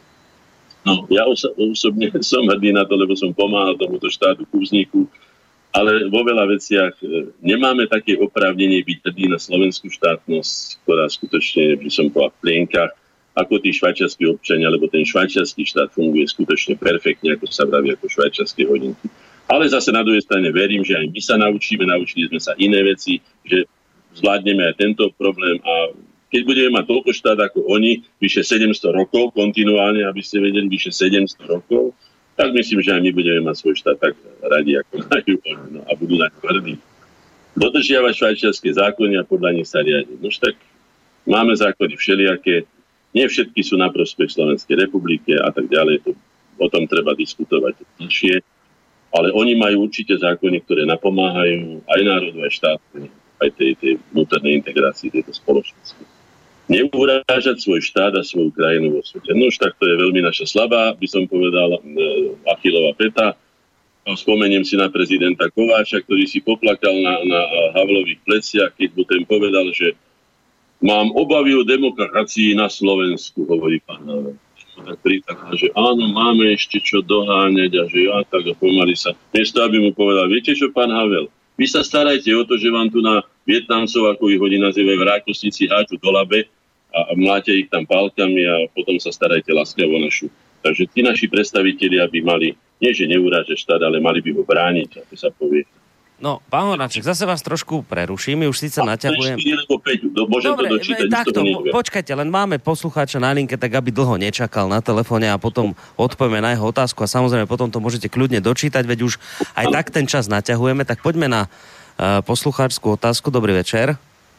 No, ja osobne som hrdý na to, lebo som pomáhal tomuto štátu ku vzniku, ale vo veľa veciach nemáme také oprávnenie byť hrdý na slovenskú štátnosť, ktorá skutočne, by som povedal, v plienkach, ako tí švajčiarskí občania, lebo ten švajčiarsky štát funguje skutočne perfektne, ako sa vraví, ako švajčiarske hodinky. Ale zase na druhej strane verím, že aj my sa naučili sme sa iné veci, že zvládneme aj tento problém a keď budeme mať toľko štát ako oni, vyše 700 rokov, kontinuálne, aby ste vedeli, vyše 700 rokov, tak myslím, že aj my budeme mať svoj štát tak radi, ako majú oni, a budú na tvrdí. Dodržiavať švajčiarske zákony a podľa nich sa riadiť. Nož tak máme zákony všelijaké, nie všetky sú na prospech Slovenskej republiky a tak ďalej, o tom treba diskutovať dlhšie, ale oni majú určite zákony, ktoré napomáhajú aj národu, aj štátu, aj tej vnútornej integrácii tejto spoločnosti. Neurážať svoj štát a svoju krajinu vo svete. No už tak to je veľmi naša slabá, by som povedal, Achillova päta. Spomeniem si na prezidenta Kováča, ktorý si poplakal na Havlových pleciach, keď mu ten povedal, že mám obavy o demokracii na Slovensku, hovorí pán Havel. Tak pritakal, že áno, máme ešte čo doháňať a že ja tak a pomaly sa. Miesto, aby mu povedal, viete čo, pán Havel, vy sa starajte o to, že vám tu na Vietnamcov, ako ich hodí nazývajú v rákosnici, háču do labe a mláte ich tam pálkami a potom sa starajte láskavo našu. Takže tí naši predstavitelia by mali, nie že neurážať štát, ale mali by ho brániť, ako sa povie. No, pán Hornáček, zase vás trošku preruším, už síce naťahujem. Dobre, to dočítať, takto, počkajte, len máme poslucháča na linke, tak aby dlho nečakal na telefóne a potom odpovieme na jeho otázku a samozrejme potom to môžete kľudne dočítať, veď už aj tak ten čas naťahujeme, tak poďme na poslucháčskú otázku. Dobrý večer.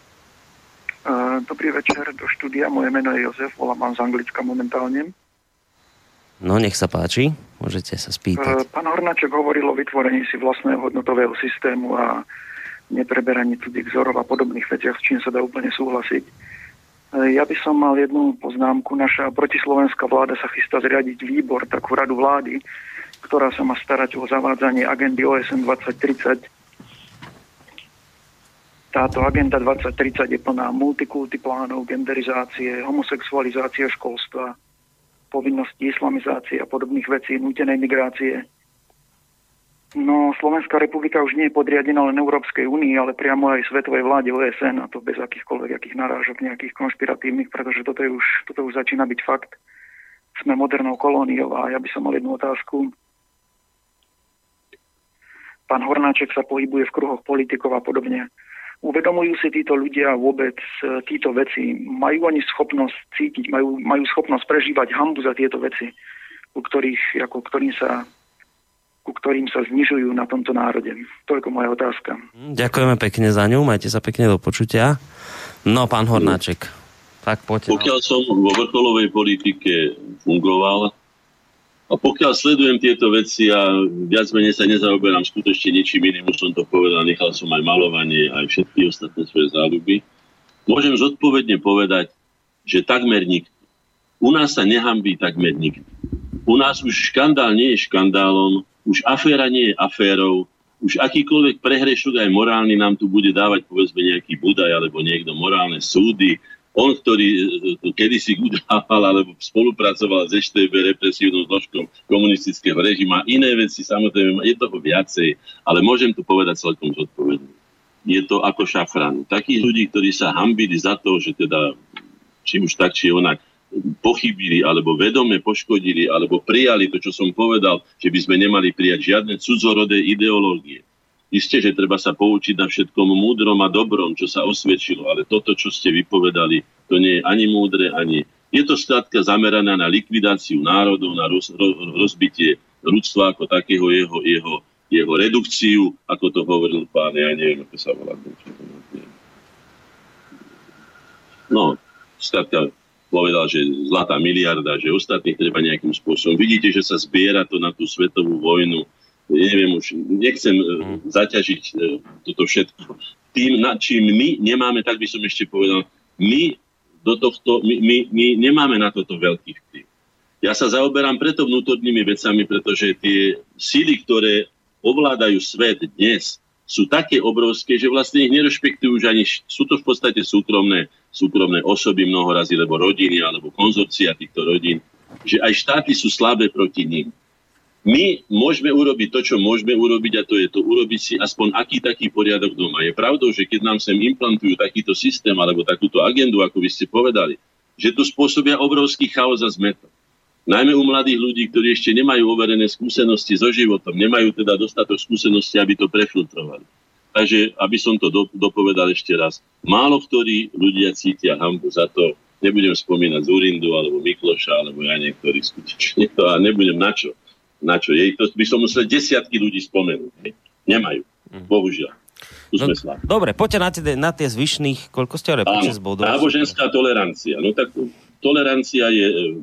Dobrý večer do štúdia, moje meno je Jozef, volám z Anglicka momentálne. No, nech sa páči, môžete sa spýtať. Pán Hornáček hovoril o vytvorení si vlastného hodnotového systému a nepreberaní cudzích vzorov a podobných veciach, s čím sa dá úplne súhlasiť. Ja by som mal jednu poznámku. Naša protislovenská vláda sa chystá zriadiť výbor, takú radu vlády, ktorá sa má starať o zavádzanie agendy OSN 2030. Táto agenda 2030 je plná multikulty plánov, genderizácie, homosexualizácie školstva, povinnosti islamizácie a podobných vecí, nútenej migrácie. No, Slovenská republika už nie je podriadená len Európskej únii, ale priamo aj svetovej vláde OSN, a to bez akýchkoľvek akých narážok, nejakých konšpiratívnych, pretože toto už začína byť fakt. Sme modernou kolóniou a ja by som mal jednu otázku. Pán Hornáček sa pohybuje v kruhoch politikov a podobne. Uvedomujú si títo ľudia vôbec títo veci? Majú oni schopnosť cítiť, majú schopnosť prežívať hanbu za tieto veci, ktorým sa znižujú na tomto národe? Toľko moja otázka. Ďakujeme pekne za ňu, majte sa pekne do počutia. No, pán Hornáček, tak poďte. Pokiaľ som vo vrcholovej politike fungoval a pokiaľ sledujem tieto veci a viac menej sa nezaoberám skutočne ničím iným, už som to povedal, nechal som aj malovanie, aj všetky ostatné svoje záľuby, môžem zodpovedne povedať, že takmer nikto. U nás sa nehanbí takmer nikto. U nás už škandál nie je škandálom, už aféra nie je aférou, už akýkoľvek prehrešok aj morálny nám tu bude dávať povedzme nejaký Budaj alebo niekto morálne súdy. On, ktorý kedysi udával alebo spolupracoval s EŠTB represívnou zložkou komunistického režima, iné veci, samozrejme, je toho viacej, ale môžem to povedať celkom zodpovedne. Je to ako šafrán. Takých ľudí, ktorí sa hanbili za to, že teda, či už tak, či onak, pochybili, alebo vedome poškodili, alebo prijali to, čo som povedal, že by sme nemali prijať žiadne cudzorodé ideológie. Isté, že treba sa poučiť na všetkom múdrom a dobrom, čo sa osvedčilo, ale toto, čo ste vypovedali, to nie je ani múdre, ani... Je to skrátka zamerané na likvidáciu národov, na rozbitie ľudstva ako takého, jeho redukciu, ako to hovoril pán, ja neviem, ako sa volá. No, skrátka povedal, že zlatá miliarda, že ostatných treba nejakým spôsobom. Vidíte, že sa zbiera to na tú svetovú vojnu. Neviem už, nechcem zaťažiť toto všetko. Tým, nad čím my nemáme, tak by som ešte povedal, my nemáme na toto veľký vplyv. Ja sa zaoberám preto vnútornými vecami, pretože tie síly, ktoré ovládajú svet dnes, sú také obrovské, že vlastne ich nerešpektujú už ani, sú to v podstate súkromné osoby mnohorazí, alebo rodiny, alebo konzorcia týchto rodín, že aj štáty sú slabé proti nim. My môžeme urobiť to, čo môžeme urobiť, a to je to urobiť si aspoň aký taký poriadok doma. Je pravdou, že keď nám sem implantujú takýto systém alebo takúto agendu, ako vy ste povedali, že tu spôsobia obrovský chaos a zmätok. Najmä u mladých ľudí, ktorí ešte nemajú overené skúsenosti so životom, nemajú teda dostatok skúseností, aby to prefiltrovali. Takže, aby som to dopovedal ešte raz, málo ktorí ľudia cítia hanbu za to, nebudem spomínať Zurindu alebo Mikloša, alebo ja niektorých skutočne, a nebudem na čo. To by som musel desiatky ľudí spomenúť. Nemajú. Bohužiaľ. Tu sme slabí. Dobre, poďte na tie zvyšných, koľko ste hovorili? Počas bodov. Náboženská tolerancia. No tak tolerancia je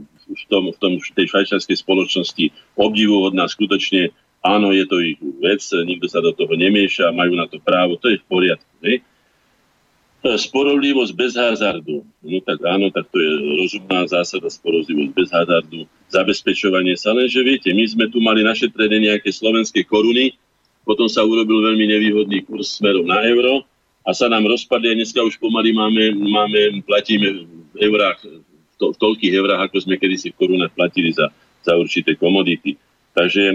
v tej švajčiarskej spoločnosti obdivuhodná skutočne. Áno, je to ich vec, nikto sa do toho nemieša, majú na to právo, to je v poriadku. Ne? Sporovlivosť bez hazardu. No tak áno, tak to je rozumná zásada, sporovlivosť bez hazardu. Zabezpečovanie sa, lenže viete, my sme tu mali našetrené nejaké slovenské koruny, potom sa urobil veľmi nevýhodný kurz smerom na euro a sa nám rozpadli a dneska už pomaly platíme v eurách, v toľkých eurách, ako sme kedysi v korunách platili za určité komodity. Takže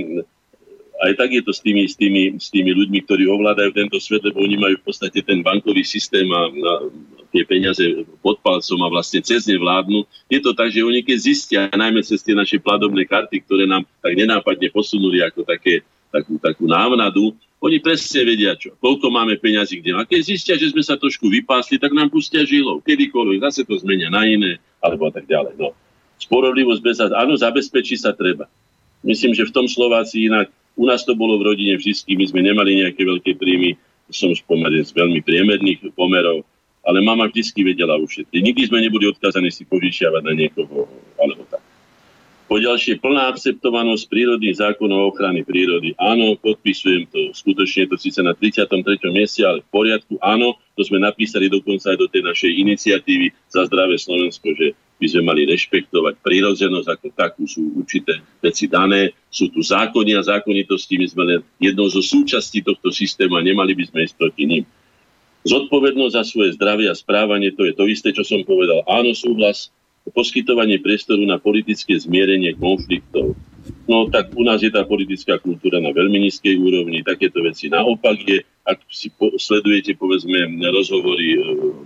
aj tak je to s tými ľuďmi, ktorí ovládajú tento svet, lebo oni majú v podstate ten bankový systém a tie peniaze pod palcom a vlastne cez ne vládnu. Je to tak, že oni keď zistia, najmä cez tie naše platobné karty, ktoré nám tak nenápadne posunuli ako takú návnadu, oni presne vedia čo, koľko máme peňazí kde. A keď zistia, že sme sa trošku vypásli, tak nám pustia žilov. Kedykoľvek zase to zmenia na iné, alebo tak ďalej. No. Sporovlivosť bez áno, zabezpečí sa treba. Myslím, že v tom Slováci inak. U nás to bolo v rodine vždy, my sme nemali nejaké veľké príjmy, som spomedel z veľmi priemerných pomerov, ale mama vždy vedela ušetriť. Nikdy sme neboli odkázaní si požičiavať na niekoho, alebo tak. Poďalšie, plná akceptovanosť prírodných zákonov ochrany prírody. Áno, podpisujem to, skutočne to síce na 33. mieste, ale v poriadku, áno, to sme napísali dokonca aj do tej našej iniciatívy za zdravé Slovensko, že by sme mali rešpektovať prírodzenosť ako takú, sú určité veci dané, sú tu zákony a zákonitosti, my sme len jednou zo súčastí tohto systému a nemali by sme ísť proti ním. Zodpovednosť za svoje zdravie a správanie, to je to isté, čo som povedal. Áno, súhlas, poskytovanie priestoru na politické zmierenie konfliktov. No tak u nás je tá politická kultúra na veľmi nízkej úrovni, takéto veci. Naopak je, ak si sledujete, povedzme, rozhovory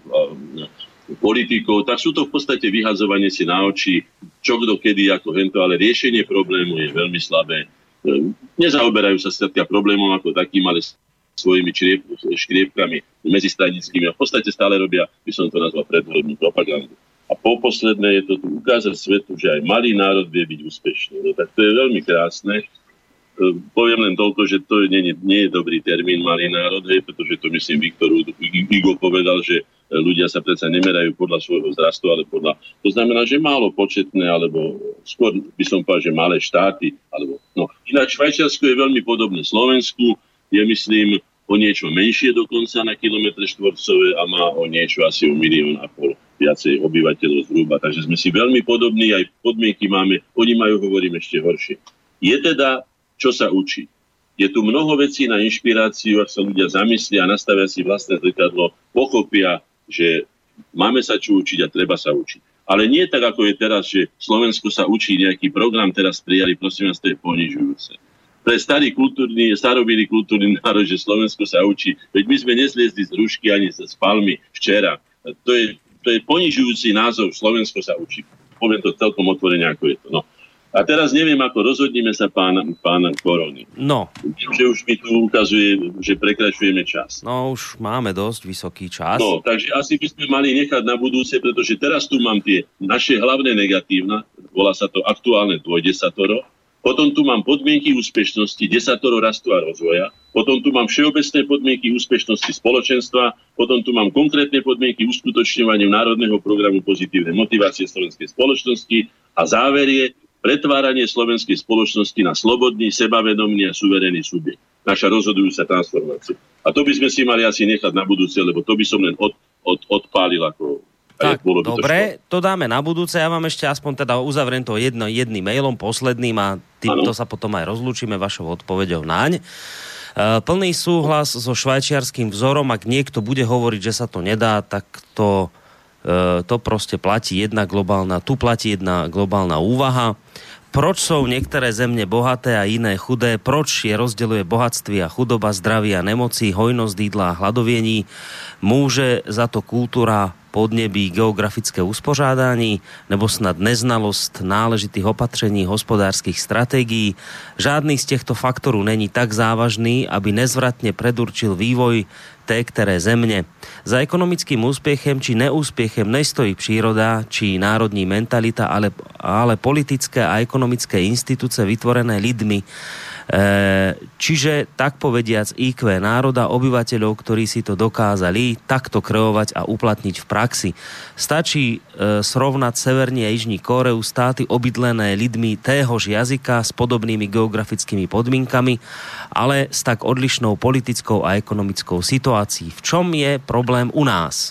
politikov, tak sú to v podstate vyhadzovanie si na oči, čo kto kedy ako hento, ale riešenie problému je veľmi slabé. Nezaoberajú sa skrátka problémom ako takým, ale svojimi škriepkami medzistranickými a v podstate stále robia, by som to nazval, predvolebnú propagandu. A posledné je to tu ukázať svetu, že aj malý národ vie byť úspešný. No tak to je veľmi krásne. Poviem len toľko, že to nie je dobrý termín malý národ, pretože to myslím Viktor Hugo povedal, že ľudia sa predsa nemerajú podľa svojho vzrastu, ale podľa... To znamená, že málo početné, alebo skôr by som povedal, že malé štáty. Alebo, no. Ináč Švajčiarsko je veľmi podobné Slovensku, je myslím o niečo menšie dokonca na kilometre štvorcové a má o niečo asi 1,5 milióna viacej obyvateľov zhruba. Takže sme si veľmi podobní, aj podmienky máme, oni majú, hovorím, ešte horšie. Je teda, čo sa učí. Je tu mnoho vecí na inšpiráciu, ak sa ľudia zamyslia a nastavia si vlastné zrkadlo, pochopia, že máme sa čo učiť a treba sa učiť. Ale nie tak, ako je teraz, že Slovensko sa učí, nejaký program teraz prijali, prosím vás, to je ponižujúce. Pre starobylý kultúrny národ, že Slovensko sa učí, veď my sme nezliezli z rušky ani z palmy včera. To je ponižujúci názov, Slovensko sa učí. Poviem to celkom otvorene, ako je to. No. A teraz neviem, ako rozhodníme sa pán Korony. No. Viem, že už mi tu ukazuje, že prekračujeme čas. No, už máme dosť vysoký čas. No, takže asi by sme mali nechať na budúce, pretože teraz tu mám tie naše hlavné negatívna, volá sa to aktuálne dvojdesatoro. Potom tu mám podmienky úspešnosti, desatoro rastu a rozvoja. Potom tu mám všeobecné podmienky úspešnosti spoločenstva. Potom tu mám konkrétne podmienky uskutočňovania národného programu pozitívnej motivácie slovenskej spoločnosti. A záver je pretváranie slovenskej spoločnosti na slobodný, sebavedomný a suverénny subjekt. Naša rozhodujúca transformácia. A to by sme si mali asi nechať na budúce, lebo to by som len odpálil ako... Tak, dobre, to dáme na budúce. Ja vám ešte aspoň teda uzavriem to jedným mailom, posledným a týmto sa potom aj rozlúčime vašou odpoveďou naň. Plný súhlas so švajčiarským vzorom, ak niekto bude hovoriť, že sa to nedá, tak to proste platí tu platí jedna globálna úvaha. Proč sú niektoré zemne bohaté a iné chudé? Proč je rozdeľuje bohatství a chudoba, zdravie a nemoci, hojnosť jídla a hladoviení? Môže za to kultúra, podnebí, geografické uspořádání nebo snad neznalost náležitých opatření hospodárskych stratégií. Žádný z těchto faktorů není tak závažný, aby nezvratně predurčil vývoj té které země. Za ekonomickým úspěchem či neúspěchem nestojí příroda či národní mentalita, ale politické a ekonomické instituce vytvorené lidmi. Čiže tak povediac IQ národa, obyvateľov, ktorí si to dokázali takto kreovať a uplatniť v praxi. Stačí srovnať Severní a Jižní Kóreu, státy obydlené lidmi téhož jazyka s podobnými geografickými podmienkami, ale s tak odlišnou politickou a ekonomickou situácií. V čom je problém u nás?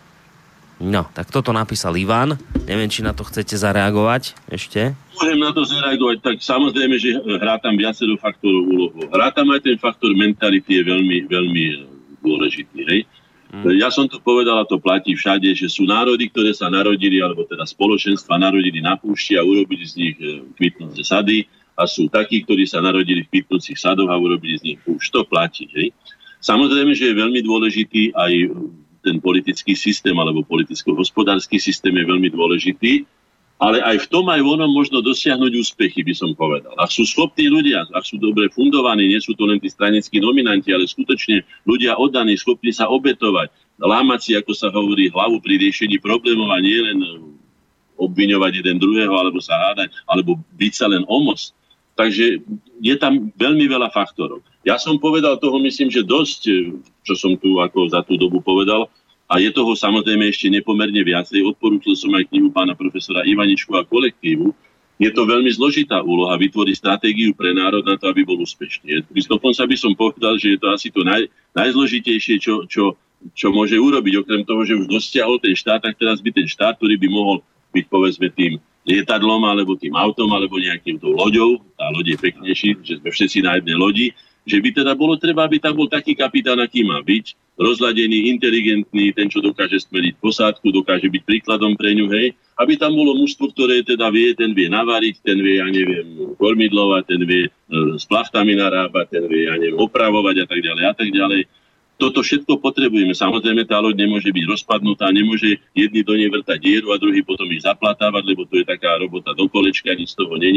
No, tak toto napísal Ivan. Neviem, či na to chcete zareagovať ešte. Môžem na to zareagovať. Tak samozrejme, že hrá tam viacero faktorov úlohu. Hrá tam aj ten faktor mentality, je veľmi, veľmi dôležitý. Hej? Ja som to povedal, a to platí všade, že sú národy, ktoré sa narodili, alebo teda spoločenstva narodili na púšti a urobili z nich kvitnúce sady, a sú takí, ktorí sa narodili v kvitnúcich sadoch a urobili z nich púšť. To platí. Hej? Samozrejme, že je veľmi dôležitý aj ten politický systém alebo politicko-hospodársky systém je veľmi dôležitý, ale aj v tom aj onom možno dosiahnuť úspechy, by som povedal. Ak sú schopní ľudia, ak sú dobre fundovaní, nie sú to len tí stranickí nominanti, ale skutočne ľudia oddaní, schopní sa obetovať, lámať si, ako sa hovorí, hlavu pri riešení problémov a nie len obviňovať jeden druhého, alebo sa hádať, alebo byť sa len o moc. Takže je tam veľmi veľa faktorov. Ja som povedal toho, myslím, že dosť, čo som tu ako za tú dobu povedal, a je toho samozrejme ešte nepomerne viacej. Odporúčil som aj knihu pána profesora Ivaničku a kolektívu. Je to veľmi zložitá úloha vytvoriť stratégiu pre národ na to, aby bol úspešný. Dokonca by som povedal, že je to asi to najzložitejšie, čo môže urobiť. Okrem toho, že už dosiahol ten štát, tak teraz by ten štát, ktorý by mohol byť povedzme tým lietadlom, alebo tým autom, alebo nejakým tou loďou, tá loď je peknejší, že sme všetci na jednej lodi, že by teda bolo treba, aby tam bol taký kapitán, aký má byť, rozladený, inteligentný, ten, čo dokáže stmeliť posádku, dokáže byť príkladom pre ňu, hej, aby tam bolo mužstvo, ktoré teda vie, ten vie navariť, ten vie, ja neviem, kormidlovať, ten vie s plachtami narábať, ten vie, ja neviem, opravovať a tak ďalej a tak ďalej. Toto všetko potrebujeme. Samozrejme, tá loď nemôže byť rozpadnutá, nemôže jedni do nej vrtať dieru a druhý potom ich zaplatávať, lebo to je taká robota do kolečka, nič z toho není.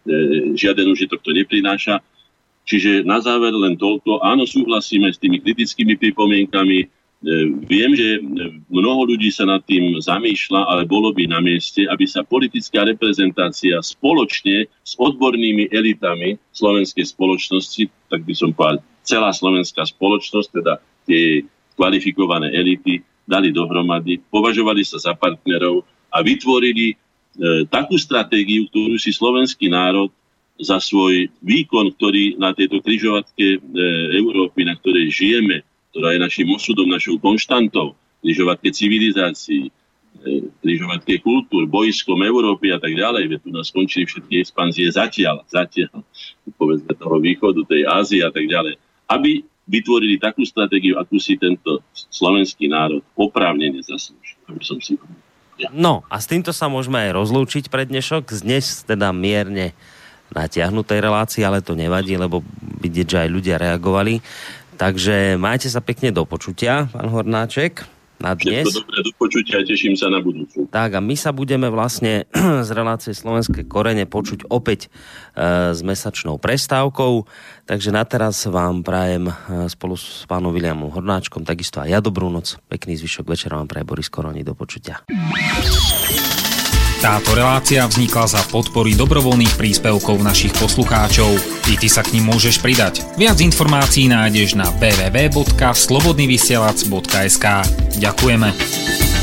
žiaden užitok to neprináša. Čiže na záver len toľko. Áno, súhlasíme s tými kritickými pripomienkami. Viem, že mnoho ľudí sa nad tým zamýšľa, ale bolo by na mieste, aby sa politická reprezentácia spoločne s odbornými elitami slovenskej spoločnosti, tak by som povedal, celá slovenská spoločnosť, teda tie kvalifikované elity, dali dohromady, považovali sa za partnerov a vytvorili takú stratégiu, ktorú si slovenský národ za svoj výkon, ktorý na tejto križovatke Európy, na ktorej žijeme, ktorá je našim osudom, našou konštantou, križovatke civilizácií, križovatke kultúr, bojskom Európy a tak ďalej, veď tu nás skončili všetky expanzie zatiaľ, povedzme toho východu, tej Ázie a tak ďalej, aby vytvorili takú stratégiu, akú si tento slovenský národ oprávnene zaslúži, aby som si povedal. Ja. No a s týmto sa môžeme aj rozlúčiť pre dnešok. Dnes teda mierne natiahnutej relácii, ale to nevadí, lebo vidieť, že aj ľudia reagovali. Takže majte sa pekne do počutia, pán Hornáček, na dnes. Všetko dobré, do počutia, teším sa na budúcu. Tak a my sa budeme vlastne z relácie Slovenské korene počuť opäť s mesačnou prestávkou. Takže na teraz vám prajem spolu s pánom Viliamom Hornáčkom takisto aj ja dobrú noc. Pekný zvyšok večera vám praje Boris Koroni. Do počutia. Táto relácia vznikla za podpory dobrovoľných príspevkov našich poslucháčov. I ty sa k nim môžeš pridať. Viac informácií nájdeš na www.slobodnyvysielac.sk. Ďakujeme.